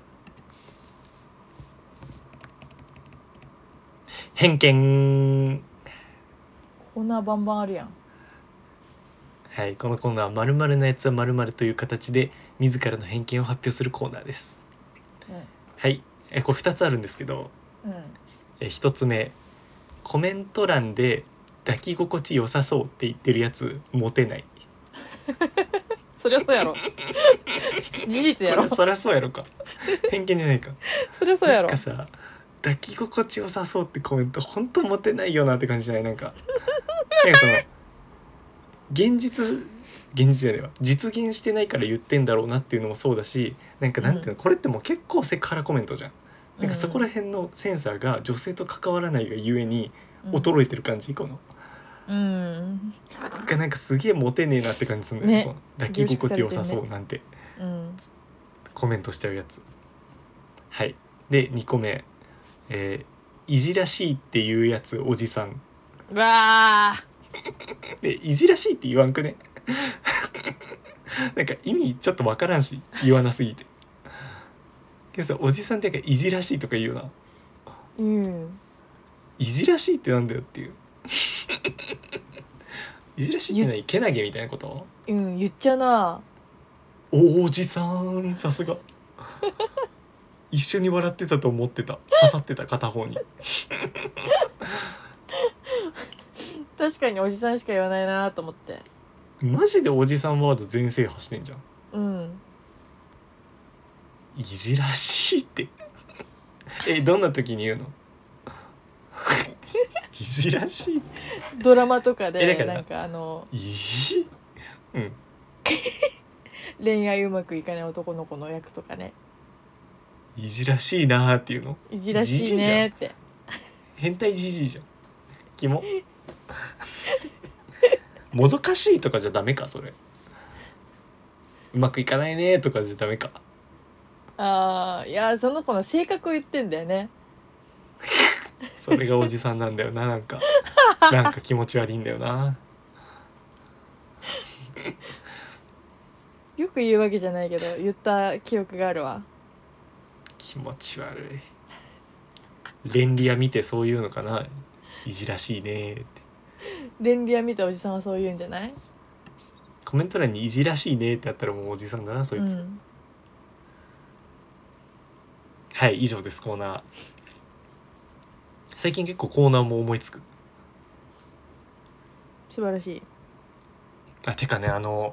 偏見コーナーバンバンあるやん。 はい、このコーナーは〇〇なやつは〇〇という形で自らの偏見を発表するコーナーです、うん、はいえこれふたつあるんですけど、うん、えひとつめコメント欄で抱き心地良さそうって言ってるやつモテないそりゃそうやろ事実やろ。 そりゃそうやろか。偏見じゃないか。 そりゃそうやろ。 なんかさ抱き心地良さそうってコメントほんとモテないよなって感じじゃない。なんかなんかその現実現実じゃないわ実現してないから言ってんだろうなっていうのもそうだし、なんかなんていうの、うん、これってもう結構セクハラコメントじゃん。なんかそこら辺のセンサーが女性と関わらないがゆえに衰えてる感じ、うん、このうんがなんかすげえモテねえなって感じするんだよね。抱き心地良さそうなんて、うん、コメントしちゃうやつ。はいでにこめ、えー、いじらしいっていうやつおじさん。 うわでいじらしいって言わんくねなんか意味ちょっとわからんし言わなすぎてけどさおじさんってなんかいじらしいとか言うな。うんいじらしいってなんだよっていういじらしいって何けなげみたいなこと。 うん言っちゃうな。 おじさんさすが一緒に笑ってたと思ってた。刺さってた片方に確かにおじさんしか言わないなと思って。 マジでおじさんワード全制覇してんじゃん。うんいじらしいってえどんな時に言うのいじらしいドラマとかでなんかあのいいうん恋愛うまくいかない男の子の役とかねいじらしいなーっていうの。 いじらしいねーって変態じじいじゃん。キモもどかしいとかじゃダメかそれ。うまくいかないねとかじゃダメか。 あーいやその子の性格を言ってんだよねそれがおじさんなんだよな。なんかなんか気持ち悪いんだよなよく言うわけじゃないけど言った記憶があるわ。 気持ち悪い。レンリア見てそういうのかな。 いじらしいねってレンリア見たおじさんはそう言うんじゃない？ コメント欄にいじらしいねってあったらもうおじさんだなそいつ、 うん、 はい以上ですコーナー。最近結構コーナーも思いつく。 素晴らしい。 あてかねあの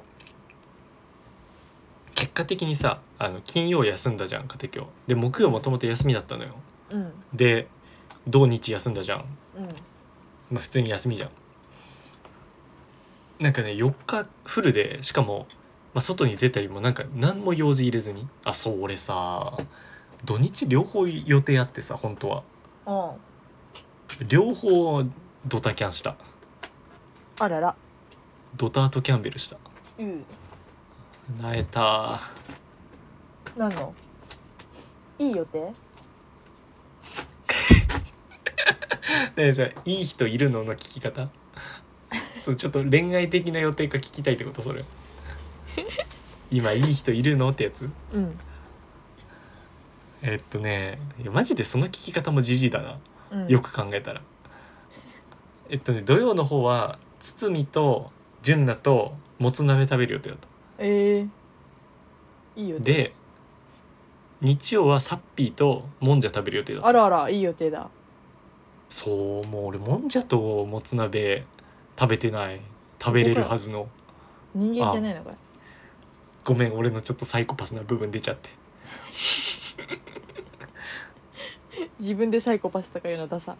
結果的にさあの金曜休んだじゃん家庭教で木曜もともと休みだったのよ。 うんで土日休んだじゃん。 うんまあ普通に休みじゃん。なんかねよっかフルでしかも、まあ、外に出たりもなんか何も用事入れずにあそう俺さ土日両方予定あってさ本当はうん両方ドタキャンした。 あらら。 ドタートキャンベルした。 うんなえた。 何のいい予定？ でさいい人いるのの聞き方そうちょっと恋愛的な予定か聞きたいってことそれ今いい人いるのってやつ。 うんえっとねいやマジでその聞き方もジジだな、 うん、 よく考えたら。えっとね土曜の方は堤と純奈ともつ鍋食べる予定だった。 えー、いい予定。 で日曜はサッピーともんじゃ食べる予定だった。 あらあらいい予定だ。 そうもう俺もんじゃともつ鍋食べてない。食べれるはずの。 人間じゃないのこれ。 ごめん俺のちょっとサイコパスな部分出ちゃって。 自分でサイコパスとか言うのダサ。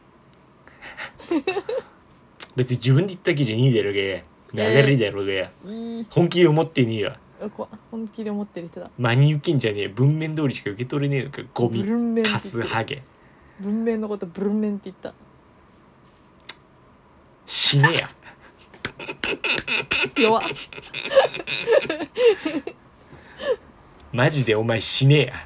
別に自分で言ったわけじゃねえだろが流れだろが、 いい本気で思ってねえわ。 こ本気で思ってる人だ。 真に受けんじゃねえ文面通りしか受け取れねえのかゴミブルンメンってカ言ってるスハゲ文面のことブルンメンって言った。 死ねや弱っ。 マジでお前死ねや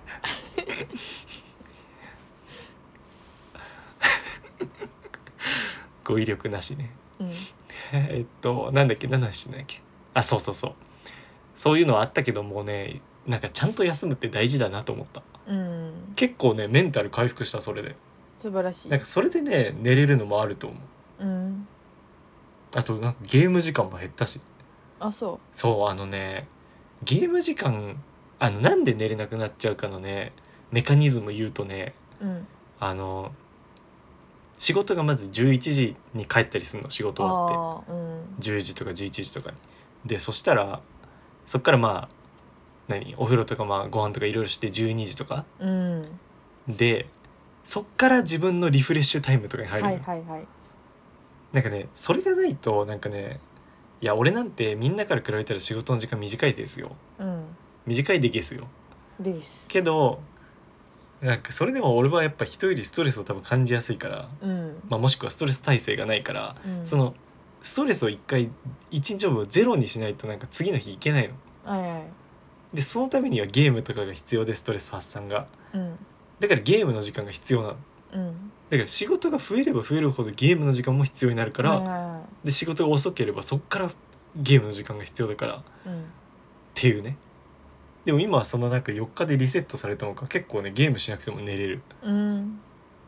語彙力なしね。 うんえっとなんだっけ何の話なんだっけ。あそうそうそうそういうのはあったけどもねなんかちゃんと休むって大事だなと思った。 うん結構ねメンタル回復したそれで。 素晴らしい。 なんかそれでね寝れるのもあると思う。 うんあとなんかゲーム時間も減ったし。 あそそうあのねゲーム時間あのなんで寝れなくなっちゃうかのねメカニズム言うとねううんあの仕事がまずじゅういちじに帰ったりするの仕事終わってあーうんじゅうじとかじゅういちじとかに。でそしたらそっからまあ何お風呂とかまあご飯とかいろいろしてじゅうにじとかうんでそっから自分のリフレッシュタイムとかに入るの、 はいはいはいなんかねそれがないとなんかねいや俺なんてみんなから比べたら仕事の時間短いですようん短いでゲスよですけどなんかそれでも俺はやっぱ人よりストレスを多分感じやすいから、 うんまあ、もしくはストレス耐性がないから、 うんそのストレスを一回一日をもうゼロにしないとなんか次の日いけないのはいはいでそのためにはゲームとかが必要でストレス発散がうんだからゲームの時間が必要なのうんだから仕事が増えれば増えるほどゲームの時間も必要になるから、 はいはいはで仕事が遅ければそっからゲームの時間が必要だからっいうんていうね。でも今はそのなんかよっかでリセットされたのか結構ねゲームしなくても寝れる。 うん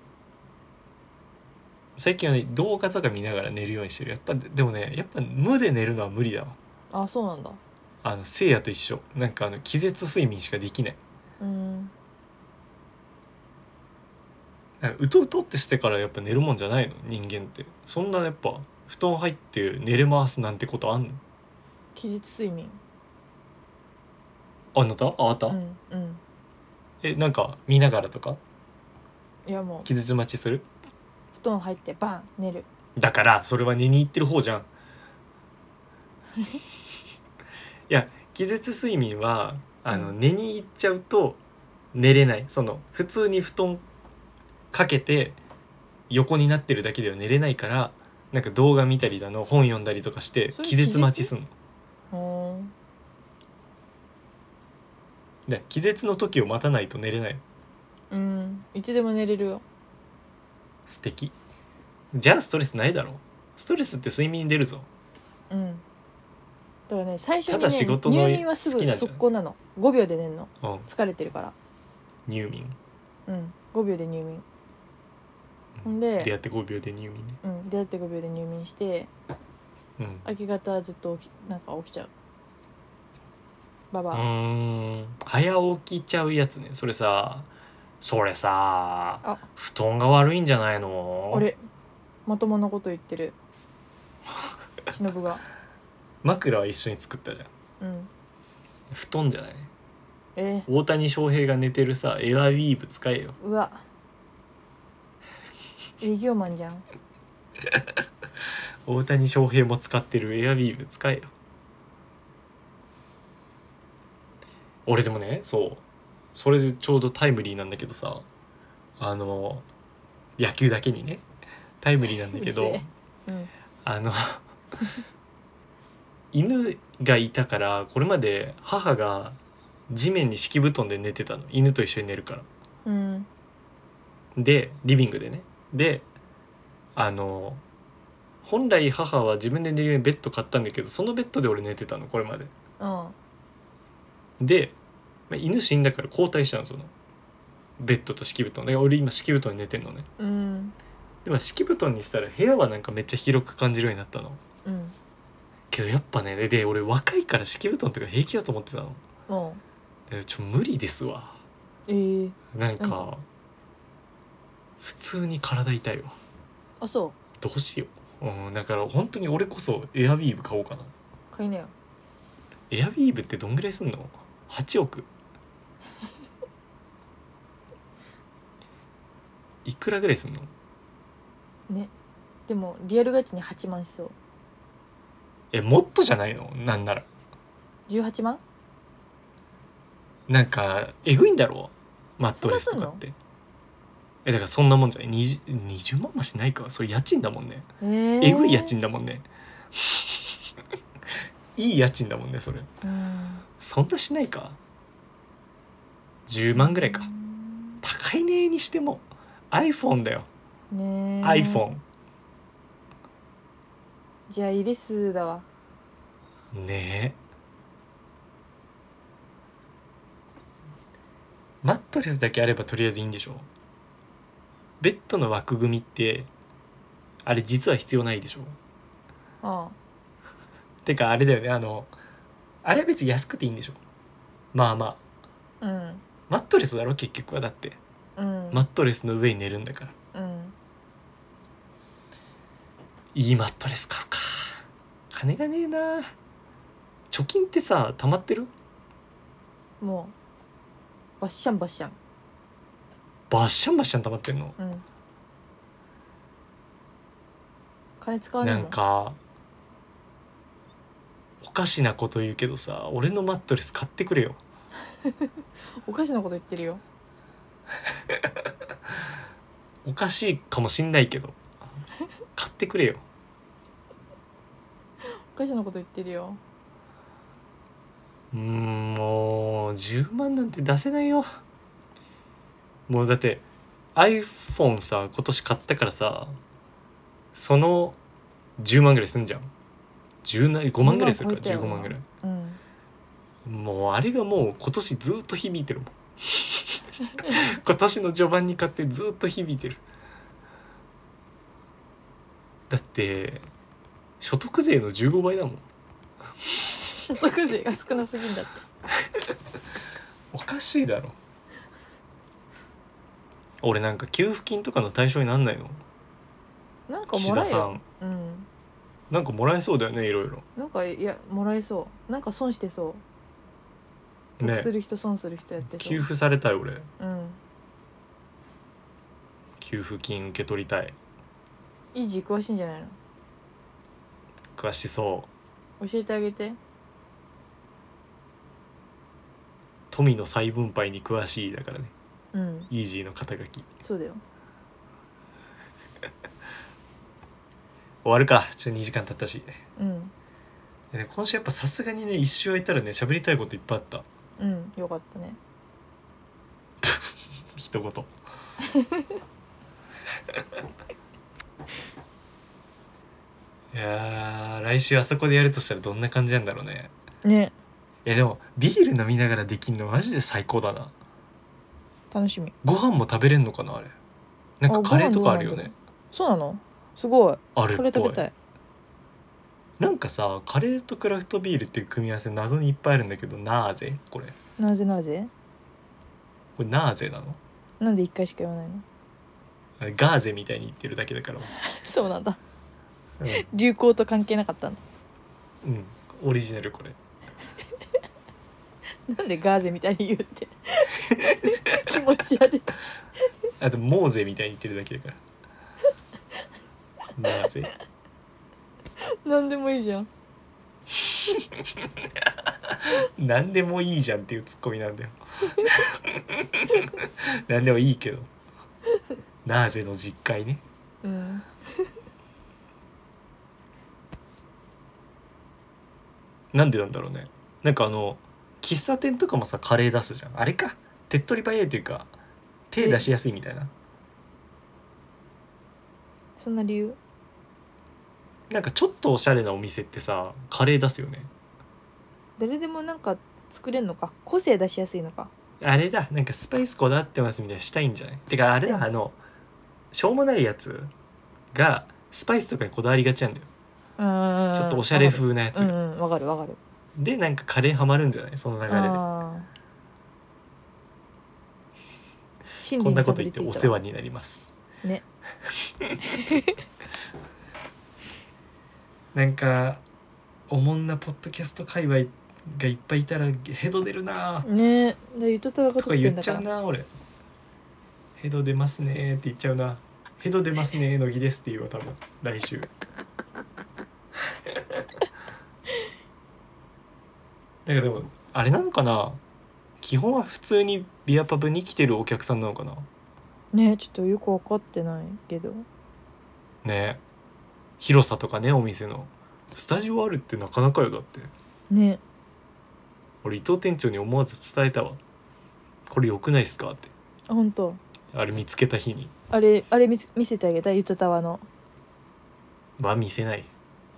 最近はね動画とか見ながら寝るようにしてる。やっぱでもねやっぱ無で寝るのは無理だわ。 あそうなんだ。 あの聖夜と一緒なんかあの気絶睡眠しかできない。 うんなんかうとうとってしてからやっぱ寝るもんじゃないの人間って。そんなやっぱ布団入って寝れますなんてことあんの？ 気絶睡眠。 あなたああった、 うんうんえなんか見ながらとかいやもう気絶待ちする？ 布団入ってバン寝る。 だからそれは寝に行ってる方じゃんいや気絶睡眠はあの、 うん、 寝に行っちゃうと寝れない。その普通に布団かけて横になってるだけでは寝れないからなんか動画見たりだの本読んだりとかしてそれ気絶待ちすんの。 ほーんで気絶の時を待たないと寝れない。 うんいつでも寝れるよ。 素敵。じゃあストレスないだろ。ストレスって睡眠に出るぞ。 うんだからね最初にただ仕ね事の入眠はすぐ好きなんじゃない速攻なの。ごびょうで寝んの。 うん疲れてるから。 入眠。 うんごびょうで入眠。 うほんで出会ってごびょうで入眠ね。 うん出会ってごびょうで入眠して、 うん明け方ずっと起きなんか起きちゃうババうア、 ーん早起きちゃうやつね。それさそれさあ布団が悪いんじゃないの？ あれまともなこと言ってるしのぶが。 枕は一緒に作ったじゃん。 うん布団じゃない？ え大谷翔平が寝てるさエアウィーヴ使えよ。 ー、うわ営業マンじゃん。 大谷翔平も使ってるエアウィーヴ使えよ。俺でもねそうそれでちょうどタイムリーなんだけどさ、あの野球だけにねタイムリーなんだけどうるせえうんあの犬がいたからこれまで母が地面に敷布団で寝てたの、犬と一緒に寝るから。 うんでリビングでね、であの本来母は自分で寝るようにベッド買ったんだけどそのベッドで俺寝てたのこれまでうんで、まあ犬死んだから交代したの、そのベッドと敷布団で俺今敷布団に寝てんのね。 うんでも敷布団にしたら部屋はなんかめっちゃ広く感じるようになったのうんけどやっぱねで俺若いから敷布団とか平気だと思ってたの。 うんでちょ無理ですわ。 えー、 なんなんか普通に体痛いわ。 あそどうしよう、うん、だから本当に俺こそエアウィーヴ買おうかな。 う買いなよ。 エアウィーヴってどんぐらいすんの？はちおくいくらぐらいすんの？ ねでもリアルガチにはちまんしそう。 えもっとじゃないの？なんならじゅうはちまん？ なんかえぐいんだろマットレスとかって。えだからそんなもんじゃない。 にじゅう, にじゅうまんもしないか。それ家賃だもんね。 えー、 えぐい家賃だもんねいい家賃だもんねそれ。 うんそんなしないか。じゅうまんぐらいか。高いねにしても iPhone だよ。 ねえ iPhone じゃあいいですだわ。 ねえマットレスだけあればとりあえずいいんでしょ。ベッドの枠組みってあれ実は必要ないでしょ。 あてかあれだよね、あのあれは別に安くていいんでしょ。まあまああうんマットレスだろ結局は。だってうんマットレスの上に寝るんだから。 うんいいマットレス買うか。金がねえな。貯金ってさ溜まってる？ もうバッシャンバッシャン。 バッシャンバッシャン溜まってんの？ うん金使わねえなもん。 んかおかしなこと言うけどさ俺のマットレス買ってくれよ。 おかしなこと言ってるよ。 おかしいかもしんないけど買ってくれよ。 おかしなこと言ってるよ。 うーんもうじゅうまんなんて出せないよ。もうだって iPhone さ今年買ったからさそのじゅうまんぐらいすんじゃん。じゅうなごまんぐらいするからじゅうごまんぐらい。 うんもうあれがもう今年ずっと響いてるもん今年の序盤に買ってずっと響いてる。だって所得税のじゅうごばいだもん。 所得税が少なすぎんだって。 おかしいだろ。俺なんか給付金とかの対象になんないの？ なんかも岸田さらえよ。 んうんなんかもらえそうだよねいろいろなんかいやもらえそう。なんか損してそう。得ね。 する人損する人やってそう。 給付されたい俺。 うん給付金受け取りたい。 イージー詳しいんじゃないの？ 詳しそ教えてあげて。 う。富の再分配に詳しいだからねうんイージーの肩書き。 そうだよ。 終わるか。ちょっとにじかん経ったし。 うんで今週やっぱさすがにね一周空いたらね喋りたいこといっぱいあった。 うんよかったね。 一言いやー来週あそこでやるとしたらどんな感じなんだろうね。 ねいやでもビール飲みながらできんのマジで最高だな。 楽しみ。 ご飯も食べれんのかなあれ。 なんかカレーとかあるよね。 ご飯どうなんだろう。そうなの？すごい。 あるっぽい。 それ食べたい。 なんかさカレーとクラフトビールっていう組み合わせ謎にいっぱいあるんだけど、なぜこれなぜなぜ？ これなぜなの？ なんで一回しか言わないの？ あれガーゼみたいに言ってるだけだから。 そうなんだ。 うん、 流行と関係なかったんだ。 うん、オリジナルこれ。 なんでガーゼみたいに言うって気持ち悪い。 あとモーゼみたいに言ってるだけだからなぜなんでもいいじゃん。 なんでもいいじゃんっていうツッコミなんだよ。なんでもいいけどなぜの実会ね。 うんなんでなんだろうね。なんかあの喫茶店とかもさカレー出すじゃん。あれか手っ取り早いというか手出しやすいみたいな。 そんな理由？ なんかちょっとおしゃれなお店ってさカレー出すよね。 誰でもなんか作れんのか、個性出しやすいのか。 あれだなんかスパイスこだわってますみたいなしたいんじゃない？てかあれだあのしょうもないやつがスパイスとかにこだわりがちなんだよ。 うんちょっとおしゃれ風なやつが、 うんうん、わかるわかる。 でなんかカレーハマるんじゃないその流れで。 ああ、真理にたこんなこと言っどり着いたわてお世話になりますね。 なんかおもんなポッドキャスト界隈がいっぱいいたらヘド出るなねでゆとたわがと撮か言っちゃってんだから。 うな俺。ヘド出ますねって言っちゃうな。ヘド出ますね乃木ですって言うわ多分来週。だからでもあれなのかな、基本は普通にビアパブに来てるお客さんなのかな。 ねちょっとよく分かってないけどね、広さとかね、お店のスタジオあるってなかなかよ。だってね。 俺伊藤店長に思わず伝えたわ、これ良くないっすかって。 あ、本当。 あれ見つけた日にあれあれ見せ見せてあげた、ゆとたわの。 は見せない。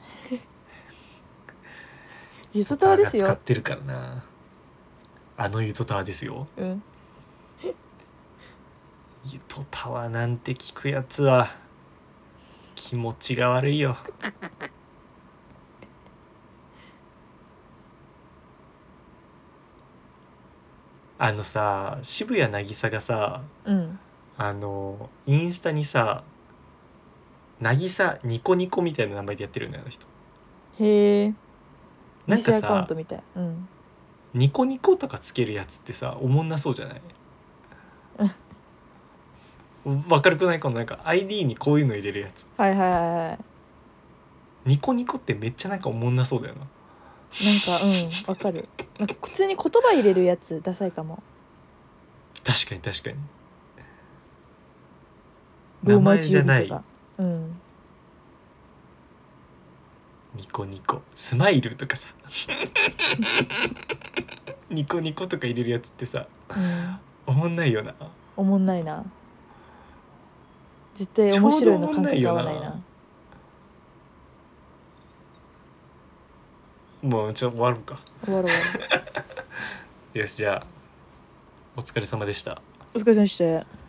ゆとたわですよ。 使ってるからな、あのゆとたわですよ。 うんゆとたわなんて聞くやつは気持ちが悪いよ。あのさ渋谷渚がさうんあのインスタにさ渚ニコニコみたいな名前でやってるよねあの人。 へえ。 なんか偽アカウンさトみたい。うんニコニコとかつけるやつってさおもんなそうじゃない？わかるくない？このなんか アイディー にこういうの入れるやつ、 はいはいはいはい。 ニコニコってめっちゃなんかおもんなそうだよな。 なんかうんわかる。なんか普通に言葉入れるやつダサいかも。 確かに確かにローマ名前じゃない字呼びとか。うんニコニコスマイルとかさニコニコとか入れるやつってさうんおもんないよな。 おもんないな。絶対面白いの感覚合わないな。 もうちょっと終わるか。 終わろう終わろよしじゃあお疲れ様でした。 う。お疲れ様でした。